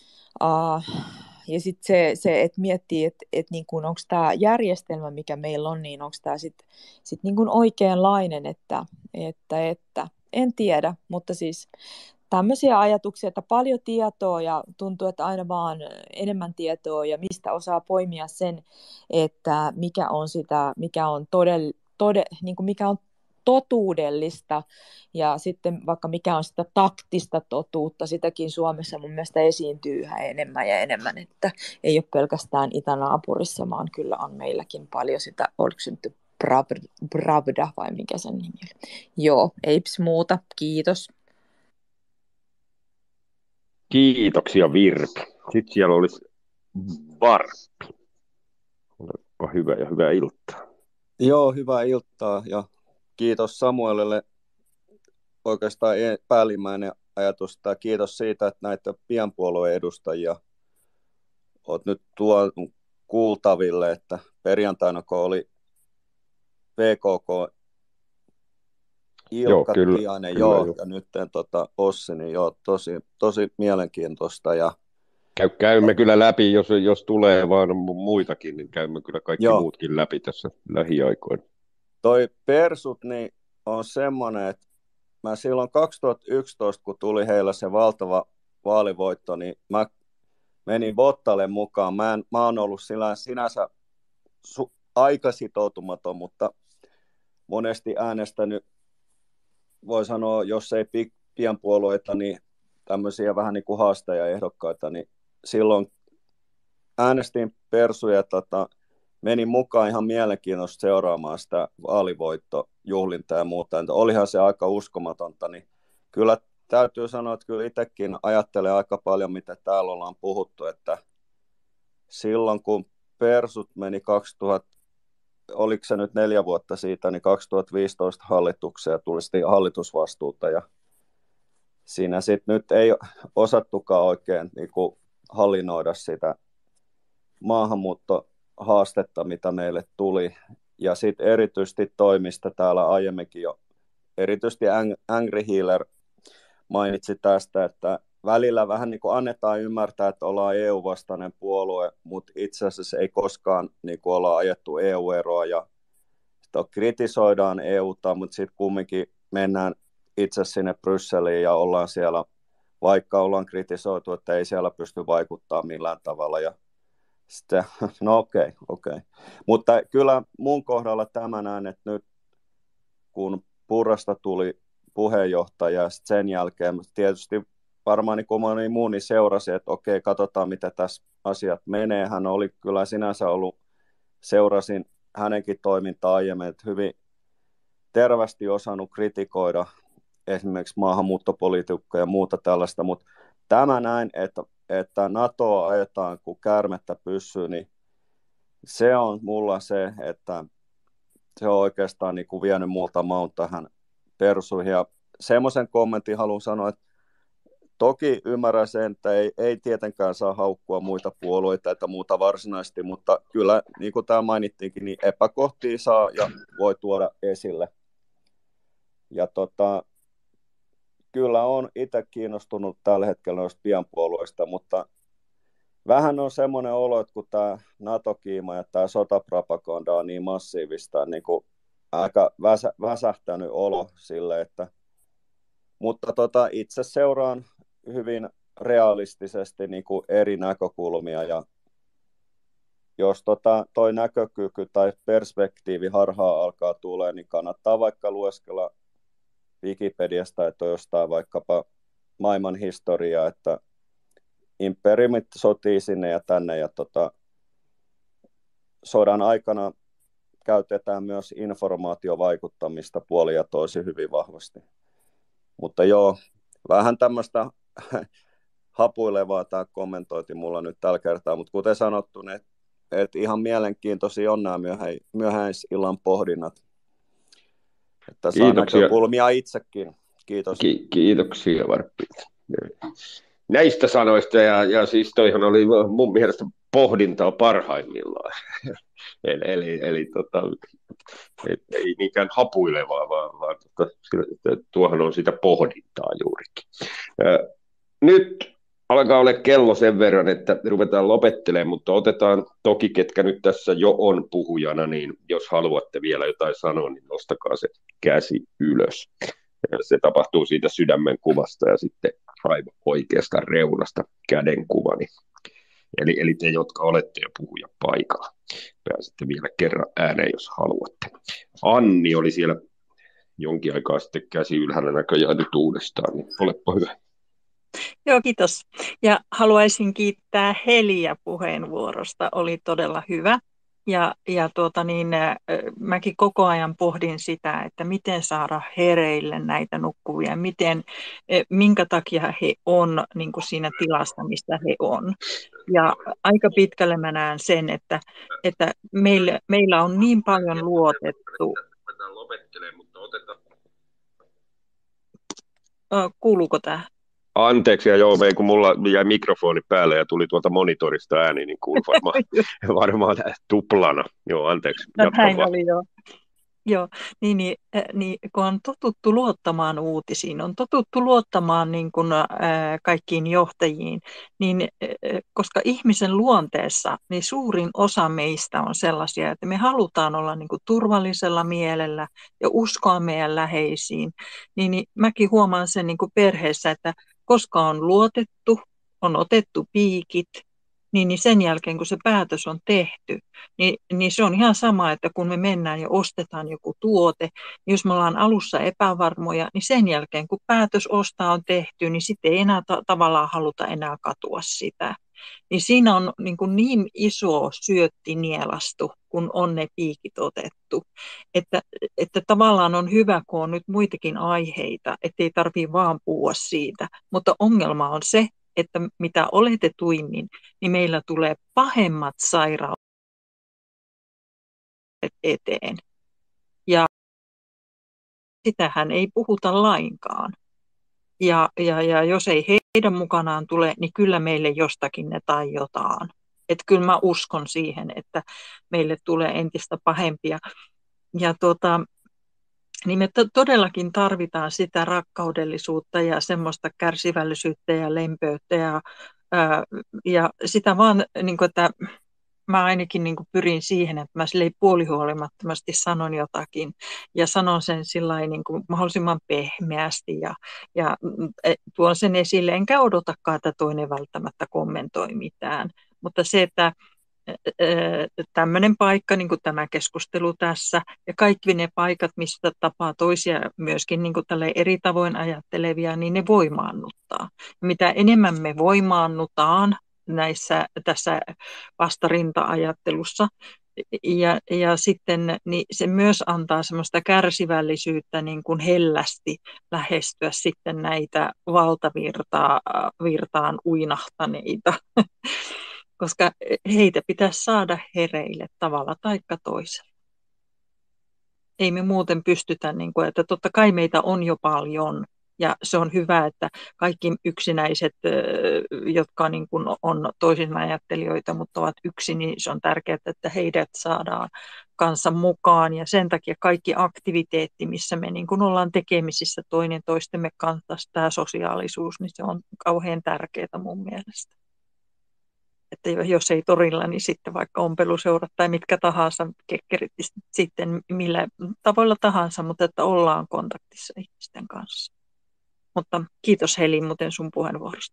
ja sitten se että miettii, että niin kuin, onko tämä järjestelmä, mikä meillä on, niin onko tämä sitten niin kuin oikeanlainen, että en tiedä, mutta siis tämmöisiä ajatuksia, että paljon tietoa ja tuntuu, että aina vaan enemmän tietoa ja mistä osaa poimia sen, että mikä on sitä, mikä on niin kuin mikä on totuudellista ja sitten vaikka mikä on sitä taktista totuutta, sitäkin Suomessa mun mielestä esiintyy yhä enemmän ja enemmän, että ei ole pelkästään itänaapurissa, vaan kyllä on meilläkin paljon sitä, oliko se nyt Pravda vai mikä sen nimi oli. Joo, eips muuta, kiitos. Kiitoksia Virpi. Sitten siellä olisi Varppi. Olepa hyvä ja hyvää iltaa. Joo, hyvää iltaa ja kiitos Samuelille. Oikeastaan päällimmäinen ajatus, tai kiitos siitä, että näitä pienpuolueen edustajia olet nyt tuonut kuultaville, että perjantaina kun oli VKK Ilkka Tiainen, ja nyt Ossi, niin tosi mielenkiintoista. Ja käymme kyllä läpi, jos tulee vaan muitakin, niin käymme kyllä kaikki muutkin läpi tässä lähiaikoina. toi persut niin on semmoinen, että mä silloin 2011, kun tuli heillä se valtava vaalivoitto, niin mä menin Bottalle mukaan. Mä oon ollut sinänsä aika sitoutumaton, mutta monesti äänestänyt, voi sanoa, jos ei pienpuolueita, niin tämmöisiä vähän niin kuin haastajaehdokkaita, niin silloin äänestin persuja, menin mukaan ihan mielenkiintoista seuraamaan sitä vaalivoittojuhlintaa ja muuta. Olihan se aika uskomatonta, niin kyllä täytyy sanoa, että kyllä itsekin ajattelen aika paljon, mitä täällä ollaan puhuttu, että silloin kun persut meni 2000, oliko se nyt 4 vuotta siitä, niin 2015 hallitukseen ja tuli sitten hallitusvastuuta ja siinä sitten nyt ei osattukaan oikein niin kuin hallinnoida sitä maahanmuuttohaastetta, mitä meille tuli. Ja sitten erityisesti toimista täällä aiemminkin jo, erityisesti Angry Healer mainitsi tästä, että välillä vähän niin kuin annetaan ymmärtää, että ollaan EU-vastainen puolue, mutta itse asiassa ei koskaan niin kuin olla ajettu EU-eroa ja kritisoidaan EUta, mutta sitten kumminkin mennään itse sinne Brysseliin ja ollaan siellä, vaikka ollaan kritisoitu, että ei siellä pysty vaikuttaa millään tavalla. Ja sitten, no okei. Mutta kyllä mun kohdalla tämä näen, että nyt kun Purrasta tuli puheenjohtaja ja sen jälkeen tietysti varmaan niin kuin moni muu niin seurasi, että okei, katsotaan mitä tässä asiat menee. Hän oli kyllä sinänsä ollut, seurasin hänenkin toimintaa aiemmin, että hyvin tervästi osannut kritikoida esimerkiksi maahanmuuttopolitiikkaa ja muuta tällaista, mutta tämä näin, että NATOa ajetaan kuin käärmettä pyssyy, niin se on mulla se, että se on oikeastaan niin kuin vienyt multa maun tähän persuihin. Ja semmoisen kommentin haluan sanoa, että toki ymmärrän sen, että ei tietenkään saa haukkua muita puolueita että muuta varsinaisesti, mutta kyllä, niin kuin tämä mainittiinkin, niin epäkohtia saa ja voi tuoda esille. Ja kyllä olen itse kiinnostunut tällä hetkellä noista pienpuolueista, mutta vähän on semmoinen olo, että kun tämä NATO-kiima ja tämä sotapropaganda on niin massiivista, niin kuin aika väsähtänyt olo sille, että mutta itse seuraan hyvin realistisesti niin kuin eri näkökulmia ja jos toi näkökyky tai perspektiivi harhaa alkaa tulee, niin kannattaa vaikka lueskella Wikipediasta, että on jostain vaikkapa maailman historiaa, että imperiumit sotii sinne ja tänne ja sodan aikana käytetään myös informaatiovaikuttamista puolin ja toisin hyvin vahvasti. Mutta joo, vähän tämmöistä hapuilevaa tämä kommentointi mulla nyt tällä kertaa, mutta kuten sanottu, että ihan mielenkiintoisia on nämä myöhäisillan pohdinnat. Että saa näkökulmia itsekin. Kiitos. Kiitoksia Varppi. Näistä sanoista, ja siis toihan oli mun mielestä pohdintaa parhaimmillaan. eli ei niinkään hapuilevaa, vaan tuohan on sitä pohdintaa juurikin. Nyt alkaa olla kello sen verran, että ruvetaan lopettelemaan, mutta otetaan toki, ketkä nyt tässä jo on puhujana, niin jos haluatte vielä jotain sanoa, niin nostakaa se käsi ylös. Se tapahtuu siitä sydämen kuvasta ja sitten aivan oikeasta reunasta kädenkuvani. Eli te, jotka olette jo puhuja paikalla, pääsette vielä kerran ääneen, jos haluatte. Anni oli siellä jonkin aikaa sitten käsi ylhäällä näköjään nyt uudestaan, niin olepa hyvä. Joo, kiitos. Ja haluaisin kiittää Heliä puheenvuorosta, oli todella hyvä. Ja mäkin koko ajan pohdin sitä, että miten saada hereille näitä nukkuvia, minkä takia he on niin kuin siinä tilassa, mistä he on. Ja aika pitkälle mä näen sen, että meillä on niin paljon luotettu. Kuuluuko tämä? Anteeksi, ja joo, kun mulla jäi mikrofoni päälle ja tuli tuolta monitorista ääni, niin kuului varmaan tuplana. Joo, anteeksi. Näin oli joo. Joo, niin kun on totuttu luottamaan uutisiin, on totuttu luottamaan niin kuin, kaikkiin johtajiin, niin koska ihmisen luonteessa niin suurin osa meistä on sellaisia, että me halutaan olla niin kuin turvallisella mielellä ja uskoa meidän läheisiin, niin mäkin huomaan sen niin kuin perheessä, että koska on luotettu, on otettu piikit, niin sen jälkeen kun se päätös on tehty, niin se on ihan sama, että kun me mennään ja ostetaan joku tuote, niin jos me ollaan alussa epävarmoja, niin sen jälkeen kun päätös ostaa on tehty, niin sitten ei enää tavallaan haluta enää katua sitä. Niin siinä on niin iso syötti nielastu, kun on ne piikit otettu. Että tavallaan on hyvä, kun on nyt muitakin aiheita, ettei tarvitse vaan puhua siitä. Mutta ongelma on se, että mitä oletetuimmin, niin meillä tulee pahemmat sairaudet eteen. Ja sitähän ei puhuta lainkaan. Ja jos ei heidän mukanaan tule, niin kyllä meille jostakin ne taiotaan. Että kyllä mä uskon siihen, että meille tulee entistä pahempia. Ja niin me todellakin tarvitaan sitä rakkaudellisuutta ja semmoista kärsivällisyyttä ja lempöyttä ja sitä vaan, niin kuin, että mä ainakin niin kuin pyrin siihen, että mä silleen puolihuolimattomasti sanon jotakin ja sanon sen sillain niin kuin mahdollisimman pehmeästi ja tuon sen esille, enkä odotakaan, että toinen välttämättä kommentoi mitään. Mutta se, että tämmöinen paikka, niin kuin tämä keskustelu tässä, ja kaikki ne paikat, mistä tapaa toisia myöskin niin kuin eri tavoin ajattelevia, niin ne voimaannuttaa. Ja mitä enemmän me voimaannutaan tässä vastarinta-ajattelussa, ja sitten niin se myös antaa semmoista kärsivällisyyttä niin kuin hellästi lähestyä sitten näitä valtavirtaan uinahtaneita, koska heitä pitäisi saada hereille tavalla taikka toisella. Ei me muuten pystytä, niin kuin, että totta kai meitä on jo paljon, ja se on hyvä, että kaikki yksinäiset, jotka niin kuin on toisin ajattelijoita, mutta ovat yksin, niin se on tärkeää, että heidät saadaan kanssa mukaan, ja sen takia kaikki aktiviteetti, missä me niin kuin ollaan tekemisissä toinen toistemme kanssa, tämä sosiaalisuus, niin se on kauhean tärkeää mun mielestä. Että jos ei torilla, niin sitten vaikka ompeluseurat tai mitkä tahansa kekkerit sitten millä tavoilla tahansa, mutta että ollaan kontaktissa ihmisten kanssa. Mutta kiitos Heli muuten sun puheenvuorosta.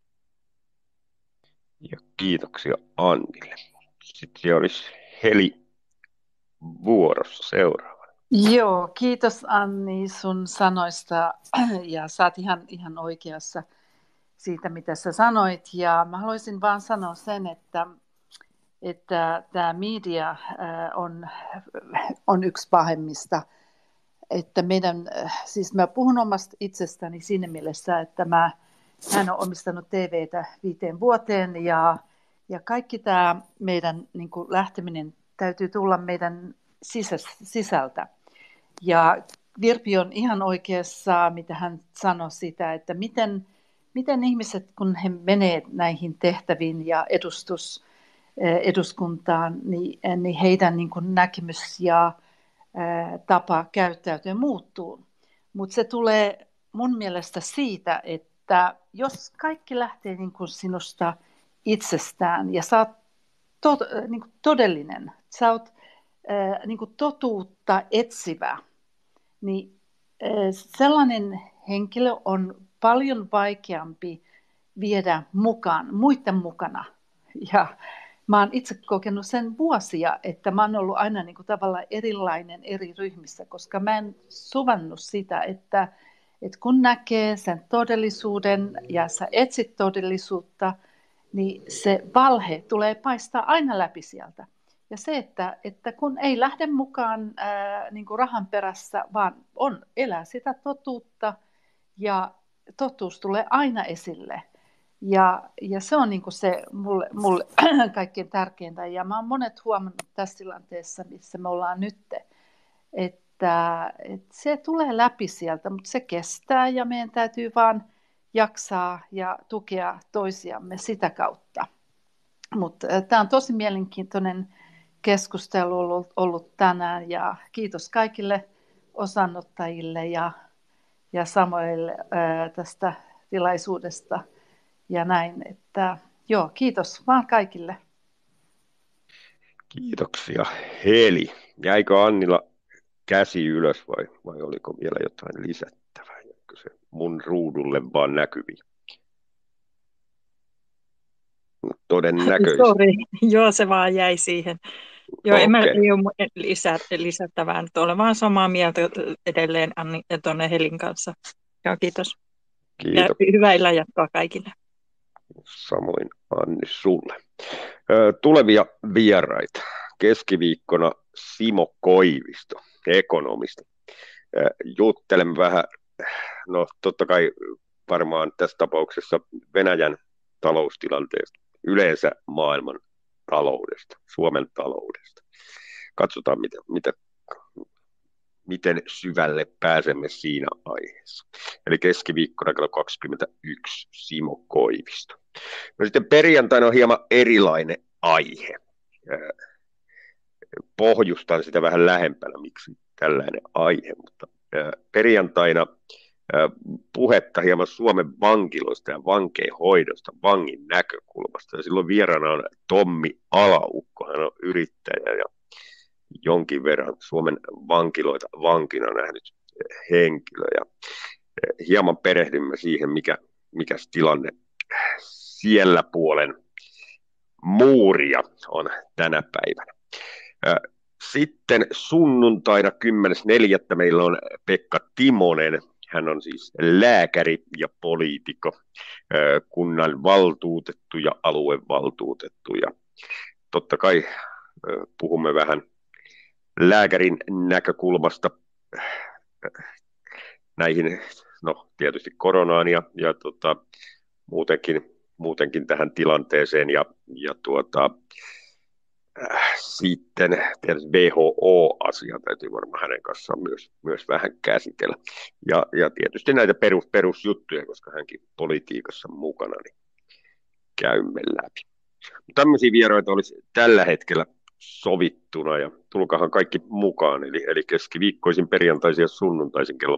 Ja kiitoksia Annille. Sitten se olisi Heli vuorossa seuraava. Joo, kiitos Anni sun sanoista ja sä oot ihan oikeassa siitä, mitä sä sanoit. Ja mä haluaisin vaan sanoa sen, että tämä media on yksi pahemmista. Että siis mä puhun omasta itsestäni siinä mielessä, että hän on omistanut TVtä 5 vuoteen ja kaikki tämä meidän niin kuin lähteminen täytyy tulla meidän sisältä. Ja Virpi on ihan oikeassa, mitä hän sanoi sitä, että miten ihmiset, kun he menee näihin tehtäviin ja eduskuntaan, niin heidän niin kuin näkemys ja tapa käyttäytyä muuttuu. Mutta se tulee mun mielestä siitä, että jos kaikki lähtee niin kuin sinusta itsestään ja sä oot niin kuin todellinen, sä oot niin kuin totuutta etsivä, niin sellainen henkilö on paljon vaikeampi viedä mukaan, muiden mukana. Ja mä oon itse kokenut sen vuosia, että mä oon ollut aina niin kuin tavallaan erilainen eri ryhmissä, koska mä en suvannut sitä, että kun näkee sen todellisuuden ja sä etsit todellisuutta, niin se valhe tulee paistaa aina läpi sieltä. Ja se, että kun ei lähde mukaan niin kuin rahan perässä, vaan elää sitä totuutta ja totuus tulee aina esille. Ja se on niin kuin se mulle kaikkein tärkeintä. Ja mä oon monet huomannut tässä tilanteessa, missä me ollaan nyt, että se tulee läpi sieltä, mutta se kestää ja meidän täytyy vaan jaksaa ja tukea toisiamme sitä kautta. Mutta tämä on tosi mielenkiintoinen keskustelu ollut tänään ja kiitos kaikille osanottajille ja Samuelille tästä tilaisuudesta ja näin. Että, joo, kiitos vaan kaikille. Kiitoksia Heli. Jäikö Annilla käsi ylös vai oliko vielä jotain lisättävää? Jäikö se mun ruudulle vaan näkyviin? Todennäköisesti. Sori, joo se vaan jäi siihen. Joo, Okei. ei ole lisättävää, nyt olen vaan samaa mieltä edelleen Anni tuonne Helin kanssa. Joo, kiitos. Ja hyvää illan jatkoa kaikille. Samoin Anni sulle. Tulevia vieraita. Keskiviikkona Simo Koivisto, ekonomisti. Juttelemme vähän, no totta kai varmaan tässä tapauksessa Venäjän taloustilanteesta, yleensä maailman taloudesta, Suomen taloudesta. Katsotaan, miten syvälle pääsemme siinä aiheessa. Eli keskiviikkona kello 21 Simo Koivisto. No sitten perjantaina on hieman erilainen aihe. Pohjustan sitä vähän lähempänä, miksi tällainen aihe, mutta perjantaina puhetta hieman Suomen vankiloista ja vankeinhoidosta, vangin näkökulmasta. Ja silloin vieraana on Tommi Alaukko, hän on yrittäjä ja jonkin verran Suomen vankiloita vankina nähnyt henkilö. Ja hieman perehdymme siihen, mikä tilanne siellä puolen muuria on tänä päivänä. Sitten sunnuntaina 10.4. meillä on Pekka Timonen. Hän on siis lääkäri ja poliitikko, kunnan valtuutettu ja aluevaltuutettu. Ja totta kai puhumme vähän lääkärin näkökulmasta näihin, no tietysti koronaan ja muutenkin tähän tilanteeseen ja sitten tietysti WHO-asia täytyy varmaan hänen kanssaan myös vähän käsitellä. Ja tietysti näitä perusjuttuja, koska hänkin politiikassa mukana, niin käymme läpi. Tämmöisiä vieraita olisi tällä hetkellä sovittuna ja tulkahan kaikki mukaan, eli keskiviikkoisin, perjantaisin ja sunnuntaisin kello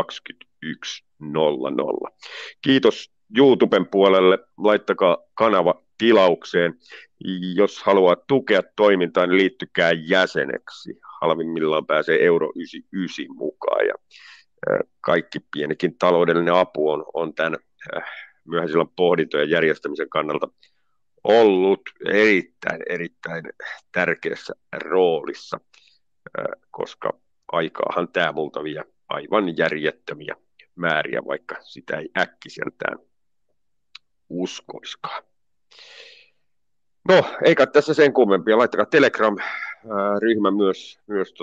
21.00. Kiitos YouTuben puolelle, laittakaa kanava tilaukseen. Jos haluaa tukea toimintaa, niin liittykää jäseneksi. Halvimmillaan pääsee euro 99 mukaan. Ja kaikki pienikin taloudellinen apu on tämän myöhäisillan pohdintojen järjestämisen kannalta ollut erittäin tärkeässä roolissa, koska aikaahan tämä multa vie aivan järjettömiä määriä, vaikka sitä ei äkkiseltään uskoiskaan. No, eikä tässä sen kummempia. Laittakaa Telegram-ryhmä myös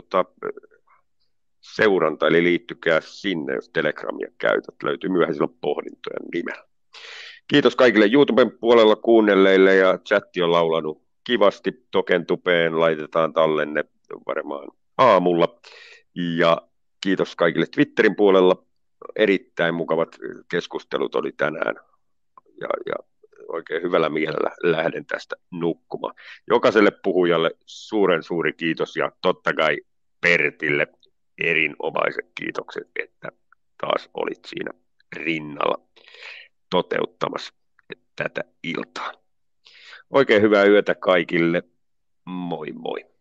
seuranta, eli liittykää sinne, jos Telegramia käytät. Löytyy myöhäisillä pohdintojen nimellä. Kiitos kaikille YouTuben puolella kuunnelleille, ja chatti on laulanut kivasti. Tokentupeen laitetaan tallenne varmaan aamulla. Ja kiitos kaikille Twitterin puolella. Erittäin mukavat keskustelut oli tänään. Ja oikein hyvällä mielellä lähden tästä nukkumaan. Jokaiselle puhujalle suuren suuri kiitos ja totta kai Pertille erinomaiset kiitokset, että taas olit siinä rinnalla toteuttamassa tätä iltaa. Oikein hyvää yötä kaikille. Moi moi.